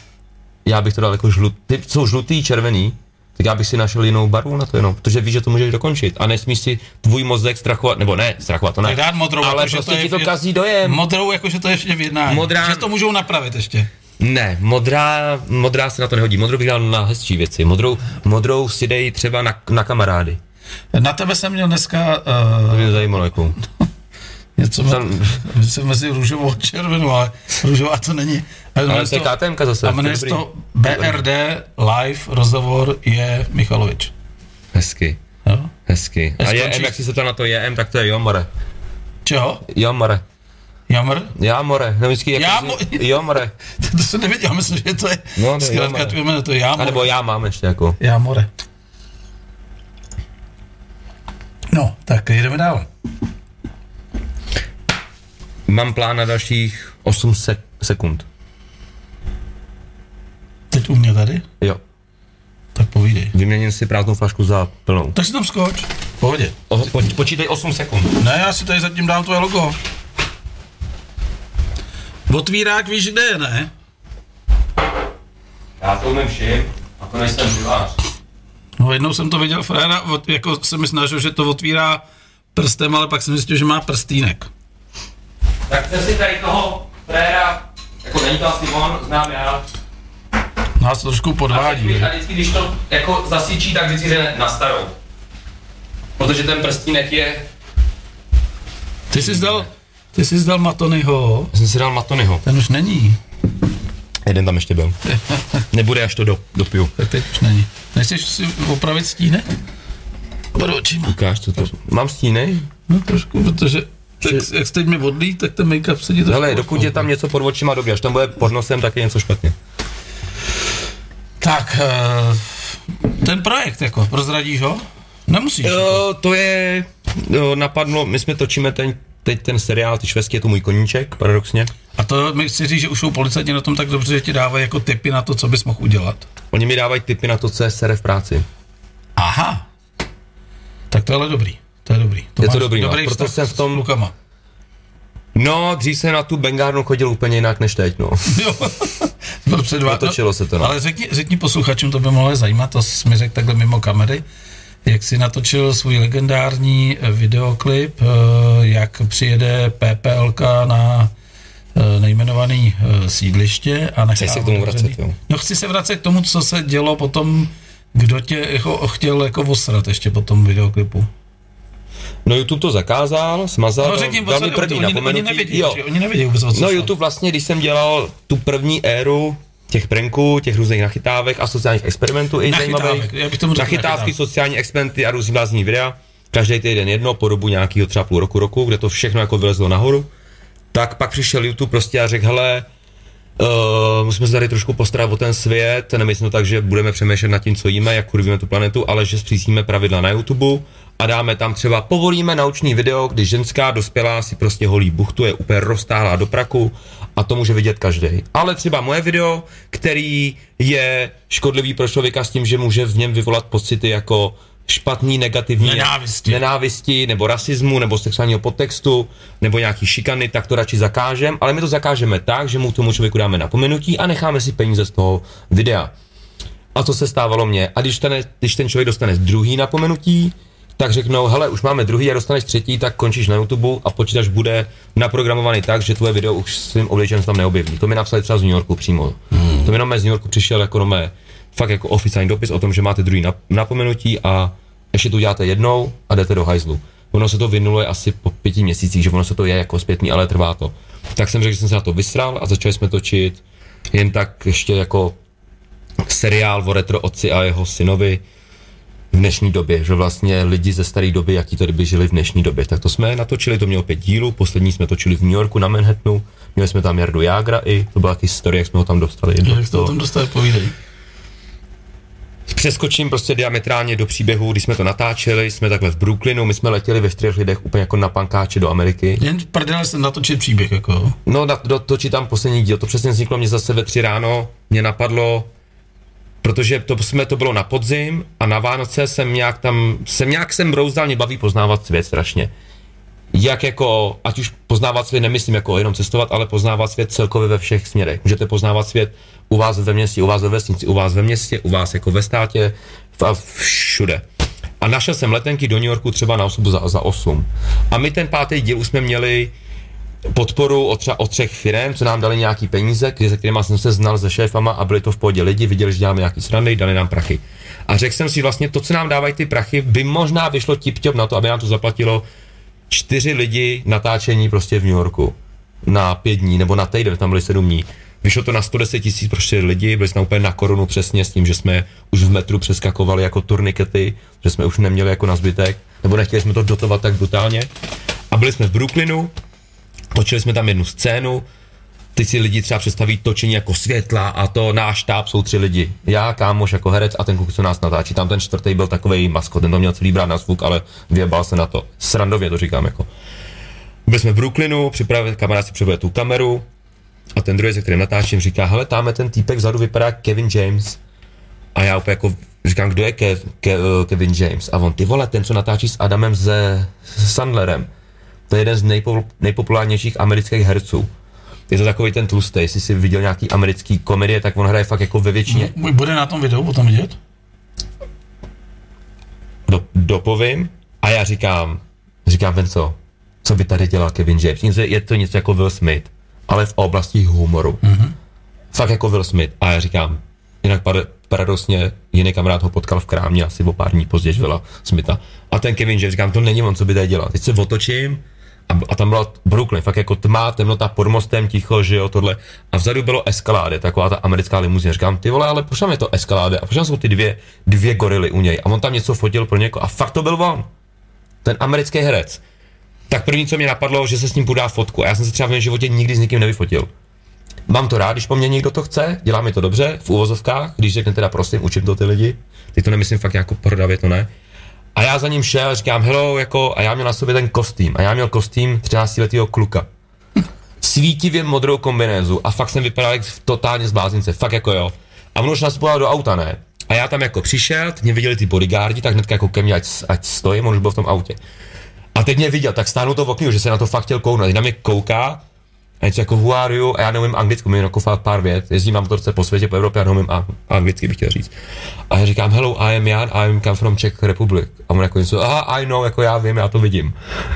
Já bych to dal jako žlutý, ty jsou žlutý, červený, tak já bych si našel jinou barvu na to jenom, protože víš, že to můžeš dokončit a nesmíš si tvůj mozek strachovat, nebo ne, strachovat to ne. Tak dát modrou, ale jako, prostě to ti to kazí dojem. Modrou, jakože to je ještě v jednání. Modrá... Že to můžou napravit ještě. Ne, modrá, modrá se na to nehodí, modrou bych dal na hezčí věci, modrou, modrou si dej třeba na, na kamarády. Na tebe jsem měl dneska... Uh... To mě zajímalo jakou. Něco Tam... me, mezi růžovou a červenou, ale růžová to není. Ale, ale to je K T M ka zase. A jmenuje to B R D live rozhovor je Michalovič. Hezky. Jo? Hezky. A je M, jak jsi se to na to je M, tak to je Jomore. Čeho? Jomore. Jamr? Jámore, no vždycky jak Jámo... Jomore. To jsem nevěděl, myslím, že to je no, zkrátka tvůj jméno, to je Jámor. A nebo já mám ještě jako. Jámore. No, tak jdeme dál. Mám plán na dalších osm sek- sekund. Teď u mě tady? Jo. Tak povídej. Vyměním si prázdnou flašku za plnou. Tak si tam skoč. Pohodě. O, po, počítej osm sekund. Ne, já si tady zatím dám tvoje logo. Otvírák víš kde je, ne? Já to umím všim, a to nejsem živář. No jednou jsem to viděl, fréra, jako se mi snažil, že to otvírá prstem, ale pak jsem zjistil, že má prstýnek. Tak jsem si tady toho fréra, jako není to asi on, znám já. Nás to trošku podvádí. A vždycky, když to jako zasíčí, tak vždycky jde na starou. Protože ten prstínek je... Ty jsi zdal, ty jsi zdal Matonyho. Já jsem si dal Matonyho. Ten už není. Jeden tam ještě byl. Nebude, až to do, dopiju. Tak teď už není. Nechceš si opravit stíny? Budu očima. Ukáž, co to... Mám stíny? No trošku, protože tak, že... jak jsi teď mi odlí, tak ten make-up sedí trošku. Hele, dokud je tam něco pod očima, dobrý, až tam bude pod nosem, tak je něco špatně. Tak, ten projekt, jako, prozradíš ho? Nemusíš. Jo, to je, jo, napadlo, my jsme točíme ten, teď ten seriál, ty švestky, je to můj koníček, paradoxně. A to mi chci říct, že už jsou policajti na tom tak dobře, že ti dávají jako tipy na to, co bys mohl udělat. Oni mi dávají tipy na to, co je sere v práci. Aha. Tak to je ale dobrý, to je dobrý. To je to dobrý, dobrý no, protože jsem v tom... S klukama. No, dřív jsem na tu Bengárnu chodil úplně jinak než teď, no. Jo, byl předvá... Otočilo se to, no. Ale řekni, řekni posluchačům, to by mohlo zajímat, to jsi mi řekl takhle mimo kamery, jak jsi natočil svůj legendární videoklip, jak přijede PPLka na nejmenovaný sídliště a nechá... Chci se k tomu vracet, jo. No chci se vracet k tomu, co se dělo potom, kdo tě jako chtěl jako osrat ještě po tom videoklipu. No YouTube to zakázal, smazal, no, řekni, dal mi první napomenutí. Oni nevědí, jo. Oni nevědí vůbec, o co No šlo. YouTube vlastně, když jsem dělal tu první éru těch pranků, těch různých nachytávek a sociálních experimentů, i zajímavých, nachytávky, sociální experimenty a různý blázní videa, každý týden jedno po dobu nějakého třeba půl roku, roku, kde to všechno jako vylezlo nahoru, tak pak přišel YouTube prostě a řekl, hele, Uh, musíme se tady trošku postarat o ten svět, nemyslím to tak, že budeme přemýšlet nad tím, co jíme, jak kurvíme tu planetu, ale že zpřísníme pravidla na YouTube a dáme tam třeba, povolíme naučný video, kdy ženská dospělá si prostě holí buchtu, je úplně roztáhlá do praku a to může vidět každý. Ale třeba moje video, který je škodlivý pro člověka s tím, že může v něm vyvolat pocity jako špatný, negativní nenávisti. nenávisti, nebo rasismu, nebo sexuálního podtextu, nebo nějaký šikany, tak to radši zakážeme, ale my to zakážeme tak, že mu tomu člověku dáme napomenutí a necháme si peníze z toho videa. A to se stávalo mně. A když ten, když ten člověk dostane druhý napomenutí, tak řeknou, hele, už máme druhý a dostaneš třetí, tak končíš na YouTube a počítač bude naprogramovaný tak, že tvoje video už svým obličejem tam neobjeví. To mi napsali třeba z New Yorku přímo. Hmm. To mi jenom z New Yorku přišel jako nomé, fakt jako oficiální dopis o tom, že máte druhý napomenutí a ještě to uděláte jednou a jdete do hajzlu. Ono se to vynuluje asi po pěti měsících, že ono se to je jako zpětný, ale trvá to. Tak jsem řekl, že jsem se na to vysral a začali jsme točit jen tak ještě jako seriál o retro otci a jeho synovi v dnešní době, že vlastně lidi ze staré doby, jaký to kdyby žili v dnešní době. Tak to jsme natočili, to mělo pět dílů, poslední jsme točili v New Yorku na Manhattanu, měli jsme tam Jardu Jágra i, to byla taky story, jak jsme ho tam dostali. Jak jste ho tam dostali, povídej. Přeskočím prostě diametrálně do příběhu, když jsme to natáčeli, jsme takhle v Brooklynu, my jsme letěli ve čtyřech lidech úplně jako na pankáče do Ameriky. Jen prdele jsem natočit příběh, jako. No, na, do, točí tam poslední díl, to přesně vzniklo mě zase ve tři ráno, mě napadlo, protože to, jsme, to bylo na podzim a na Vánoce jsem nějak tam, jsem nějak jsem brouzdal, mě baví poznávat svět strašně. Jak jako, ať už poznávat svět, nemyslím jako jenom cestovat, ale poznávat svět celkově ve všech směrech. Můžete poznávat svět u vás ve městě, u vás ve vesnici, u vás ve městě, u vás jako ve státě a všude. A našel jsem letenky do New Yorku třeba na osobu za, za osm. A my ten pátý díl už jsme měli podporu od třeba od třech firem, co nám dali nějaký peníze, se kterými jsem se znal se šéfama a byli to v pohodě lidi, viděli, že děláme nějaký srandy, dali nám prachy. A řekl jsem si vlastně, to, co nám dávají ty prachy, by možná vyšlo tip-top na to, aby nám to zaplatilo čtyři lidi natáčení prostě v New Yorku na pět dní, nebo na týden, tam byli sedm dní. Vyšlo to na sto deset tisíc pro čtyři lidi, byli jsme úplně na korunu přesně s tím, že jsme už v metru přeskakovali jako turnikety, že jsme už neměli jako na zbytek, nebo nechtěli jsme to dotovat tak brutálně. A byli jsme v Brooklynu, točili jsme tam jednu scénu, teď si lidi třeba představí točení jako světla a to náš štáb jsou tři lidi. Já, kámoš jako herec a ten kluk, co nás natáčí. Tam ten čtvrtý byl takovej maskot, ten to měl celý brát na zvuk, ale vyjebal se na to. Srandově to říkám jako. Byli jsme v Brooklynu, připravili, kamarád si připravuje tu kameru a ten druhý, se kterým natáčím, říká, hele, tamhle ten týpek vzadu vypadá jak Kevin James. A já úplně jako říkám, kdo je Kev, Ke, uh, Kevin James? A on, ty vole, ten, co natáčí s Adamem ze Sandlerem. To je jeden z nejpo, nejpopulárnějších amerických herců. Je to takový ten tlustý, jestli jsi viděl nějaký americký komedie, tak on hraje fakt jako ve většině. M- bude na tom videu potom vidět? Do, dopovím a já říkám, říkám, ven co? co by tady dělal Kevin James. Je to něco jako Will Smith, ale v oblasti humoru. Mm-hmm. Fakt jako Will Smith. A já říkám, jinak paradoxně jiný kamarád ho potkal v krámě asi o pár dní později Willa Smitha. A ten Kevin James, říkám, to není on, co by tady dělal. Teď se otočím a, a tam byla Brooklyn, fakt jako tma, temnota pod mostem, ticho, že jo, tohle. A vzadu bylo Escalade, taková ta americká limuzína. Říkám, ty vole, ale proč tam je to Escalade? A proč tam jsou ty dvě, dvě gorily u něj? A on tam něco fotil pro někoho. A fakt to byl on. Ten americký herec. Tak první, co mě napadlo, že se s ním podá fotku. A já jsem se třeba v mém životě nikdy s nikým nevyfotil. Mám to rád, když po mně někdo to chce, dělá mi to dobře, v úvozovkách, když řekne teda prosím, učím to ty lidi. Teď to nemyslím fakt jako prodavě, to ne. A já za ním šel, říkám hello, jako, a já měl na sobě ten kostým. A já měl kostým třináctiletýho kluka. Svítivě modrou kombinézu a fakt jsem vypadal jak totálně zblázince, fakt jako jo. A on už nás podal do auta, ne? A já tam jako přišel, teď mě viděli ty bodyguardi, tak hnedka jako ke mně, ať, ať stojím, on už byl v tom autě. A teď mě viděl, tak stáhnul to v oknu, že se na to fakt chtěl kouknout. Na mě kouká a něco jako who are you? A já neumím anglicky, umím jako fakt pár vět. Jezdím na motorce po světě, po Evropě a neumím a, anglicky bych chtěl říct. A já říkám hello, I am Jan, I am come from Czech Republic. A on jako něco, aha, I know, jako já vím, já to vidím.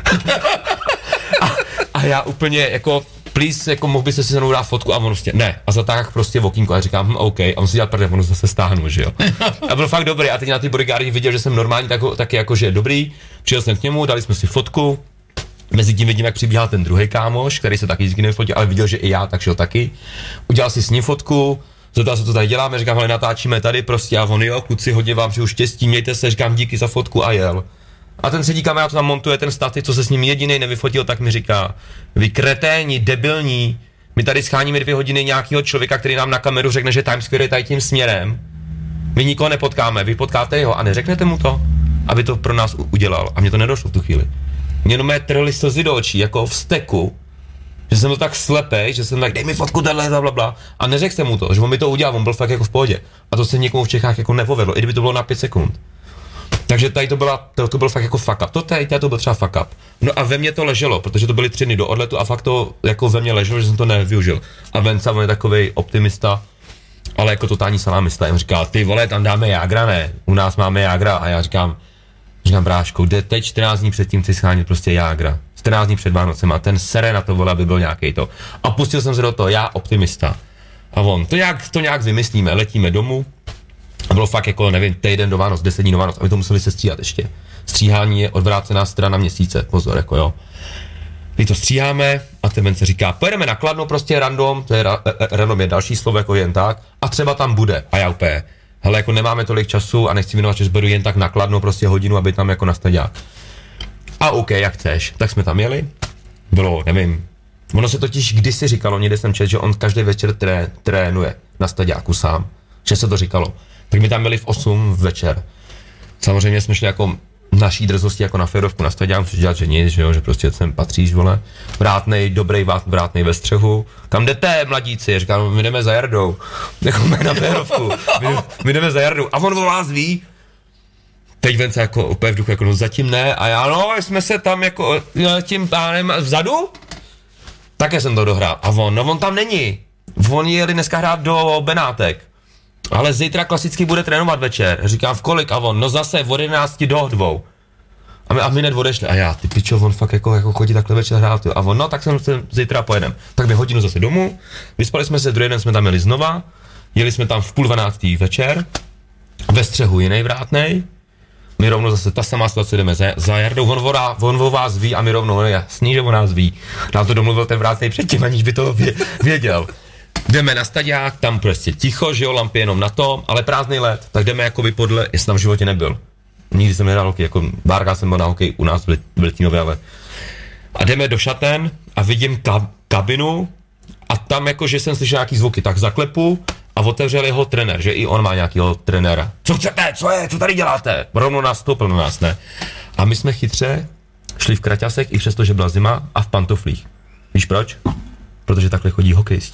a, a já úplně jako please, jako mohl byste si se mnou dát fotku a on prostě, ne. A zatáh prostě v okýnku a říkám, hm, OK. A on si dělal prdel, on zase stáhnul, že jo. A byl fakt dobrý a teď na ty bodyguardi viděl, že jsem normální, tak, taky jako, že je dobrý. Přijel jsem k němu, dali jsme si fotku. Mezi tím vidím, jak přibíhal ten druhý kámoš, který se taky vždycky nevyfotil, ale viděl, že i já, tak šel taky. Udělal si s ním fotku, zeptal se, co tady děláme, říkám, ale natáčíme tady prostě a on jo, kluci, hodně vám přeju štěstí, mějte se, říkám díky za fotku a jel. A ten třetí kamarád to tam montuje, ten stativ, co se s ním jedinej nevyfotil, tak mi říká, vy kreténi, debilní, my tady scháníme dvě hodiny nějakého člověka, který nám na kameru řekne, že Times Square je tady tím směrem. My nikoho nepotkáme, vy potkáte ho a neřeknete mu to, aby to pro nás udělal. A mně to nedošlo v tu chvíli. Mě jenom trhly slzy do očí, jako v steku, že jsem byl tak slepej, že jsem tak, dej mi fotku tenhle, blablabla. A neřekl jsem mu to, že on mi to udělal, on byl fakt jako v pohodě. A to se někomu v Čechách jako nepovedlo, i kdyby to bylo na pět sekund. Takže tady to, byla, to, to byl fakt jako fuck up. To tady, tady to byl třeba fuck up. No a ve mně to leželo, protože to byly tři dny do odletu a fakt to jako ve mně leželo, že jsem to nevyužil. A Venca, on je takovej optimista, ale jako totální salámista. On říká, ty vole, tam dáme jágra, ne? U nás máme jágra. A já říkám, říkám, bráško, jde teď čtrnáct dní předtím chci schánit prostě jágra. čtrnáct dní před Vánocema, ten sere na to, vole, aby byl nějaký to. A pustil jsem se do toho, já optimista. A on, to nějak, to nějak vymyslíme, letíme domů. A bylo fakt jako, nevím, týden do Vánoc, deset dní do Vánoc, a my to museli se stříhat ještě. Stříhání je odvrácená strana měsíce, pozor, jako jo. My to stříháme a ten se říká, pojedeme na Kladno prostě random, to je, random je další slovo, jako jen tak, a třeba tam bude. A já úplně, hele, jako nemáme tolik času a nechci věnovat, že beru jen tak na Kladno prostě hodinu, aby tam jako na staďák. A OK, jak chceš. Tak jsme tam jeli, bylo, nevím, ono se totiž kdysi říkalo, někde jsem četl, že on každý večer tré, trénuje na staďáku sám, že se to říkalo. Tak my tam byli v osm večer. Samozřejmě jsme šli jako naší drzosti jako na férovku na staďák, což dělat, že nic, že jo, že prostě sem patříš, vole. Vrátnej, dobrý vrátnej ve střehu. Kam jdete, mladíci? Říkám, my jdeme za Jardou. Jako na férovku. My, my jdeme za Jardou. A on o vás ví. Teď ven se jako úplně v duchu, jako no zatím ne. A já, no, jsme se tam jako tím pánem vzadu. Také jsem to dohrál. A on, no on tam není. On jeli dneska hrát do Benátek. Ale zítra klasicky bude trénovat večer. Říkám, v kolik? A on, no zase od jedenácti do dvou. A my, a my hned odešli. A já, ty pičo, on fakt jako, jako chodí takhle večer hrát. A on, no tak jsem se zítra pojedem. Tak my hodinu zase domů. Vyspali jsme se, druhý den jsme tam jeli znova. Jeli jsme tam v půl dvanáctý večer. Ve střehu jiný vrátnej. My rovnou zase ta samá situace jdeme za, za Jardou. On, vorá, on o vás ví a my rovnou, no jasný, že o nás ví. Nám to domluvil ten vrátnej předtím, aniž by to věděl. Jdeme na staďák, tam prostě ticho, že jo, lampy jenom na tom, ale prázdný let, tak jdeme jakoby podle, jestli tam v životě nebyl. Nikdy jsem nehrál hokej, jako bárka jsem byl na hokej u nás v Litínově, ale. A jdeme do šaten a vidím ka- kabinu a tam jako, že jsem slyšel nějaký zvuky, tak zaklepu a otevřel jeho trenér, že i on má nějakýho trenéra. Co chcete, co je, co tady děláte? Rovnou nás stoupil na nás, ne? A my jsme chytře šli v kraťasek, i přesto, že byla zima, a v pantoflích. Víš proč? Protože takhle chodí hokejisti.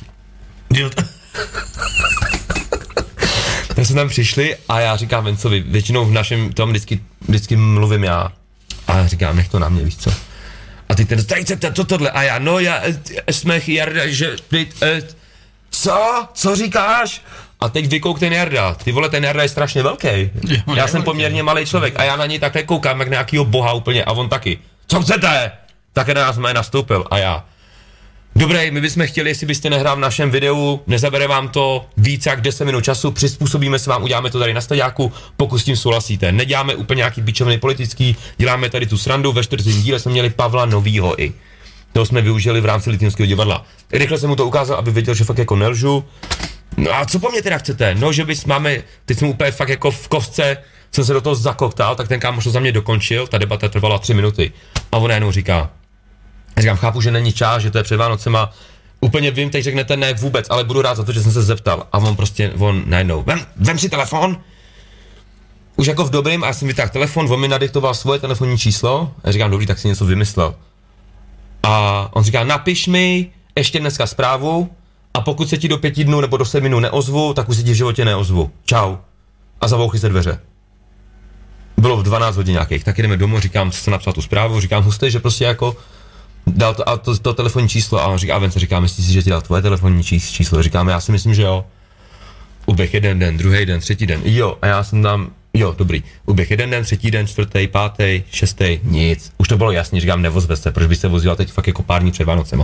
Tak jsme tam přišli a já říkám Vencovi, většinou v našem tom vždycky, vždycky mluvím já. A já říkám, nech to na mě, víš co? A ty ten, tady chcete to tohle. A já, no já, jsme Jarda, že, e, co? Co říkáš? A teď vykouk ten Jarda. Ty vole, ten Jarda je strašně velký. Já jsem poměrně malý člověk a já na něj takhle koukám, jak nějakýho boha úplně a on taky. Co chcete? také na nás nastoupil a já. Dobrý, my bychom chtěli, jestli byste nehrál v našem videu, nezabere vám to víc jak deset minut času, přizpůsobíme se vám, uděláme to tady na staďáku, pokud s tím souhlasíte. Neděláme úplně nějaký bičovný politický, děláme tady tu srandu, ve čtvrtém díle jsme měli Pavla Novýho i. Toho jsme využili v rámci Litýnského divadla. Rychle jsem mu to ukázal, aby věděl, že fakt jako nelžu. No a co po mně teda chcete? No, že bys máme, teď jsem úplně fakt jako v kostce, jsem se do toho zakoktal, tak ten kámoš to za mě dokončil, ta debata trvala tři minuty. A on najednou říká, já říkám, chápu, že není čas, že to je před Vánocema, úplně vím, teď řeknete ne vůbec, ale budu rád za to, že jsem se zeptal. A on prostě, on najednou, vem, vem si telefon, už jako v dobrým, a já jsem vytáhl telefon, on mi nadiktoval svoje telefonní číslo, a já říkám, dobrý, tak si něco vymyslel. A on říká, napiš mi ještě dneska zprávu, a pokud se ti do pěti dnů nebo do sedmi dnů neozvu, tak už se ti v životě neozvu. Čau. A zabouchy se dveře. Bylo v dvanáct hodin nějakých, tak jdeme domů, říkám, co jsem napsal tu zprávu, říkám, hustý, že prostě jako dal to, a to, to telefonní číslo, a on říká, a Vence říká, myslíš si, že ti dal tvoje telefonní číslo? Říkáme, já si myslím, že jo. Uběh jeden den, druhý den, třetí den, jo, a já jsem tam, jo, dobrý. Uběh jeden den, třetí den, čtvrtý, pátý, šestý, nic. Už to bylo jasný, říkám, nevozve se, proč by se vozila teď fakt jako pár dní před Vánocema.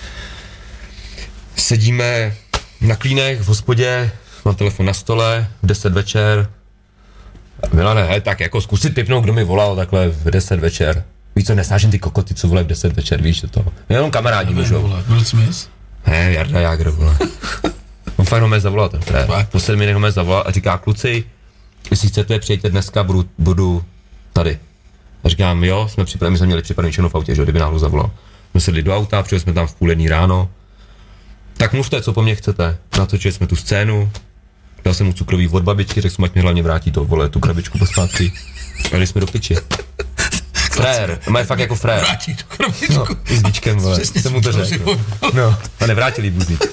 Sedíme na klínech v hospodě, mám telefon na stole, v deset večer. Milane, hej, tak jako zkusit tipnout, kdo mi volal takhle v deset večer. Víš co, nesnáším ty kokoty, co volají v deset večer, víš to toho. Jenom kamarádi můžou. Will Smith? Hej, Jarda Jágr, vole. On fakt ho zavolal ten frér. Po sedmi dnech ho zavolal a říká, kluci, jestli chcete, přijďte dneska, budu, budu tady. A říkám, jo, jsme připraveni, my jsme měli připravený všechno v autě, že kdyby náhodou zavolal. My sedli do auta, přijeli jsme tam v půl jedný ráno. Tak mluvte, co po mně chcete. Natočili jsme tu scénu, dal jsem mu cukrový od babičky, řekl jsem, ať mi hlavně vrátí to, vole, tu krabičku pospátky. A jeli jsme do piči. Frér, má fakt jako frér. Vrátí tu krabičku. No, i s díčkem, vole, jsem mu to řekl. No, a nevrátili buzík.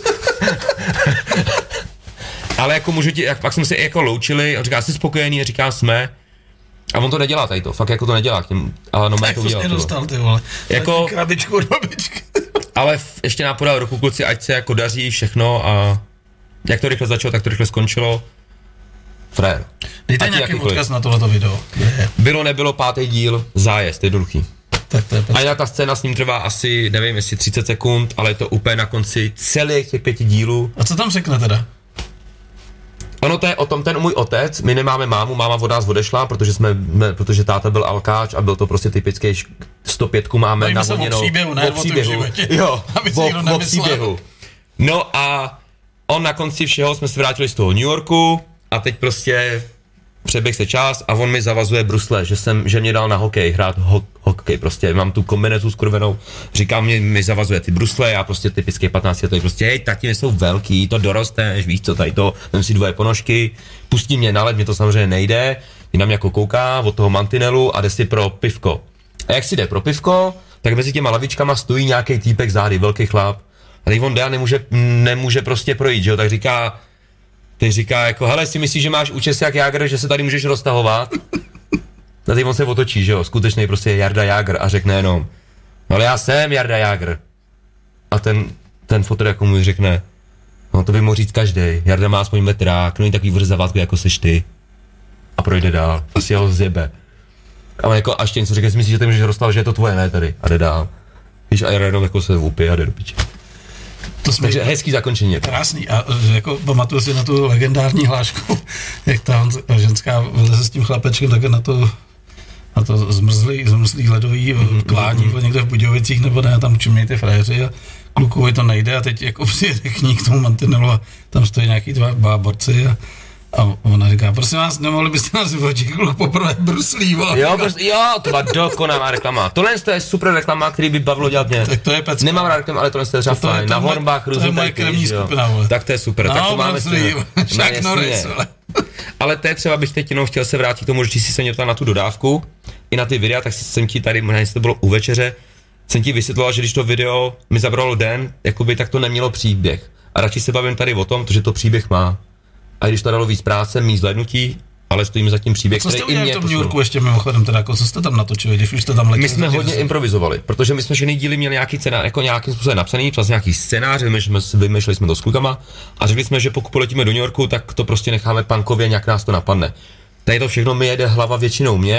Ale jako můžu ti, jak, pak jsme se jako loučili, on říká, jsi spokojený, a říká, jsme. A on to nedělá tady to, fakt jako to nedělá, k těm, ale no má to udělat. Dostal, ty vole. Jako krabičku od babičky. Ale v, ještě nám podal ruku, kluci, ať se jako daří všechno, a jak to rychle začalo, tak to rychle skončilo. Frér. Dejte nějaký odkaz na tohleto video. Je. Bylo, nebylo, pátý díl, zájezd, jednoduchý. Tak to je a jinak ta scéna s ním trvá asi, nevím, jestli třicet sekund, ale je to úplně na konci celých těch pěti dílů. A co tam řekne teda? Ono to je o tom, ten můj otec, my nemáme mámu, máma od nás odešla, protože jsme, ne, protože táta byl alkáč a byl to prostě typický sto pět máme navodněnou. O příběhu, ne? O příběhu, jo, o, o příběhu. No a on na konci všeho jsme se vrátili z toho New Yorku a teď prostě přeběh se čas a on mi zavazuje brusle, že jsem, že mě dal na hokej, hrát ho, hokej, prostě mám tu kombinézu skurvenou, říká mi, mi zavazuje ty brusle, já prostě typický patnáct letý, prostě hej, tati, jsou velký, to dorosteš, víš co, tady to, vem si dvoje ponožky, pustí mě na led, mě to samozřejmě nejde, jinam jako kouká od toho mantinelu a jde si pro pivko. A jak si jde pro pivko, tak mezi těma lavičkama stojí nějaký týpek zády, velký chlap, a teď on jde a nemůže, nemůže prostě projít, že jo, tak říká, Teď říká jako, hele, si myslíš, že máš účes jak Jágr, že se tady můžeš roztahovat? A teď on se otočí, že jo, skutečný prostě Jarda Jágr a řekne jenom, no ale já jsem Jarda Jágr. A ten, ten fotr jako mu řekne, no to by mohl říct každej, Jarda má aspoň metrák, no i takový vrzavátku jako seš ty. A projde dál, asi ho zjebe. A on jako až něco řekne, si myslíš, že ty můžeš roztahovat, že je to tvoje, ne tady, a jde dál. Víš, a Jarda jenom jako se vupí a jde do piči. To jsme Takže hezký zakončení. Krásný. A jako pamatuju si na tu legendární hlášku, jak ta ženská vleze s tím chlapečkem tak na to, na to zmrzlý, zmrzlý ledový mm-hmm. klání mm-hmm. někde v Budějovicích nebo ne, tam čumějí ty fréři a klukovi to nejde a teď jako přijede k ní k tomu mantinelu a tam stojí nějaký dva, dva borci a A ona říká, prosím vás, nemohli byste nás v očích poprvé bruslí, vole. Jo, prostě, jo, to byla dokonalá reklama. Tohle je super reklama, který by bavilo dělat mě. Tak to je pecka. Nemám rád reklam, ale tohle je třeba fajn. Na Hornbach, to je moje krevní skupina, vole. Tak to je super, no, tak to máme bruslí, Chuck Norris, vole. Ale to je třeba, bych teď jenom chtěl se vrátit k tomu, že si se mě ptal na tu dodávku, i na ty videa, tak jsem ti tady, možná jestli to bylo u večeře, jsem ti vysvětloval, že když to video mi zabralo den, jakoby, tak to nemělo příběh. A radši se bavím tady o tom, že to příběh má. A když to dalo víc práce, méně zhlédnutí, ale stojíme za tím příběh, který i mě v tom New Yorku ještě mimochodem, teda jako co jste tam natočili, když už jste tam letěli? My jsme hodně zase improvizovali, protože my jsme všechny díly měli nějaký scénář, jako nějakým způsobem napsaný, přes nějaký scénář, vymýšleli jsme to s klukama a řekli jsme, že pokud poletíme do New Yorku, tak to prostě necháme punkově, nějak nás to napadne. Tady to všechno mi jede hlava většinou mě,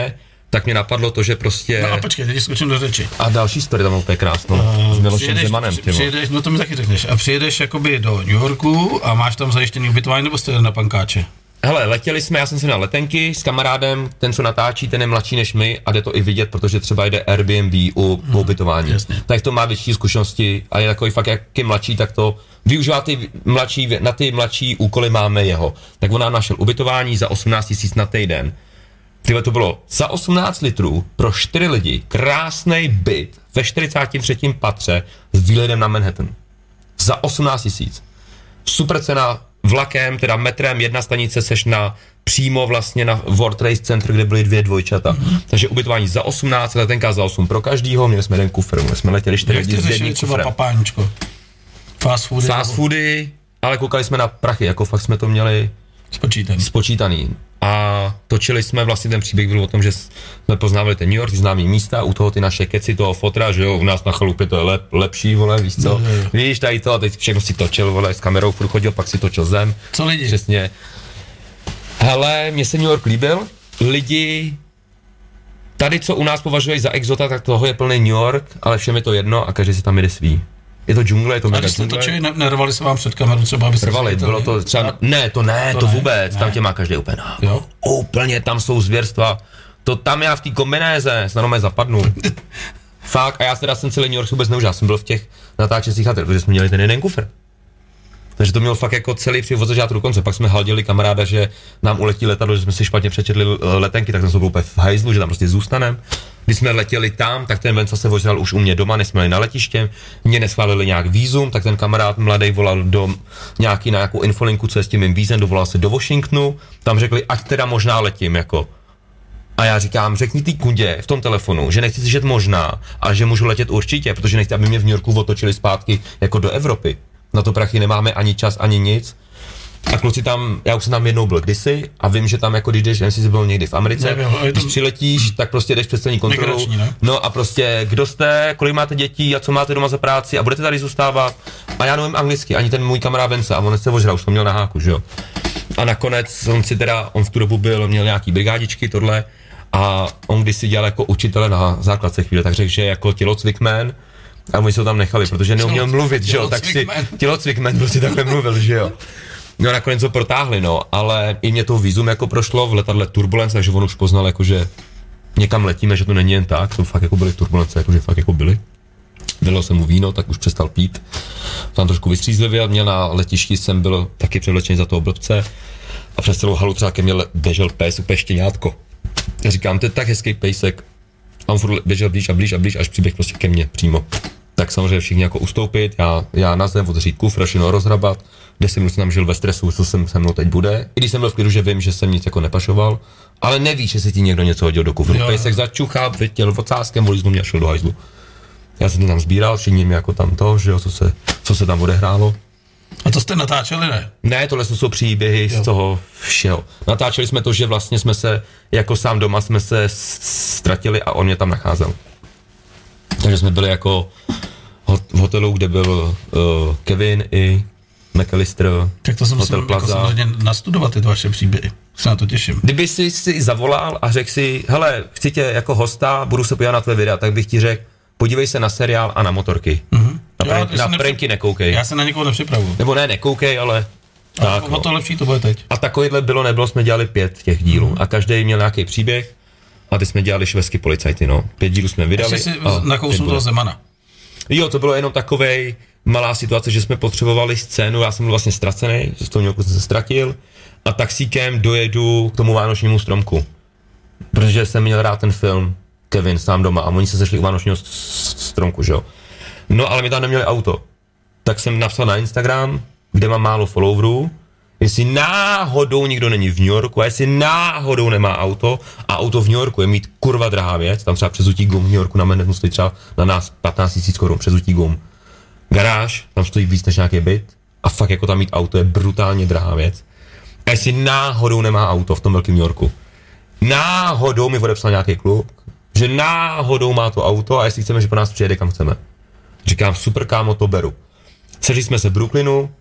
tak mě napadlo to, že prostě... No a počkej, teď skočím do řeči. A další story tam úplně krásnou, uh, s Milošem Zemanem. Při, přijedeš, no to mi taky řekneš, a přijedeš jakoby do New Yorku a máš tam zajištěný ubytování, nebo jste na pankáče? Hele, letěli jsme, já jsem si na letenky s kamarádem, ten, co natáčí, ten je mladší než my a jde to i vidět, protože třeba jde Airbnb u hmm, ubytování. Jasně. Tak to má větší zkušenosti a je takový fakt, jak je mladší, tak to využívá ty mladší, na ty mladší úkoly máme jeho. Tak on nám našel ubytování za osmnáct tisíc na týden. Tyhle to bylo za osmnáct litrů pro čtyři lidi, krásnej byt ve čtyřicátém třetím patře s výhledem na Manhattan. Za osmnáct tisíc. Super cena. Vlakem, teda metrem, jedna stanice seš na přímo vlastně na World Trade Center, kde byly dvě dvojčata. Mm-hmm. Takže ubytování za osmnáct, letenka za osm pro každýho, měli jsme jeden kufr, my jsme letěli čtyři lidi s jedním kufrem. Papáničko. Fast foody. Fast foody, ale koukali jsme na prachy, jako fakt jsme to měli spočítaný. spočítaný. A točili jsme, vlastně ten příběh byl o tom, že jsme poznávali ten New York, ty známý místa, u toho ty naše keci, toho fotra, že jo, u nás na chalupě to je lep, lepší, vole, víš co, no, no, no. Víš, tady to a teď všechno si točil, vole, s kamerou furt chodil, pak si točil zem. Co lidi? Přesně. Hele, mně se New York líbil, lidi, tady co u nás považují za exota, tak toho je plný New York, ale všem je to jedno a každý si tam jde svý. Je to džungle, je to mega džungle. A když jste točili, nervali se vám před kameru třeba, aby se Rvali, bylo to třeba, no, ne, to ne, to, to ne, vůbec, ne. Tam tě má každý úplně, no, úplně, tam jsou zvěrstva, to tam já v té kombinéze, snadno zapadnu. Fakt, a já teda jsem celý New York vůbec neužil, jsem byl v těch natáčecích chatech, protože jsme měli ten jeden kufr. Takže to mělo fakt jako celý při od začátku do konce, pak jsme haldili kamaráda, že nám uletí letadlo, že jsme si špatně přečetli letenky, tak jsme byl úplně v hajzlu, že tam prostě zůstaneme. Když jsme letěli tam, tak ten Venca se ožral už u mě doma, než jsme jeli na letiště, mě neschválili nějak vízum, tak ten kamarád mladý volal do nějaký, na nějakou infolinku, co je s tím mým vízem, dovolal se do Washingtonu, tam řekli, ať teda možná letím, jako. A já říkám, řekni ty kundě v tom telefonu, že nechci slyšet možná, ale že můžu letět určitě, protože nechci, aby mě v New Yorku otočili zpátky jako do Evropy. Na to prachy nemáme ani čas, ani nic. A kluci tam, já už jsem tam jednou byl kdysi a vím, že tam jako když jdeš, nevím, jestli jsi byl někdy v Americe, Nebyl, když přiletíš, tak prostě jdeš přes celní kontrolu, no a prostě kdo jste, kolik máte dětí a co máte doma za práci a budete tady zůstávat a já nevím anglicky, ani ten můj kamarád Venca a on se ožral, už to měl na háku, že jo. A nakonec on si teda, on v tu dobu byl, měl nějaký brigádičky, tohle a on když si dělal jako učitele na základce chvíli, tak řekl, že jako tělocvikman. A oni se ho tam nechali, protože neuměl mluvit, že jo, tak si tělocvikman prostě takhle mluvil, že jo. No nakonec ho protáhli, no, ale i mě to vízum jako prošlo v letadle turbulence, takže on už poznal, jako, že někam letíme, že to není jen tak, to fakt jako byly turbulence, jako, že fakt jako byly. Vylil jsem mu víno, tak už přestal pít, tam trošku vystřízlivěl, měl na letišti, jsem byl taky převlečený za toho blbce a přes celou halu třeba ke mně běžel pes, úplně štěňátko. Já říkám, to je tak hezký pejsek. A on furt běžel blíž a blíž a blíž, až přiběh prostě ke mně přímo. Tak samozřejmě všichni jako ustoupit, já, já na zem otevřít kufr, všechno rozhrabat, deset minut jsem tam žil ve stresu, co jsem se mnou teď bude. I když jsem byl v klidu, že vím, že jsem nic jako nepašoval, ale nevíš, jestli ti někdo něco hodil do kufru. Pejsek začuchal, vytěl ocáskem, volíznul mě a šel do hajzlu. Já jsem to tam sbíral, všichni mi jako tam to, že jo, co se, co se tam odehrálo. A to jste natáčeli, ne? Ne, tohle jsou příběhy jo. z toho všeho. Natáčeli jsme to, že vlastně jsme se, jako sám doma jsme se ztratili a on mě tam nacházel. Takže jsme byli jako v hotelu, kde byl uh, Kevin i McAllister, tak to jsem Hotel musel Plaza. Jako samozřejmě nastudovat ty vaše příběhy. Se na to těším. Kdyby jsi si zavolal a řekl si, hele, chci tě jako hosta, budu se podívat na tvé videa, tak bych ti řekl, podívej se na seriál a na motorky. Mm-hmm. Na, prank, jo, na nepři... pranky nekoukej. Já se na někoho nepřipravuju. Nebo ne, nekoukej, ale... A tak, o to no. lepší to bude teď. A takovýhle bylo, nebylo, jsme dělali pět těch dílů. Mm. A každý měl nějaký příběh a ty jsme dělali švédský policajty, no. Pět dílů jsme vydali. Ještě si nakousnu toho Zemana. Jo, to bylo jenom takovej malá situace, že jsme potřebovali scénu, já jsem byl vlastně ztracený, že z toho mělku jsem se ztratil a taxíkem dojedu k tomu vánočnímu stromku. Protože jsem měl rád ten film Kevin sám doma a oni se sešli u vánočního stromku, že jo. No ale mi tam neměli auto. Tak jsem napsal na Instagram, kde mám málo followerů, jestli náhodou nikdo není v New Yorku a jestli náhodou nemá auto a auto v New Yorku je mít kurva drahá věc, tam třeba přezutí gum v New Yorku na Manhattanu stojí třeba na nás patnáct tisíc korun, přezutí gum. Garáž, tam stojí víc než nějaký byt a fakt jako tam mít auto je brutálně drahá věc. A jestli náhodou nemá auto v tom velkém New Yorku, náhodou mi odepsal nějaký kluk, že náhodou má to auto a jestli chceme, že po nás přijede, kam chceme. Říkám, super kámo, to beru. Sešli jsme se v Brooklynu,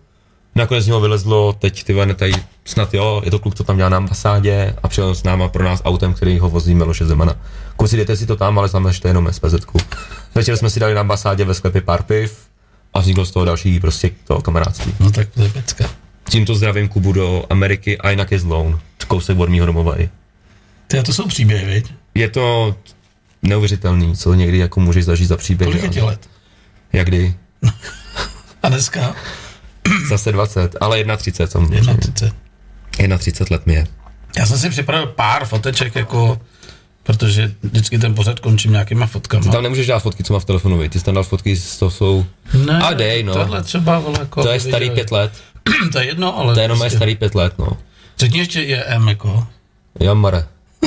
Nakonec z něho vylezlo, teď ty vane tady snad jo, je to kluk, co tam dělá na ambasádě a přijel s náma pro nás autem, který ho vozí Miloše Zemana. Kluci, dejte si to tam, ale znamená, že to je jenom S P Z ku. Večer jsme si dali na ambasádě ve sklepě pár piv a vzniklo z toho další prostě to kamarádství. No tak to je pecka. Tímto zdravím Kubu do Ameriky a jinak je z Loun, kousek od mýho domova i. Ty, to jsou příběhy, viď? Je to neuvěřitelný, co někdy jako můžeš zažít za příběhy. Kolik je ti let? Jak kdy? A dneska? Zase dvacet, ale třicet jedna samozřejmě. třicet. třicet let mi je. Já jsem si připravil pár foteček, jako, protože vždycky ten pořad končím nějakýma fotkama. Ty tam nemůžeš dát fotky, co má v telefonu, ty jsi tam dal fotky, to jsou... Ne, a dej, no. Tohle třeba, vole, jako... To je starý viděli. pět let. To je jedno, ale... To je jenom prostě... starý pět let, no. Řekni ještě je M, jako... Jamare.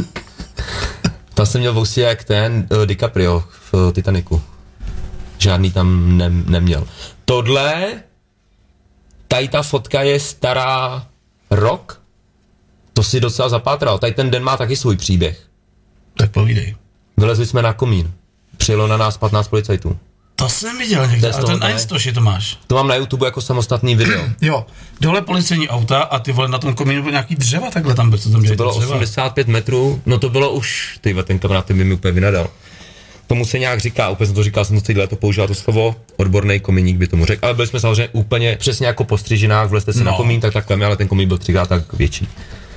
Tam jsem měl v ústě jak ten uh, DiCaprio v uh, Titaniku. Žádný tam ne, neměl. Tohle, tady ta fotka je stará rok, to si docela zapátral. Tady ten den má taky svůj příběh. Tak povídej. Vylezli jsme na komín. Přijelo na nás patnáct policajtů. To jsem viděl někde, a ten Einstoši to máš. To mám na YouTube jako samostatný video. Jo, dole policejní auta a ty vole na tom komínu bylo nějaký dřeva takhle tam, co tam dělají. To bylo dřeva. osmdesát pět metrů, no to bylo už, ty ten kamarád by mi úplně vynadal. Tomu se nějak říká, úplně jsem to říkal, jsem to týhle to používal to slovo, odborný komíník by tomu řekl, ale byli jsme samozřejmě úplně přesně jako po střižinách, vlezte si no. na komín, tak takhle, ale ten komín byl třikrát tak větší.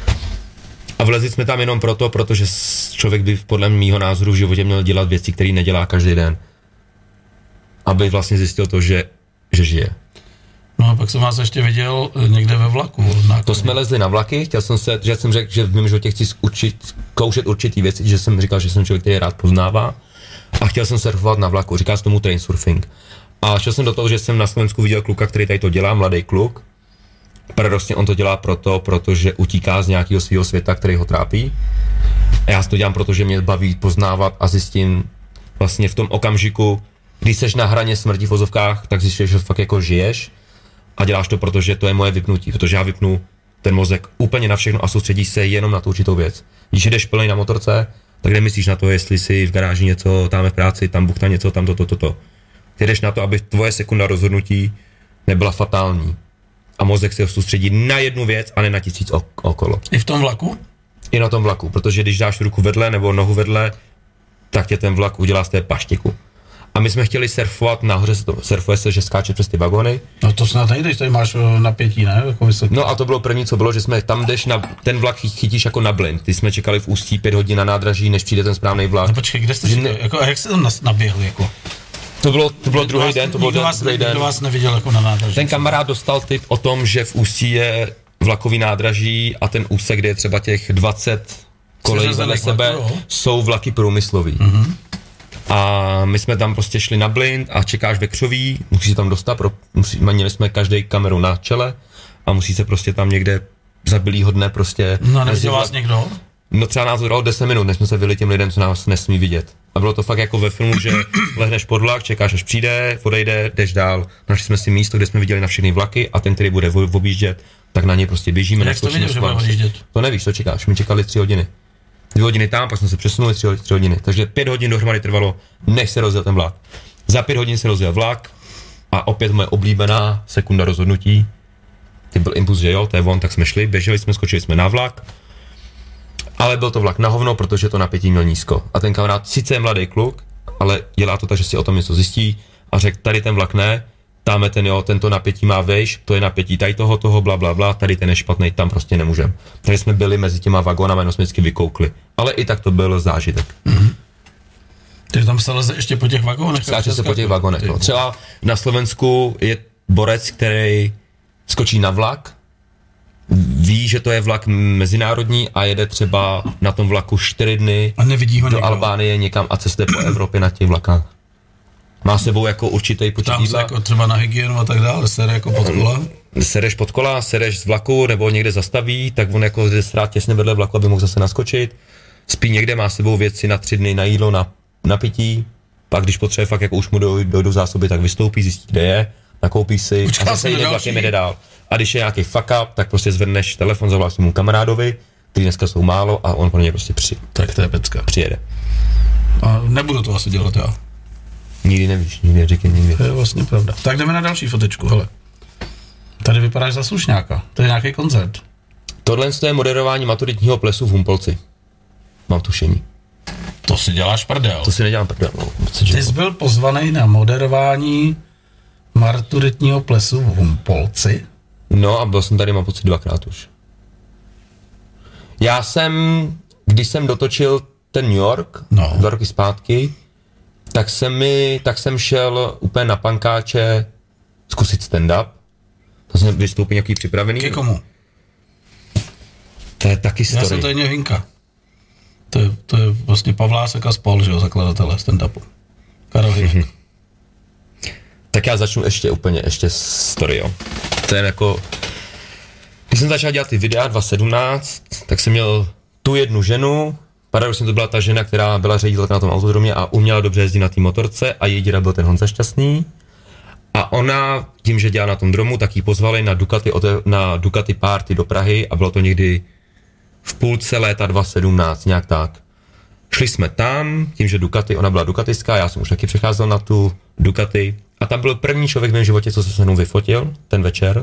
A vlezli jsme tam jenom proto, protože člověk by podle mýho názoru v životě měl dělat věci, které nedělá každý den. Aby vlastně zjistil to, že, že žije. No a pak jsem vás ještě viděl někde ve vlaku. To jsme lezli na vlaky, chtěl jsem se, že jsem řekl, že v mém životě chci učit, koušet určitý věci, že jsem říkal, že jsem člověk, který rád poznává a chtěl jsem surfovat na vlaku, říká se tomu train surfing. A šel jsem do toho, že jsem na Slovensku viděl kluka, který tady to dělá, mladý kluk. Paradoxně on to dělá proto, protože utíká z nějakého svého světa, který ho trápí. A já si to dělám, protože mě baví poznávat a zjistím vlastně v tom okamžiku, když seš na hraně smrti v vozovkách, tak zjistíš, že fakt jako žiješ a děláš to, protože to je moje vypnutí, protože já vypnu ten mozek úplně na všechno a soustředíš se jenom na tu určitou věc. Když jdeš plnej na motorce, tak nemyslíš na to, jestli si v garáži něco, tam v práci, tam buchta něco, tam toto, toto. To. Ty jdeš na to, aby tvoje sekunda rozhodnutí nebyla fatální. A mozek se soustředí na jednu věc a ne na tisíc okolo. I v tom vlaku? I na tom vlaku, protože když dáš ruku vedle nebo nohu vedle, tak tě ten vlak udělá z té paštiku. A my jsme chtěli surfovat, nahoře se to surfuje se, že skáče přes ty vagony. No to snad nejde, tady máš napětí, ne? Jako no a to bylo první, co bylo, že jsme tam jdeš na, ten vlak chytíš jako na blind. Ty jsme čekali v Ústí pět hodin na nádraží, než přijde ten správný vlak. No počkej, kde jste ne... jako, jak jste tam naběhli, jako? To bylo, to bylo druhý den, to byl den, vás, druhý den. Nikdo vás neviděl jako na nádraží. Ten kamarád dostal tip o tom, že v Ústí je vlakový nádraží a ten úsek, kde je třeba těch dvacet kolejí vedle sebe, vlaku, jsou vlaky průmyslový. Mm-hmm. A my jsme tam prostě šli na blind a čekáš ve křoví, musíš tam dostat, pro, musí, měli jsme každý kameru na čele a musí se prostě tam někde za bílýho dne prostě... No a neviděl vás někdo? No třeba nás dalo deset minut, než jsme se vyli těm lidem, co nás nesmí vidět. A bylo to fakt jako ve filmu, že lehneš pod vlak, čekáš, až přijde, odejde, jdeš dál. Našli jsme si místo, kde jsme viděli na všechny vlaky a ten, který bude objíždět, tak na něj prostě běžíme. Jak to viděl, že bude odjíždět? To nevíš, to čekáš, my čekali tři hodiny. Dvě hodiny tam, pak jsme se přesunuli tři, tři hodiny. Takže pět hodin dohromady trvalo, než se rozjel ten vlak. Za pět hodin se rozjel vlak a opět moje oblíbená sekunda rozhodnutí. Ty byl impuls, že jo, to je on, tak jsme šli, běželi jsme, skočili jsme na vlak. Ale byl to vlak na hovno, protože to napětí měl nízko. A ten kamarád sice je mladý kluk, ale dělá to tak, že si o tom něco zjistí a řekl, tady ten vlak ne, tam ten jo, tento napětí má vejš, to je napětí tady toho, toho, bla, bla, bla, tady ten je špatný, tam prostě nemůžeme. Takže jsme byli mezi těma vagónama, jenom jsme vždycky vykoukli. Ale i tak to byl zážitek. Mm-hmm. Takže tam se leze ještě po těch vagónech? Skáče se po těch vagónech. No. Třeba na Slovensku je borec, který skočí na vlak, ví, že to je vlak mezinárodní a jede třeba na tom vlaku čtyři dny a nevidí ho do někdo. Albánie někam a cestuje po Evropě na těch vlakách. Má sebou jako určitý počet jídla. Tam se jako třeba na hygienu a tak dále, sere jako pod kola? Sereš pod kola, sereš z vlaku nebo někde zastaví, tak on jako jde strát těsně vedle vlaku, aby mohl zase naskočit. Spí někde, má sebou věci na tři dny na jídlo, na, na pití, pak když potřebuje fakt, jako už mu dojdou zásoby, tak vystoupí, zjistí, kde je, nakoupí si Počká a zase jde vlakem, jde dál. A když je nějaký fuck up, tak prostě zvedneš telefon, zavoláš svému kamarádovi, který dneska jsou málo a on pro ně prostě při, tak to je pecka. Přijede. A nebudu to asi dělat já. Nikdy nevíš, nikdy neříkej nikdy. To je vlastně pravda. Tak jdeme na další fotečku, hele. Tady vypadáš za slušňáka, to je nějaký koncert. Tohle je moderování maturitního plesu v Humpolci. Mám tušení. To si děláš prdel. To si nedělám prdel. No. Ty jsi byl pozvaný na moderování maturitního plesu v Humpolci? No a byl jsem tady, mám pocit, dvakrát už. Já jsem, když jsem dotočil ten New York, no. dva roky zpátky, tak jsem, mi, tak jsem šel úplně na pankáče zkusit stand-up. To jsem vystoupil nějaký připravený. Ke komu? To je taky story. Já jsem to je Hinka. To je, to je vlastně Pavlásek a spol, že jo, zakladatelé stand-upu. Karel Hinek. Mm-hmm. Tak já začnu ještě úplně, ještě story, jo. To je jako, když jsem začal dělat ty videa dva tisíce sedmnáct, tak jsem měl tu jednu ženu, paradoxně to byla ta žena, která byla ředitelka na tom autodromě a uměla dobře jezdit na té motorce a její děda byl ten Honza Šťastný. A ona, tím, že dělá na tom dromu, tak ji pozvali na Ducati, na Ducati party do Prahy a bylo to někdy v půlce léta dva tisíce sedmnáct, nějak tak. Šli jsme tam, tím, že Ducati, ona byla ducatistka, já jsem už taky přecházel na tu Ducati a tam byl první člověk v mém životě, co se se mnou vyfotil ten večer.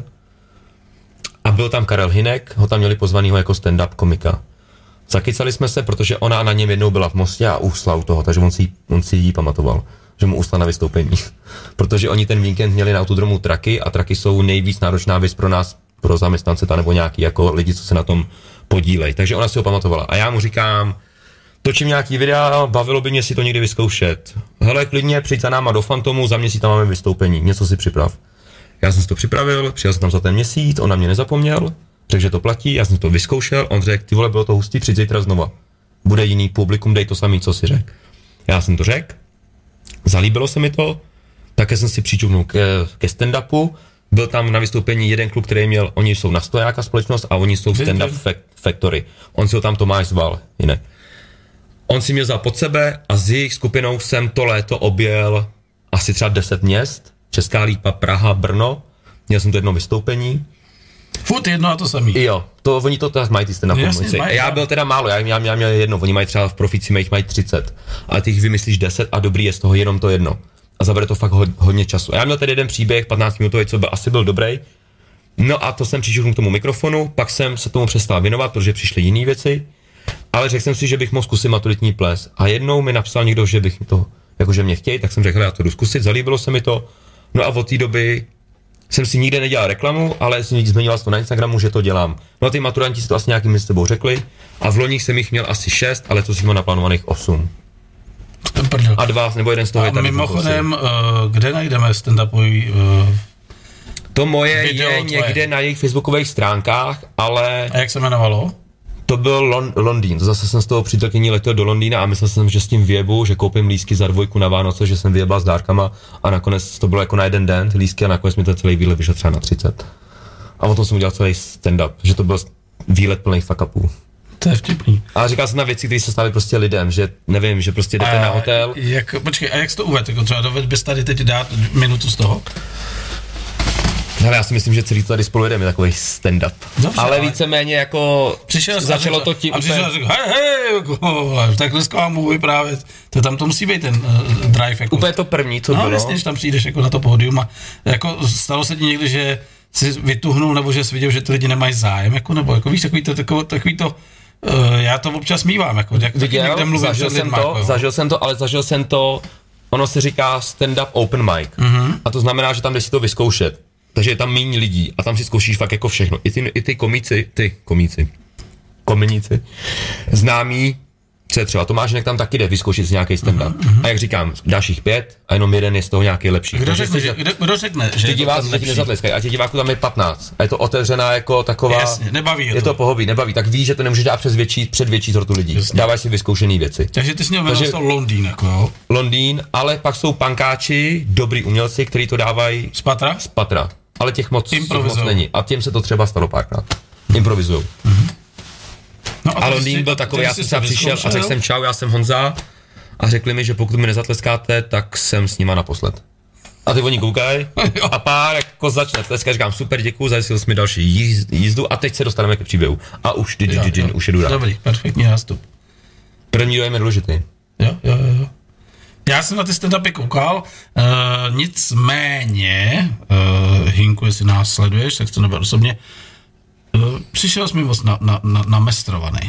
A byl tam Karel Hinek, ho tam měli pozvanýho jako stand-up komika. Zakycali jsme se, protože ona na něm jednou byla v Mostě a usla u toho, takže on si, on si jí pamatoval, že mu usla na vystoupení. Protože oni ten víkend měli na autodromu traky a traky jsou nejvíc náročná věc pro nás, pro zaměstnance ta nebo nějaký jako lidi, co se na tom podílej. Takže ona si ho pamatovala. A já mu říkám, točím nějaký videa, bavilo by mě si to někdy vyzkoušet. Hele, klidně přijď za náma do Fantomu, za měsíc tam máme vystoupení, něco si připrav. Já jsem si to připravil, přijel jsem tam za ten měsíc, on na mě nezapomněl, řekl, že to platí, já jsem to vyzkoušel, on řekl, ty vole, bylo to hustý, přijď zítra znova. Bude jiný publikum, dej to samý, co si řekl. Já jsem to řekl, zalíbilo se mi to, také jsem si přičuhnul ke, ke stand-upu, byl tam na vystoupení jeden kluk, který měl, oni jsou na stojáka společnost a oni jsou stand-up factory. On si ho tam Tomáš zval, jinak. On si mě vzal pod sebe a s jejich skupinou jsem to léto objel asi třeba deset měst. Česká Lípa, Praha, Brno. Měl jsem to jedno vystoupení. Furt jedno a to samý. Jo, to, oni to tak mají ty stand-up. Já byl teda málo, já, já, já měl jedno, oni mají třeba v Profici, mají, mají třicet. Ale ty jich vymyslíš deset a dobrý je z toho jenom to jedno. A zabere to fakt hodně času. A já měl tedy jeden příběh, patnáct minutový, co byl asi byl dobrý. No a to jsem přišel k tomu mikrofonu, pak jsem se tomu přestal věnovat, protože přišly jiné věci. Ale řekl jsem si, že bych mohl zkusit maturitní ples. A jednou mi napsal někdo, že bych to, jakože mě chtějí, tak jsem řekl, já to jdu zkusit, zalíbilo se mi to. No a od té doby jsem si nikde nedělal reklamu, ale jsem změnila to na Instagramu, že to dělám. No a ty maturanti si to asi nějakým s tebou řekli. A v loních jsem jich měl asi šest, ale to jsem mám naplánovaných osm. A dva, nebo jeden z toho a je tady. Mimochodem, uh, kde najdeme stand-upový uh, to moje je někde tvoje. Na jejich facebookových stránkách, ale... A jak se jmenovalo? To byl Lon- Londýn, to zase jsem z toho přítelkyní letěl do Londýna a myslel jsem, že s tím vyjebu, že koupím lístky za dvojku na Vánoce, že jsem vyjebal s dárkama a nakonec to bylo jako na jeden den ty lístky a nakonec mi ten celý výlet vyšel třeba na třicet. A o tom jsem udělal celý stand-up, že to byl výlet plný fuck upů. To je vtipný. A říkal jsem na věci, které se staly prostě lidem, že nevím, že prostě jdete a na hotel. Jak, počkej, a jak jsi to uvedl? Jako třeba doved bys tady teď dát minutu z toho? Ale já si myslím, že celý to tady spolu jedeme, je takový stand-up. Dobře, ale víceméně jako přišel začalo to tím. A přišel a řekl, hej, hej, jako, tak dneska vám můžu vyprávět. To tam to musí být ten uh, drive. Jako. Úplně to první, co no, bylo. No jasně, že tam přijdeš jako na to pódium a jako stalo se ti někdy, že jsi vytuhnul, nebo že jsi viděl, že ty lidi nemají zájem, jako, nebo jako víš, takový to, takový, takový to uh, já to občas mívám, jako, jak viděl, mluvím zažil jsem lidma, to, jako, zažil jsem to, ale zažil jsem to, ono se říká stand-up open mic. Mm-hmm. A to znamená, že tam jdeš si to vyzkoušet. Takže je tam méně lidí a tam si zkoušíš fakt jako všechno. I ty, i ty komíci, ty komíci, kominíci, známí, co je třeba Tomáš Hinek tam taky jde vyzkoušet z nějaký stand-up. Uh-huh. A jak říkám, dáš jich pět a jenom jeden je z toho nějaký lepší. Kdo řekne, že, kdo, kdo řekne, že ty diváci se ti nezatleskají a těch diváků tam je patnáct. A je to otevřená jako taková, jasně, nebaví je, je to. to pohoví, nebaví, tak víš, že to nemůžeš dát přes větší, před větší sortu lidí. Jasně. Dáváš si vyzkoušený věci. Takže ty jsi měl jmenovat Londýn, jako jo? Londýn, ale pak jsou pankáči, dobrý umělci, kteří to dávají z patra. Z patra. Ale těch moc, těch moc není. A těm se to třeba stalo párkrát. Improvizujou. Mm-hmm. No a, a Londýn byl takový, já jsem třeba přišel a řekl jsem čau, já jsem Honza a řekli mi, že pokud mi nezatleskáte, tak jsem s nima naposled. A ty oni koukají a pár jako začne tleskat, říkám super, děkuju, zajistil jsi mi další jízdu a teď se dostaneme ke příběhu. A už, di, di, di, di, už jedu dál. Dobrý, perfektní nástup. První dojem je důležitý. Jo, jo, jo. Já jsem na ty stand-upy koukal, uh, nicméně uh, Hinku, jestli nás sleduješ, tak to nebyl osobně. Přišel jsi mi moc na, na, na, namestrovaný.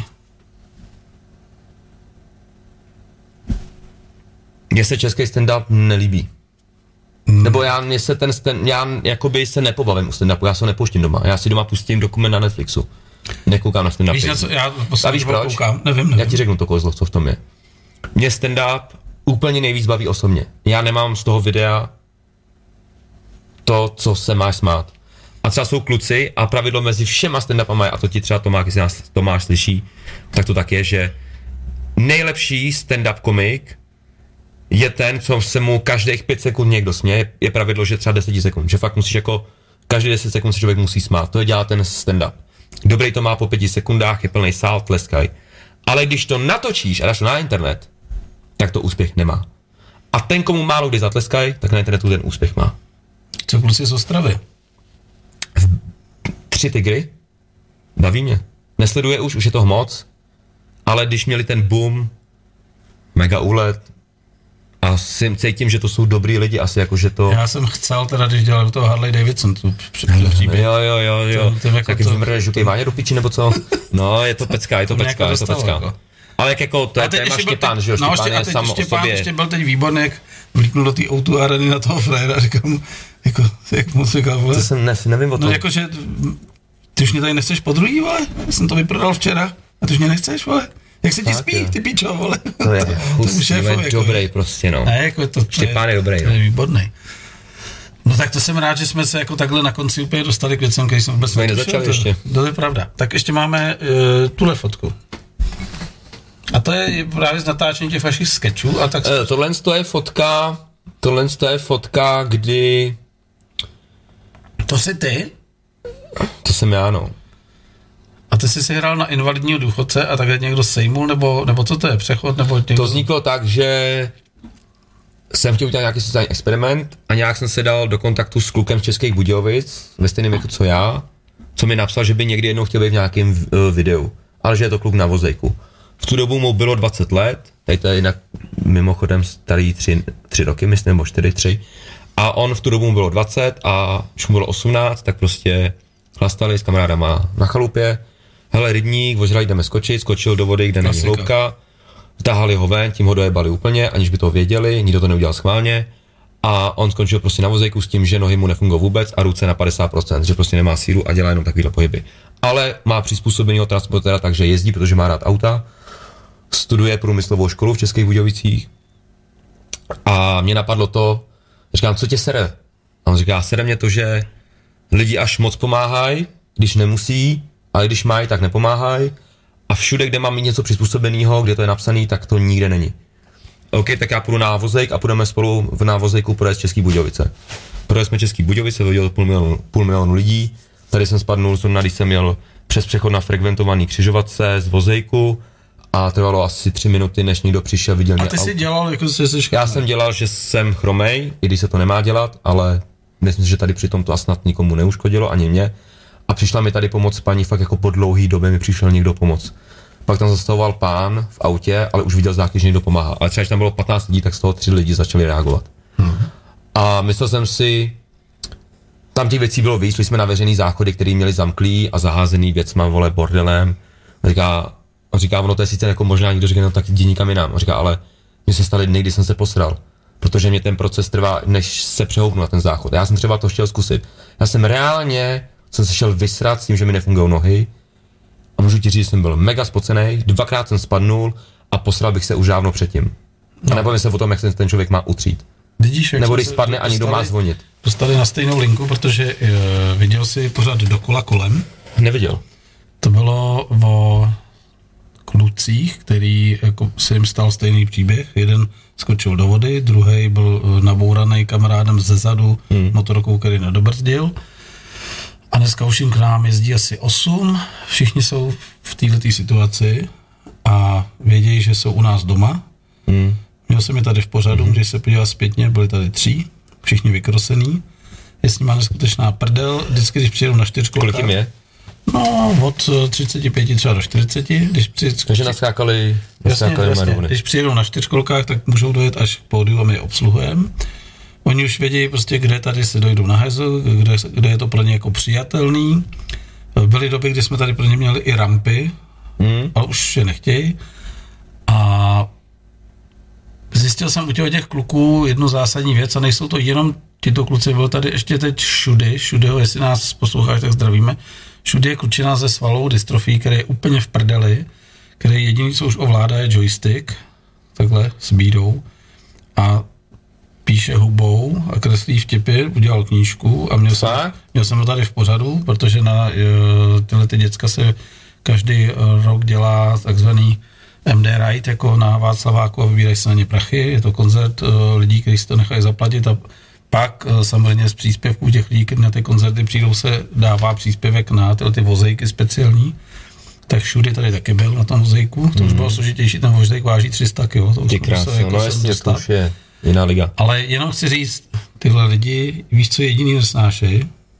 Mně se český stand-up nelíbí. Hmm. Nebo já, mě se ten, stand, já jakoby se nepobavím u stand-upu, já se ho nepouštím doma. Já si doma pustím dokument na Netflixu. Nekoukám na stand-up. Víš na co, já A víš proč? Koukám, nevím, nevím. Já ti řeknu to kouzlo, co v tom je. Mě stand-up úplně nejvíc baví osobně. Já nemám z toho videa to, co se máš smát. A třeba jsou kluci a pravidlo mezi všema stand-upama je, a to ti třeba Tomáš, jestli nás Tomáš slyší, tak to tak je, že nejlepší stand-up komik je ten, co se mu každých pět sekund někdo směje, je pravidlo, že třeba deset sekund, že fakt musíš jako, každý deset sekund se člověk musí smát, to je dělá ten stand-up. Dobrý to má po pěti sekundách, je plný sál, tleskaj. Ale když to natočíš a dáš to na internet, tak to úspěch nemá. A ten, komu málo kdy zatleskaj, tak na internetu ten úspěch má. Co kluci z Ostravy? Tři tygry? Baví mě. Nesleduje už, už je toho moc, ale když měli ten boom, mega úlet, a si cítím, že to jsou dobrý lidi, asi jako, že to... Já jsem chcel teda, když dělal toho Harley Davidson, tu příběh. Jo, jo, jo, jo. To, to, jako taky to... vymrneš žukej váně do piči, nebo co? No, je to pecka, je to, to pecka, jako je to pecka. Jako. Ale jak jako, to je téma Štěpán, že jo, no, Štěpán je sám o sobě. Ještě byl teď výborný, jak vlíknul do té ó dva areny na toho frajera a říkal mu, jako, jak moc říkal, vole. To jsem, ne, nevím o tom. No jakože, ty už mě tady nechceš po druhý, vole? Já jsem to vyprodal včera a ty už mě nechceš, vole? Jak se ti tak, spí, jo. Ty pičo, vole. To je hustý, je jako, dobrý prostě, no. Ne, jako to, to Štěpán je, je dobrý, to je výborný. No tak to jsem rád, že jsme se jako takhle na konci úplně dostali k věcem, který jsme vůbec jsme nezačali to, ještě. To je pravda. Tak ještě máme uh, tuhle fotku. A to je právě z natáčení těch vašich sketchů. A tak... E, tohle to je fotka, tohle to je fotka, kdy... To jsi ty? To jsem já, no. A ty jsi si hrál na invalidního důchodce a takhle někdo sejmul, nebo, nebo co to je, přechod, nebo někdo... To vzniklo tak, že jsem chtěl udělat nějaký sociální experiment a nějak jsem se dal do kontaktu s klukem z Českých Budějovic, ve stejném věku co já, co mi napsal, že by někdy jednou chtěl být v nějakém uh, videu, ale že je to kluk na vozejku. V tu dobu mu bylo dvacet let, tady to je jinak mimochodem starý tři, tři roky, myslím, nebo čtyři, tři, a on v tu dobu mu bylo dvacet a když mu bylo osmnáct, tak prostě chlastali s kamarádama na chalupě. Hele, rybník, ožrali, jdeme skočit, skočil do vody, kde není hloubka, tahali ho ven, tím ho dojebali úplně, aniž by to věděli, nikdo to neudělal schválně a on skončil prostě na vozejku s tím, že nohy mu nefungují vůbec a ruce na padesát procent, že prostě nemá sílu a dělá jenom takovýhle pohyby. Ale má přizpůsobenýho transportéra, takže jezdí, protože má rád auta, studuje průmyslovou školu v Českých Budějovicích a mě napadlo to, říkám, co tě sere? A on říká, sere mě to, že lidi až moc pomáhají, když nemusí, ale když mají, tak nepomáhají. A všude, kde mám mít něco přizpůsobeného, kde to je napsané, tak to nikde není. OK, tak já půjdu na vozejk a půjdeme spolu v návozejku projet Český Budějovice. Projeli jsme Český Budějovice, vidělo půl milionu, půl milionu lidí. Tady jsem spadnul, zrovna když jsem jel přes přechod na frekventovaný křižovatce z vozejku a trvalo asi tři minuty, než někdo přišel, viděl mě. A ty jsi dělal, jako jsi jsi Já jsem dělal, že jsem chromej, i když se to nemá dělat, ale myslím si, že tady přitom to snad nikomu neuškodilo, ani mě. A přišla mi tady pomoc paní, fakt jako po dlouhý době mi přišel někdo pomoct. Pak tam zastavoval pán v autě, ale už viděl záky, že někdo pomáhá. Ale třeba, když tam bylo patnáct lidí, tak z toho tři lidi začali reagovat. Hmm. A myslel jsem si, tam těch věcí bylo víc, šli jsme na veřejný záchody, který měli zamklý a zaházený věcma, vole, bordelem. A říká, a říká, ono to je sice jako možná někdo říká, no tak jdi nikam jinam. A říká, ale mně se staly dny, kdy jsem se posral. Protože mě ten proces trvá, než se přehoupnu na ten záchod. Já jsem třeba to chtěl zkusit. Já jsem reálně jsem se šel vysrat s tím, že mi nefungují nohy. A můžu ti říct, že jsem byl mega spocený, dvakrát jsem spadnul a posral bych se už dávno předtím. No. A nebavím se o tom, jak se ten člověk má utřít. Vidíš, jak nebo když spadne a někdo má zvonit. Dostali na stejnou linku, protože uh, viděl jsi pořád dokola kolem. Neviděl. To bylo o klucích, který jako, se jim stal stejný příběh. Jeden skočil do vody, druhý byl nabouraný kamarádem ze zadu hmm. motorkou, který nedobrzdil. A dneska už jim k nám jezdí asi osm, všichni jsou v této situaci a vědějí, že jsou u nás doma. Hmm. Měl jsem je tady v pořadu, hmm. když se podíval zpětně, byli tady tři, všichni vykrosený. Je s nimi neskutečná prdel, vždycky, když přijedou na čtyřkolkách. Kolik jim je? No, od třicet pět třeba do čtyřiceti. Když přijed, Takže naskákali, naskákali jasně, jasně. Když přijedou na čtyřkolkách, tak můžou dojet až k pódiu a my je obsluhujeme. Oni už vědí prostě, kde tady se dojdou na hezu, kde, kde je to pro ně jako přijatelný. Byly doby, kdy jsme tady pro ně měli i rampy, hmm. ale už je nechtějí. A zjistil jsem u těch kluků jednu zásadní věc a nejsou to jenom tito kluci, byl tady ještě teď Šudy, Šudyho, jestli nás posloucháš, tak zdravíme. Šudy je klučina ze svalovou dystrofí, který je úplně v prdeli, který jediný, co už ovládá, je joystick, takhle s bídou a píše hubou a kreslí vtipy, udělal knížku a měl jsem, měl jsem ho tady v pořadu, protože na tyhle ty děcka se každý rok dělá takzvaný M D Ride jako na Václaváku a vybírají se na ně prachy. Je to koncert lidí, kteří si to nechají zaplatit a pak samozřejmě z příspěvků těch lidí, kteří na ty koncerty přijdou, se dává příspěvek na tyhle ty vozejky speciální. Tak Všudy tady taky byl na tom vozejku. To mm. už bylo složitější, ten vozejk váží tři sta kilogramů. To už je krásno, jako no jasně, to už je jiná liga. Ale jenom chci říct, tyhle lidi, víš, co jediný nesnášejí?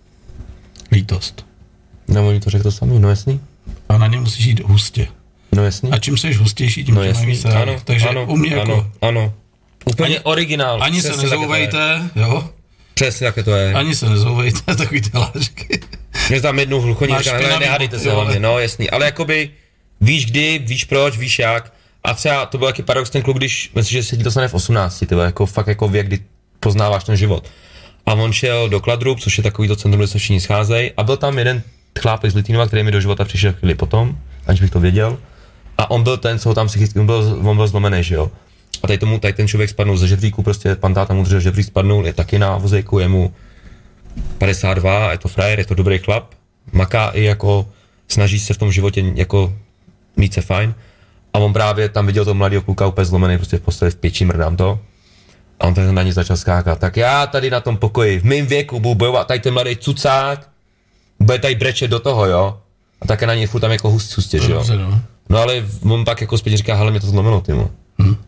Lítost. No, oni to řekl to samý, no jasný. A na ně musíš jít hustě. No jasný. A čím seš hustější, tím no, tě mají víc rádi. Takže ano, u mě ano, jako... Ano, úplně ani, originál. Ani se nezouvejte, jo? Přesně, jaké to je. Ani se nezouvejte, takový ty lážky. Mě tam jednou hluchoní říká, ne, nehádejte se hlavně, no jasný. Ale jakoby víš kdy, víš proč, víš jak. A třeba to byl taky paradox ten kluk, když myslím, že se ti dostane v osmnácti, tyhle, jako fakt jako věk, kdy poznáváš ten život. A on šel do Kladrub, což je takový to centrum, kde se všichni scházejí, a byl tam jeden chlápek z Litínova, který mi do života přišel chvíli potom, aniž bych to věděl. A on byl ten, co ho tam psychicky, on byl, on byl zlomený, že jo. A tady tomu, tady ten člověk spadnul ze žebříku, prostě pan táta mu držel žebřík, spadnul, je taky na vozejku, je mu padesát dva, je to frajer, je to dobrý chlap, maká i jako, snaží se v tom životě jako mít se fajn. A on právě tam viděl toho mladého kluka úplně zlomený, prostě v posteli v pěčí, mrdám to. A on tady na ní začal skákat. Tak já tady na tom pokoji, v mém věku budu bojovat, tady ten mladý cucák, bude tady brečet do toho, jo. A také na něj furt tam jako hust, hustě, že jo. No. no ale on pak jako zpět říká, hele, mě to zlomilo, tymu. Hm.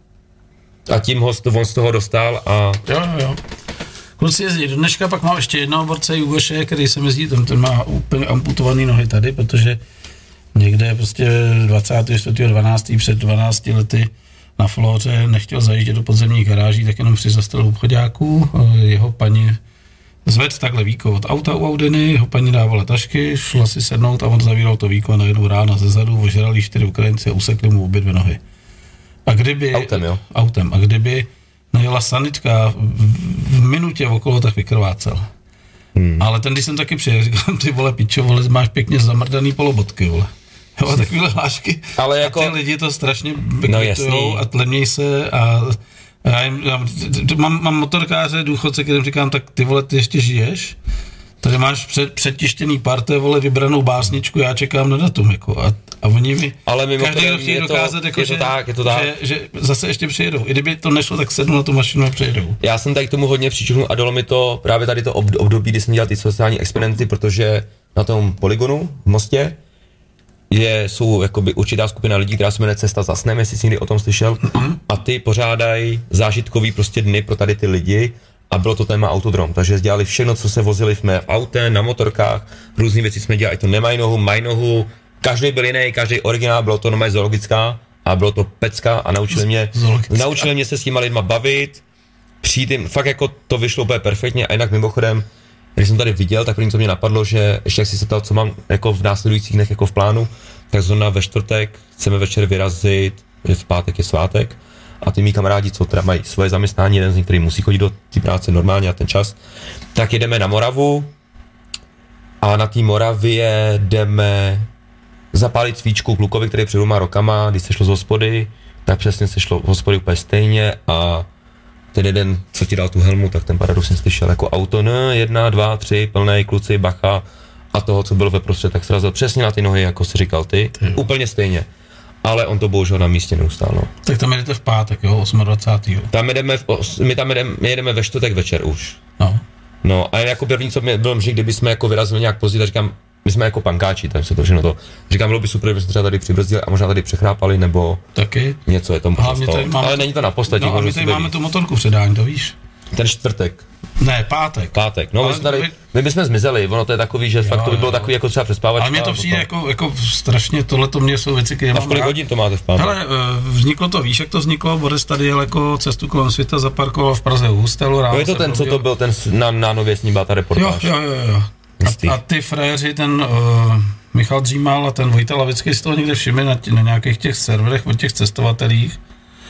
A tím ho, on z toho dostal a... Jo, jo, jo. Kluci jezdí do dneška, pak mám ještě jednoho borce Jugoše, který se jezdí, ten, ten má úplně amputovaný nohy tady, protože někde prostě dvacátého čtvrtého dvanáctého před dvanácti lety na Flóře nechtěl zajíždět do podzemních garáží, tak jenom přizastavil obchoďáků. Jeho paní zved takhle víko od auta u Audiny, jeho paní dávala tašky, šla si sednout a on zavíral to víko a najednou rána ze zadu, ožrali čtyři Ukrajinci a usekli mu obě dvě nohy. A kdyby... Autem, jo? Autem. A kdyby najela sanitka v minutě okolo, tak vykrvácel. Hmm. Ale ten, když jsem taky přijel, říkám, ty vole, pičo, vole, máš pěkně zamrdaný polobotky, vole. Jo, takovýhle hlášky. Ale jako... A ty lidi to strašně bekvitujou no, a tlemněj se a... Já, jim, já mám, mám motorkáře, důchodce, kterým říkám, tak ty vole, ty ještě žiješ? Tady máš před, předtištěný parte, vole, vybranou básničku, já čekám na datum, jako, a, a oni mi, ale každý kdo chtějí dokázat, jako, je to že, tak, je to tak. Že, že zase ještě přijedou. I kdyby to nešlo, tak sednu na tu mašinu a přijedou. Já jsem tady k tomu hodně přičuchnul a dalo mi to právě tady to období, kdy jsem dělal ty sociální experimenty, protože na tom polygonu v Mostě je, jsou jakoby určitá skupina lidí, která se jmenuje Cesta za snem, jestli jsi někdy o tom slyšel, mm-hmm. a ty pořádají zážitkový prostě dny pro tady ty lidi a bylo to téma autodrom, takže dělali všechno, co se vozili jsme v autě, na motorkách, různý věci jsme dělali, to nemají nohu, mají nohu, každý byl jiný, každý originál, bylo to normálně zoologická a bylo to pecka a naučili mě, naučili mě se s těma lidma bavit, přijít jim, fakt jako to vyšlo úplně perfektně a jinak mimochodem, když jsem tady viděl, tak první, co mě napadlo, že ještě jak jsi se ptal, co mám jako v následujících dnech jako v plánu, tak zrovna ve čtvrtek chceme večer vyrazit, že v pátek je svátek a ty mý kamarádi, co teda mají svoje zaměstnání, jeden z nich, který musí chodit do té práce normálně a ten čas, tak jedeme na Moravu a na té Moravě jdeme zapálit svíčku klukovi, který před dvěma rokama, když se šlo z hospody, tak přesně se šlo v hospody úplně stejně a ten jeden, co ti dal tu helmu, tak ten paradox jsem slyšel jako auto, ne, jedna, dva, tři, plnej, kluci, bacha a toho, co bylo ve prostřed, tak srazil přesně na ty nohy, jako jsi říkal ty, ty úplně stejně. Ale on to bohužel na místě neustál, no. Tak tam jedete v pátek, jo, dvacátého osmého Tam jedeme, v, my tam jedeme, my jedeme ve čtvrtek večer už. No. No a jako první, co mě bylo, že kdyby jsme jako vyrazili nějak později, tak říkám, my jsme jako pankáči, tak se to všechno to. Říkám, bylo by super, kdybychom třeba tady přibrzdili a možná tady přechrápali, nebo taky. něco je tomu máme, ale není to naposledy. No a my tady máme tu motorku předání, to víš. Ten čtvrtek. Ne, pátek. Pátek, no ale my, jsme tady, vy... my bychom zmizeli, ono to je takový, že jo, fakt to by bylo jo. takový jako třeba přespávačka. Ale mně to přijde jako, jako strašně, tohle to mě jsou věci, které mám. A v kolik hodin to máte v pátek? Hele, vzniklo to, víš, jak to vzniklo, Boris tady jel jako cestu kolem světa, zaparkoval v Praze u hostelu. No je to ten, proběl... co to byl, ten na, na Nověsní byla ta reportáž. Jo, jo, jo, jo. A, a ty frajeři, ten uh, Michal Dřímal a ten Vojta Lavický si toho někde všimli na, tě, na nějakých těch serverech od těch cestovatelích.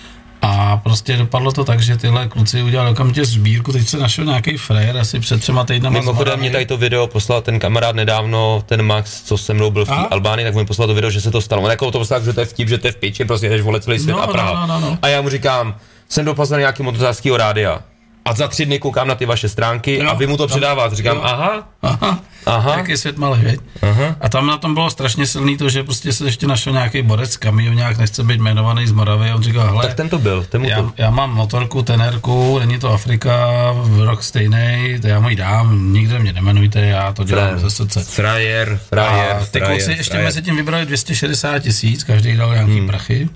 A prostě dopadlo to tak, že tyhle kluci udělali okamžitě sbírku, teď se našel nějaký frajer asi před třema týdnama. Mimochodem mě tady to video poslal ten kamarád nedávno, ten Max, co se mnou byl v té Albánii, tak mu poslal to video, že se to stalo. On jako to poslal, že to je vtip, že to je v piči, prostě jdeš vole celý svět no, a Praha. No, no, no, no. A já mu říkám, jsem doposlal nějaký motozářského rádia. A za tři dny koukám na ty vaše stránky jo, a vy mu to předáváte. Říkám, jo. aha, aha, aha. Jaký svět malý, veď? Aha. A tam na tom bylo strašně silný to, že prostě se ještě našel nějaký borec Kamil, nějak nechce být jmenovaný z Moravy. On říkal, hele, tak ten to byl, ten mu já, to... já mám motorku, tenerku, není to Afrika, rok stejnej, to já mu ji dám, nikde mě nemenujte, já to dělám Frajer. ze srdce. Frajer, frajer, A ty frajer, kluci ještě frajer. mezi tím vybrali dvě stě šedesát tisíc, každý dal nějaký hmm. prachy.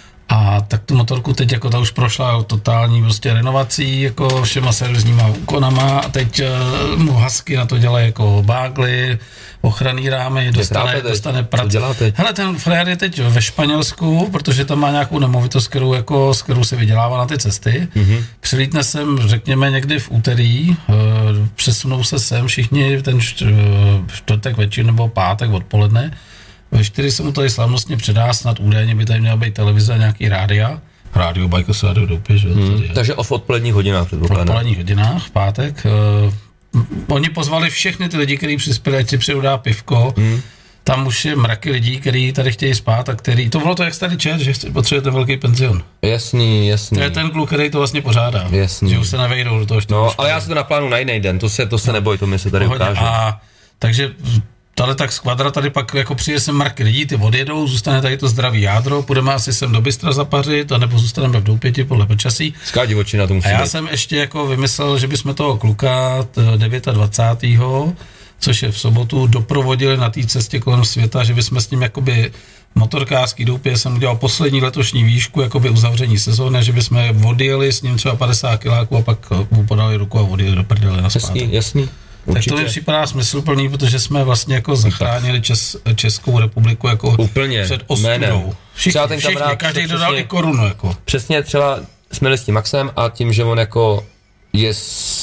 A tak tu motorku teď jako ta už prošla totální prostě renovací, jako všema servisníma úkonama a teď uh, mu Husky na to dělají jako bágly, ochranný rámy, dostane, dostane prac. Hele, ten frajer je teď ve Španělsku, protože tam má nějakou nemovitost, kterou, jako, s kterou se vydělává na ty cesty. Mm-hmm. Přilítne sem, řekněme, někdy v úterý, uh, přesunou se sem všichni ten čtvrtek večer nebo pátek odpoledne. Ve čtyři se mu tady slavnostně předá, snad údajně by tady měla být televize a nějaký rádia. Rádio, Bajkos, rádio Doupě, že hmm, takže o v odpoledních hodinách předpokládám. V odpoledních hodinách, v pátek. Uh, oni pozvali všechny ty lidi, kteří přispěli, ať si přijdu pivko. Hmm. Tam už je mraky lidí, kteří tady chtějí spát a který... To bylo to, jak jsi tady čet, že potřebujete velký penzion. Jasný, jasný. To je ten kluk, který to vlastně pořádá. Jasný. Že už se nevejdou do toho. No, ale já se to naplánu na jiný den, to se, to se no. neboj, to mi se tady ukáže. A takže... Tahle tak skvadra tady pak jako přijde sem mraky lidí, ty odjedou, zůstane tady to zdravý jádro, půjdeme asi sem do Bystra zapařit, anebo zůstaneme v Doupěti podle počasí. Ská divočina to musí A já být. jsem ještě jako vymyslel, že bychom toho kluka dvacátého devátého což je v sobotu, doprovodili na té cestě kolem světa, že bychom s ním jakoby motorkářský Doupě jsem udělal poslední letošní výšku, jakoby uzavření sezóny, že bychom odjeli s ním třeba padesát kiláků a pak mu podali ruku a odjeli do prdele na zpátek. Jasný, jasný. Určitě. Tak to mi připadá smysluplný, protože jsme vlastně jako zachránili Čes, Českou republiku jako úplně před ostudou. Všichni, ten všichni, každý dodal i korunu. Jako. Přesně třeba jsme jeli s tím Maxem a tím, že on jako je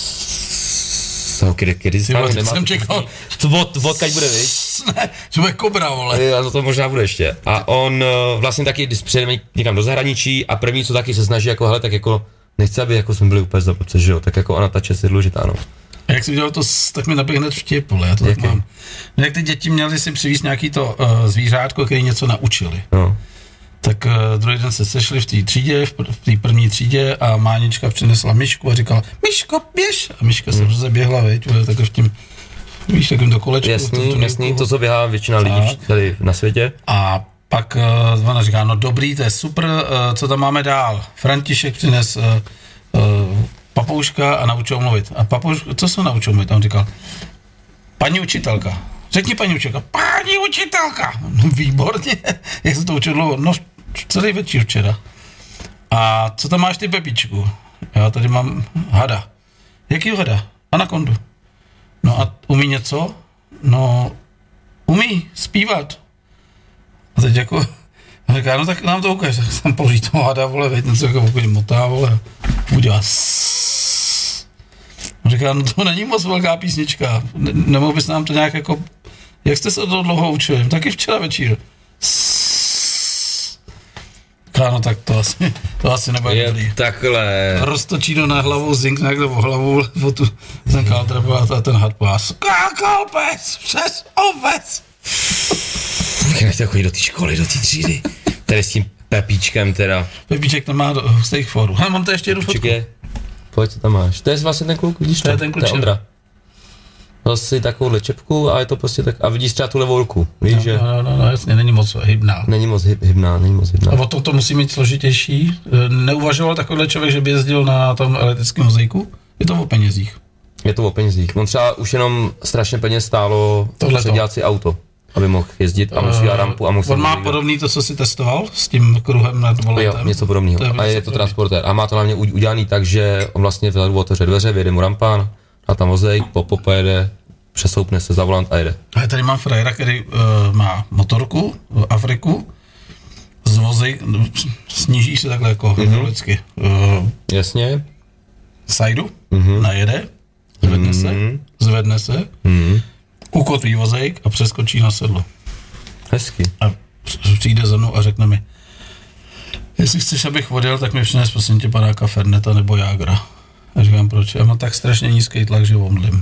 kdy, kdy Ty vole, jsem čekal. Vod, vodkaď bude, viď? Ne, že bude kobra, vole. A to možná bude ještě. A on vlastně taky, když přijedeme někam do zahraničí a první, co taky se snaží, jako hele, tak jako nechce, aby jako jsme byli úplně zapoce, že jo, tak jako ona tače si důležitá, no. A jak jsi udělal to, tak mi naběh hned vtip, já to tak mám. No, jak ty děti měly si přivízt nějaký to uh, zvířátko, který něco naučili. No. Tak uh, druhý den se sešli v té třídě, v, v té první třídě a Mánička přinesla myšku a říkala, Myško, běž! A myška hmm. se prostě běhla, veď, tak v tím, víš, takovým to kolečku. Jasný, to, jasný, to, co běhá většina tak. lidí tady na světě. A pak uh, ona říká, no dobrý, to je super, uh, co tam máme dál? František přines uh, uh, papouška a naučil mluvit. A papouška, co se naučil mluvit? A on říkal, paní učitelka. Řekni paní učitelka. Paní učitelka. No výborně. Jak se to učil dlouho? No celý večer včera. A co tam máš ty, Pepičku? Já tady mám hada. Jaký hada? Anakondu. No a umí něco? No umí zpívat. A teď jako a říká, no tak nám to ukáž, tak jsem položí toho hada, vole, veď něco jako pokud motá, vole, udělá sss. A říká, no to není moc velká písnička, ne, nemohl bys nám to nějak jako, jak jste se to dlouho učili, taky včera večír. Sss. Říká, no tak to asi, to asi nebude je dobrý. Takhle. Roztočí do na hlavu, zink někde o hlavu, o tu ten kaldrbu a ten had pás. Skákal pes přes obec. Nechte chodit do té školy, do té třídy. Tady s tím Pepíčkem teda. Pepíček tam má hustých fórů. Ha, mám to ještě jednu fotku. Pojď, co tam máš. To je vlastně ten kluk, vidíš to? To je ten kluk. To je Ondra. Dal si takovou čepku a je to prostě tak, a vidíš třeba tu levou ruku, víš, no, že? No, no, no, jasně, není moc hybná. Není moc hyb, hybná, není moc hybná. A o tom to musí mít složitější. Neuvažoval takovýhle člověk, že by jezdil na tom elektrickém vozíku? Je to o penězích. Je to o penězích. On třeba už jenom strašně peněz stálo předělat si auto. aby mohl jezdit a musí uh, rampu a musí... On má podobný to, co si testoval s tím kruhem nad volantem? Jo, něco podobného. A je to transportér. A má to hlavně udělaný tak, že on vlastně vzadu otevře dveře, vyjede mu rampa, a tam vozejk, popo pojede, přesoupne se za volant a jede. A já tady mám frajera, který uh, má motorku, Afriku, z vozejk, sníží se takhle jako hydraulicky. Mm-hmm. Uh, Jasně. Sajdu, mm-hmm. najede, zvedne mm-hmm. se, zvedne se, mm-hmm. ukotví vozejk a přeskočí na sedlo. Hezky. A přijde za mnou a řekne mi, jestli chceš, abych odjel, tak mi přines prosím tě panáka Ferneta nebo Jágra. A říkám, proč? Já mám tak strašně nízký tlak, že omdlím.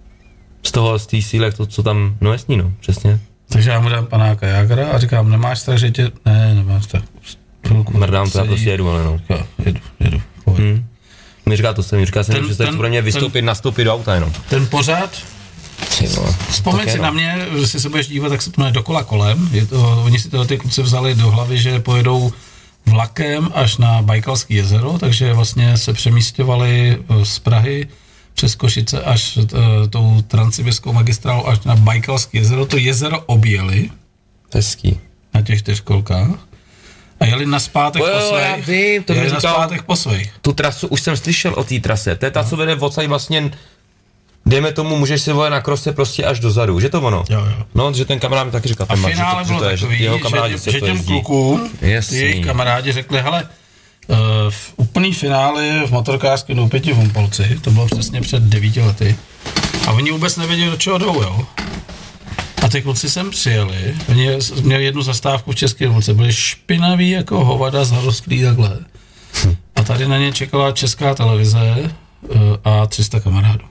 Z toho, z té síle, to, co tam, no jasný, no, přesně. Takže já mu dám panáka Jágra a říkám, nemáš strach, že tě, ne, nemám strach. Mrdám to, já prostě jedu, ale no. Já jedu, jedu, pohodě. Hmm. Mi říká to se, mi říká se, že jste pro mě vystoupit, ten, nastoupit do auta jenom. Ten pořád, vzpomeň si na mě, že si se budeš dívat, tak se to jmenuje Dokola kolem. Je to, oni si tyhle ty kluci vzali do hlavy, že pojedou vlakem až na Bajkalské jezero, takže vlastně se přemístěvali z Prahy přes Košice až uh, tou transsibirskou magistrálou až na Bajkalské jezero. To jezero objeli. Hezký. Na těch čtyřkolkách. A jeli naspátek jo, po svých. Vím, to jeli naspátek po svých. Tu trasu, už jsem slyšel o té trase. To je ta, co vede odsaď vlastně, dejme tomu, můžeš si volit na krose prostě až dozadu, že to ono? Jo, jo. No, že ten kamarád mi taky říkal, a finále bylo že, takový, jeho kamarádi že, že těm klukům, ty jejich kamarádi řekli, hele, uh, v úplný finále v motorkářském Doupěti v Humpolci, to bylo přesně před devíti lety, a oni vůbec nevěděli, do čeho jdou, jo. A ty kluci sem přijeli, oni měli jednu zastávku v České republice, byli špinaví jako hovada, zarostlí takhle. A tady na ně čekala Česká televize uh, a tři sta kamarádů.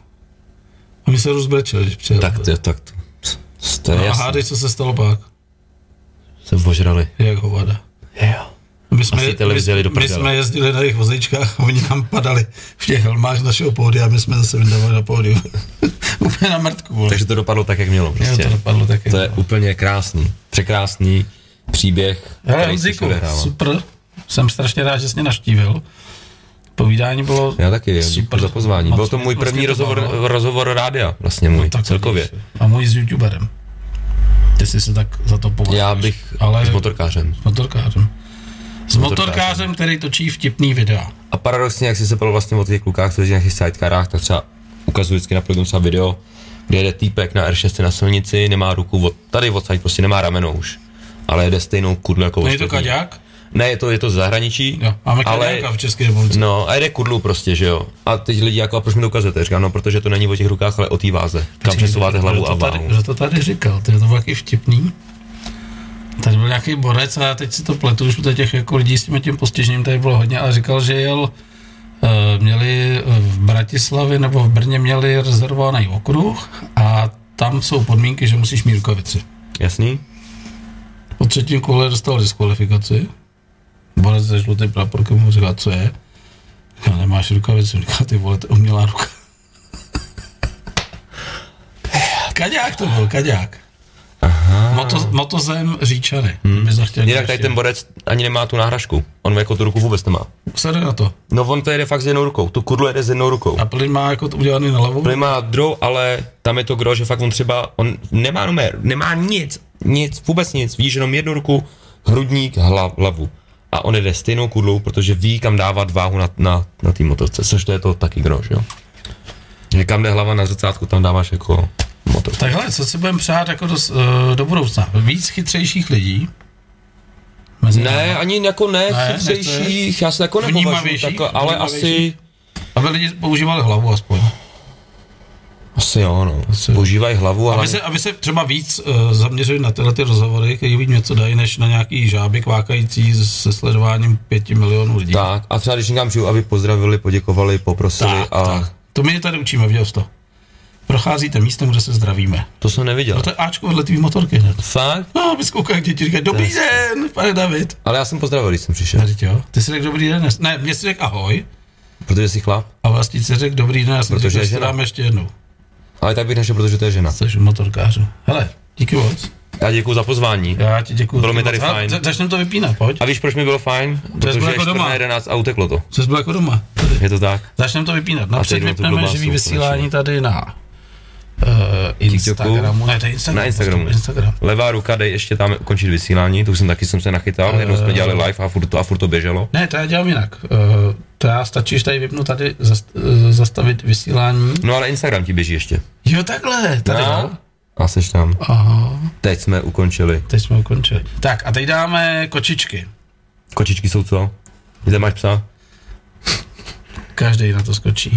A my se rozbrečeli, když přijeli. Tak to, tak to, to je no jasný. A hádej, co se stalo pak. Se požrali. Jak hovada. Jo. My jsme, my, my jsme jezdili na jejich vozíčkách a oni nám padali v těch helmách našeho pódia a my jsme zase vydávali na pódiu. Úplně na mrtku. Vole. Takže to dopadlo tak, jak mělo. Prostě. Jo, to dopadlo tak, jak To je mělo. Úplně krásný, překrásný příběh. Hele, Honzíku, super. Jsem strašně rád, že jsi mě navštívil. Povídání bylo Já taky, super. Za pozvání. Byl to můj první rozhovor, rozhovor rádia, vlastně můj, no, celkově. A můj s youtuberem. Ty jsi se tak za to považuješ. Já bych ale s motorkářem. S motorkářem. S motorkářem, který točí vtipný videa. A paradoxně, jak jsi se ptal vlastně o těch klukách, kteří na těch sidecarách, tak třeba ukazuji vždycky na program třeba video, kde jede týpek na R šest na silnici, nemá ruku, od, tady odsaď prostě nemá rameno už, ale jede stejnou kudlu jako ostatní. Je to kaďák? Ne, je to, je to z zahraničí. Jo, máme kaďáka v České republice. No, a jede kudlu prostě, že jo. A teď lidi jako, a proč mi to ukazujete? Říkám, no, protože to není o těch rukách, ale o té váze. Kam přesouváte hlavu a váhu. Kdo to tady říkal? To je to taky vtipný. Tady byl nějaký borec a já teď si to pletu, už protože těch jako lidí s tím, tím postižením tady bylo hodně, ale říkal, že jel, uh, měli v Bratislavě nebo v Brně měli rezervovaný okruh a tam jsou podmínky, že musíš mít rukavici. Jasný. Po třetím kole dostal diskvalifikaci. Borec se žlutým praporkem mu říká, co je? Já nemáš rukavici, říká, ty vole, to je umělá ruka. Kaďák to byl, kaďák. Aha. Moto, motozem Říčany. Hmm. Jinak tady ten borec ani nemá tu náhražku. On jako tu ruku vůbec nemá. Sede na to. No on to jede fakt s jednou rukou. Tu kudlu jede s jednou rukou. A plyn má jako to udělaný na levu? Plyn má druhou, ale tam je to gro, že fakt on třeba, on nemá numer, nemá nic, nic, vůbec nic. Víš, jenom jednu ruku, hrudník, hlav, hlavu. A on jede stejnou kudlou, protože ví, kam dávat váhu na, na, na té motorce, což to je to taky gro, jo. Že kam jde hlava na zrcátku, tam dáváš jako motor. Takhle, co si budeme přát jako do, do budoucna? Víc chytřejších lidí? Mezi ne, náma. Ani jako ne, ne chytřejších, já se jako nepovažuji, tako, ale asi... Aby lidi používali hlavu aspoň. Asi jo, no. Asi. Používají hlavu, ale... Aby se, aby se třeba víc uh, zaměřili na tyhle ty rozhovory, který víc něco dají, než na nějaký žáby kvákající se sledováním pěti milionů lidí. Tak, a třeba když někam přijdu, aby pozdravili, poděkovali, poprosili tak, a... Tak. To my tady učíme, viděl jsi to. Procházíte místem, kde se zdravíme. To jsem neviděl. No to je Ačko vedle tvý motorky hned. Fakt? No, aby zkoukal, jak děti říkají, dobrý den, pane David. Ale já jsem pozdravil, když jsem přišel. Ne, jo. Ty jsi řekl dobrý den, ne, mě jsi řekl ahoj. Protože jsi chlap. A vlastně jsi řekl dobrý den, já jsem řekl, že dáme ještě jednou. Ale tak bych nešel, protože to je žena. Jsi motorkářů. Hele, díky moc. Já děkuji za pozvání. Já ti děkuji. Bylo mi tady moc. Fajn. Začneme to vypínat, pojď. A víš, proč mi bylo fajn? Protože je jako čtrnáct jedenáct a uteklo to. Jsi byl jako doma. Tady. Je to tak. Začneme to vypínat. Napřed vypneme živý vysílání tady na Instagramu, ne, to je Instagram. Na Instagramu. Instagram. Levá ruka, dej ještě tam končit vysílání, to už jsem taky jsem se nachytal, uh, jednou jsme dělali live a furt to, a furt to běželo. Ne, to já dělám jinak. Uh, to já stačíš tady vypnout tady zast, uh, zastavit vysílání. No ale Instagram ti běží ještě. Jo, takhle, tady no. jo. A seš tam. Aha. Teď jsme ukončili. Teď jsme ukončili. Tak a teď dáme kočičky. Kočičky jsou co? Kde máš psa? Každý na to skočí.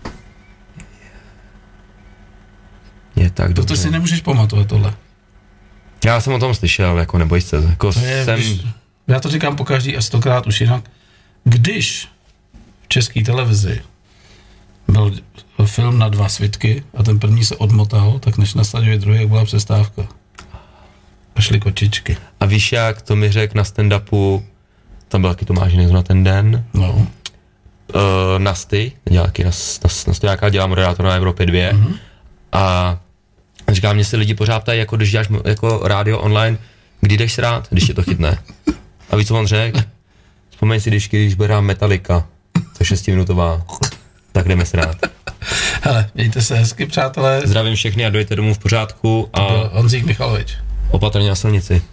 Je tak dobře. To si nemůžeš pamatovat tohle. Já jsem o tom slyšel, jako neboj se. Jako to je, jsem... když, já to říkám po každý a stokrát už jinak. Když v české televizi byl film na dva svitky a ten první se odmotal, tak než nasadili druhý, jak byla přestávka. A šly kočičky. A víš jak, to mi řekl na stand-upu, tam byl taky Tomáš Nejzo na ten den. No. Uh, Nasty, dělá taky na, na, na stojáka, dělá moderátor na Evropě dvě. Mm-hmm. A říká, mě se lidi pořád ptají, jako když děláš jako rádio online, kdy jdeš srát, když tě to chytne. A víš, co on řekl? Vzpomeň si, když, když bude hrát Metallica, to je šestiminutová, tak jdeme srát. Hele, mějte se hezky, přátelé. Zdravím všechny a dojďte domů v pořádku. A Honzík Michalovič. Opatrně na silnici.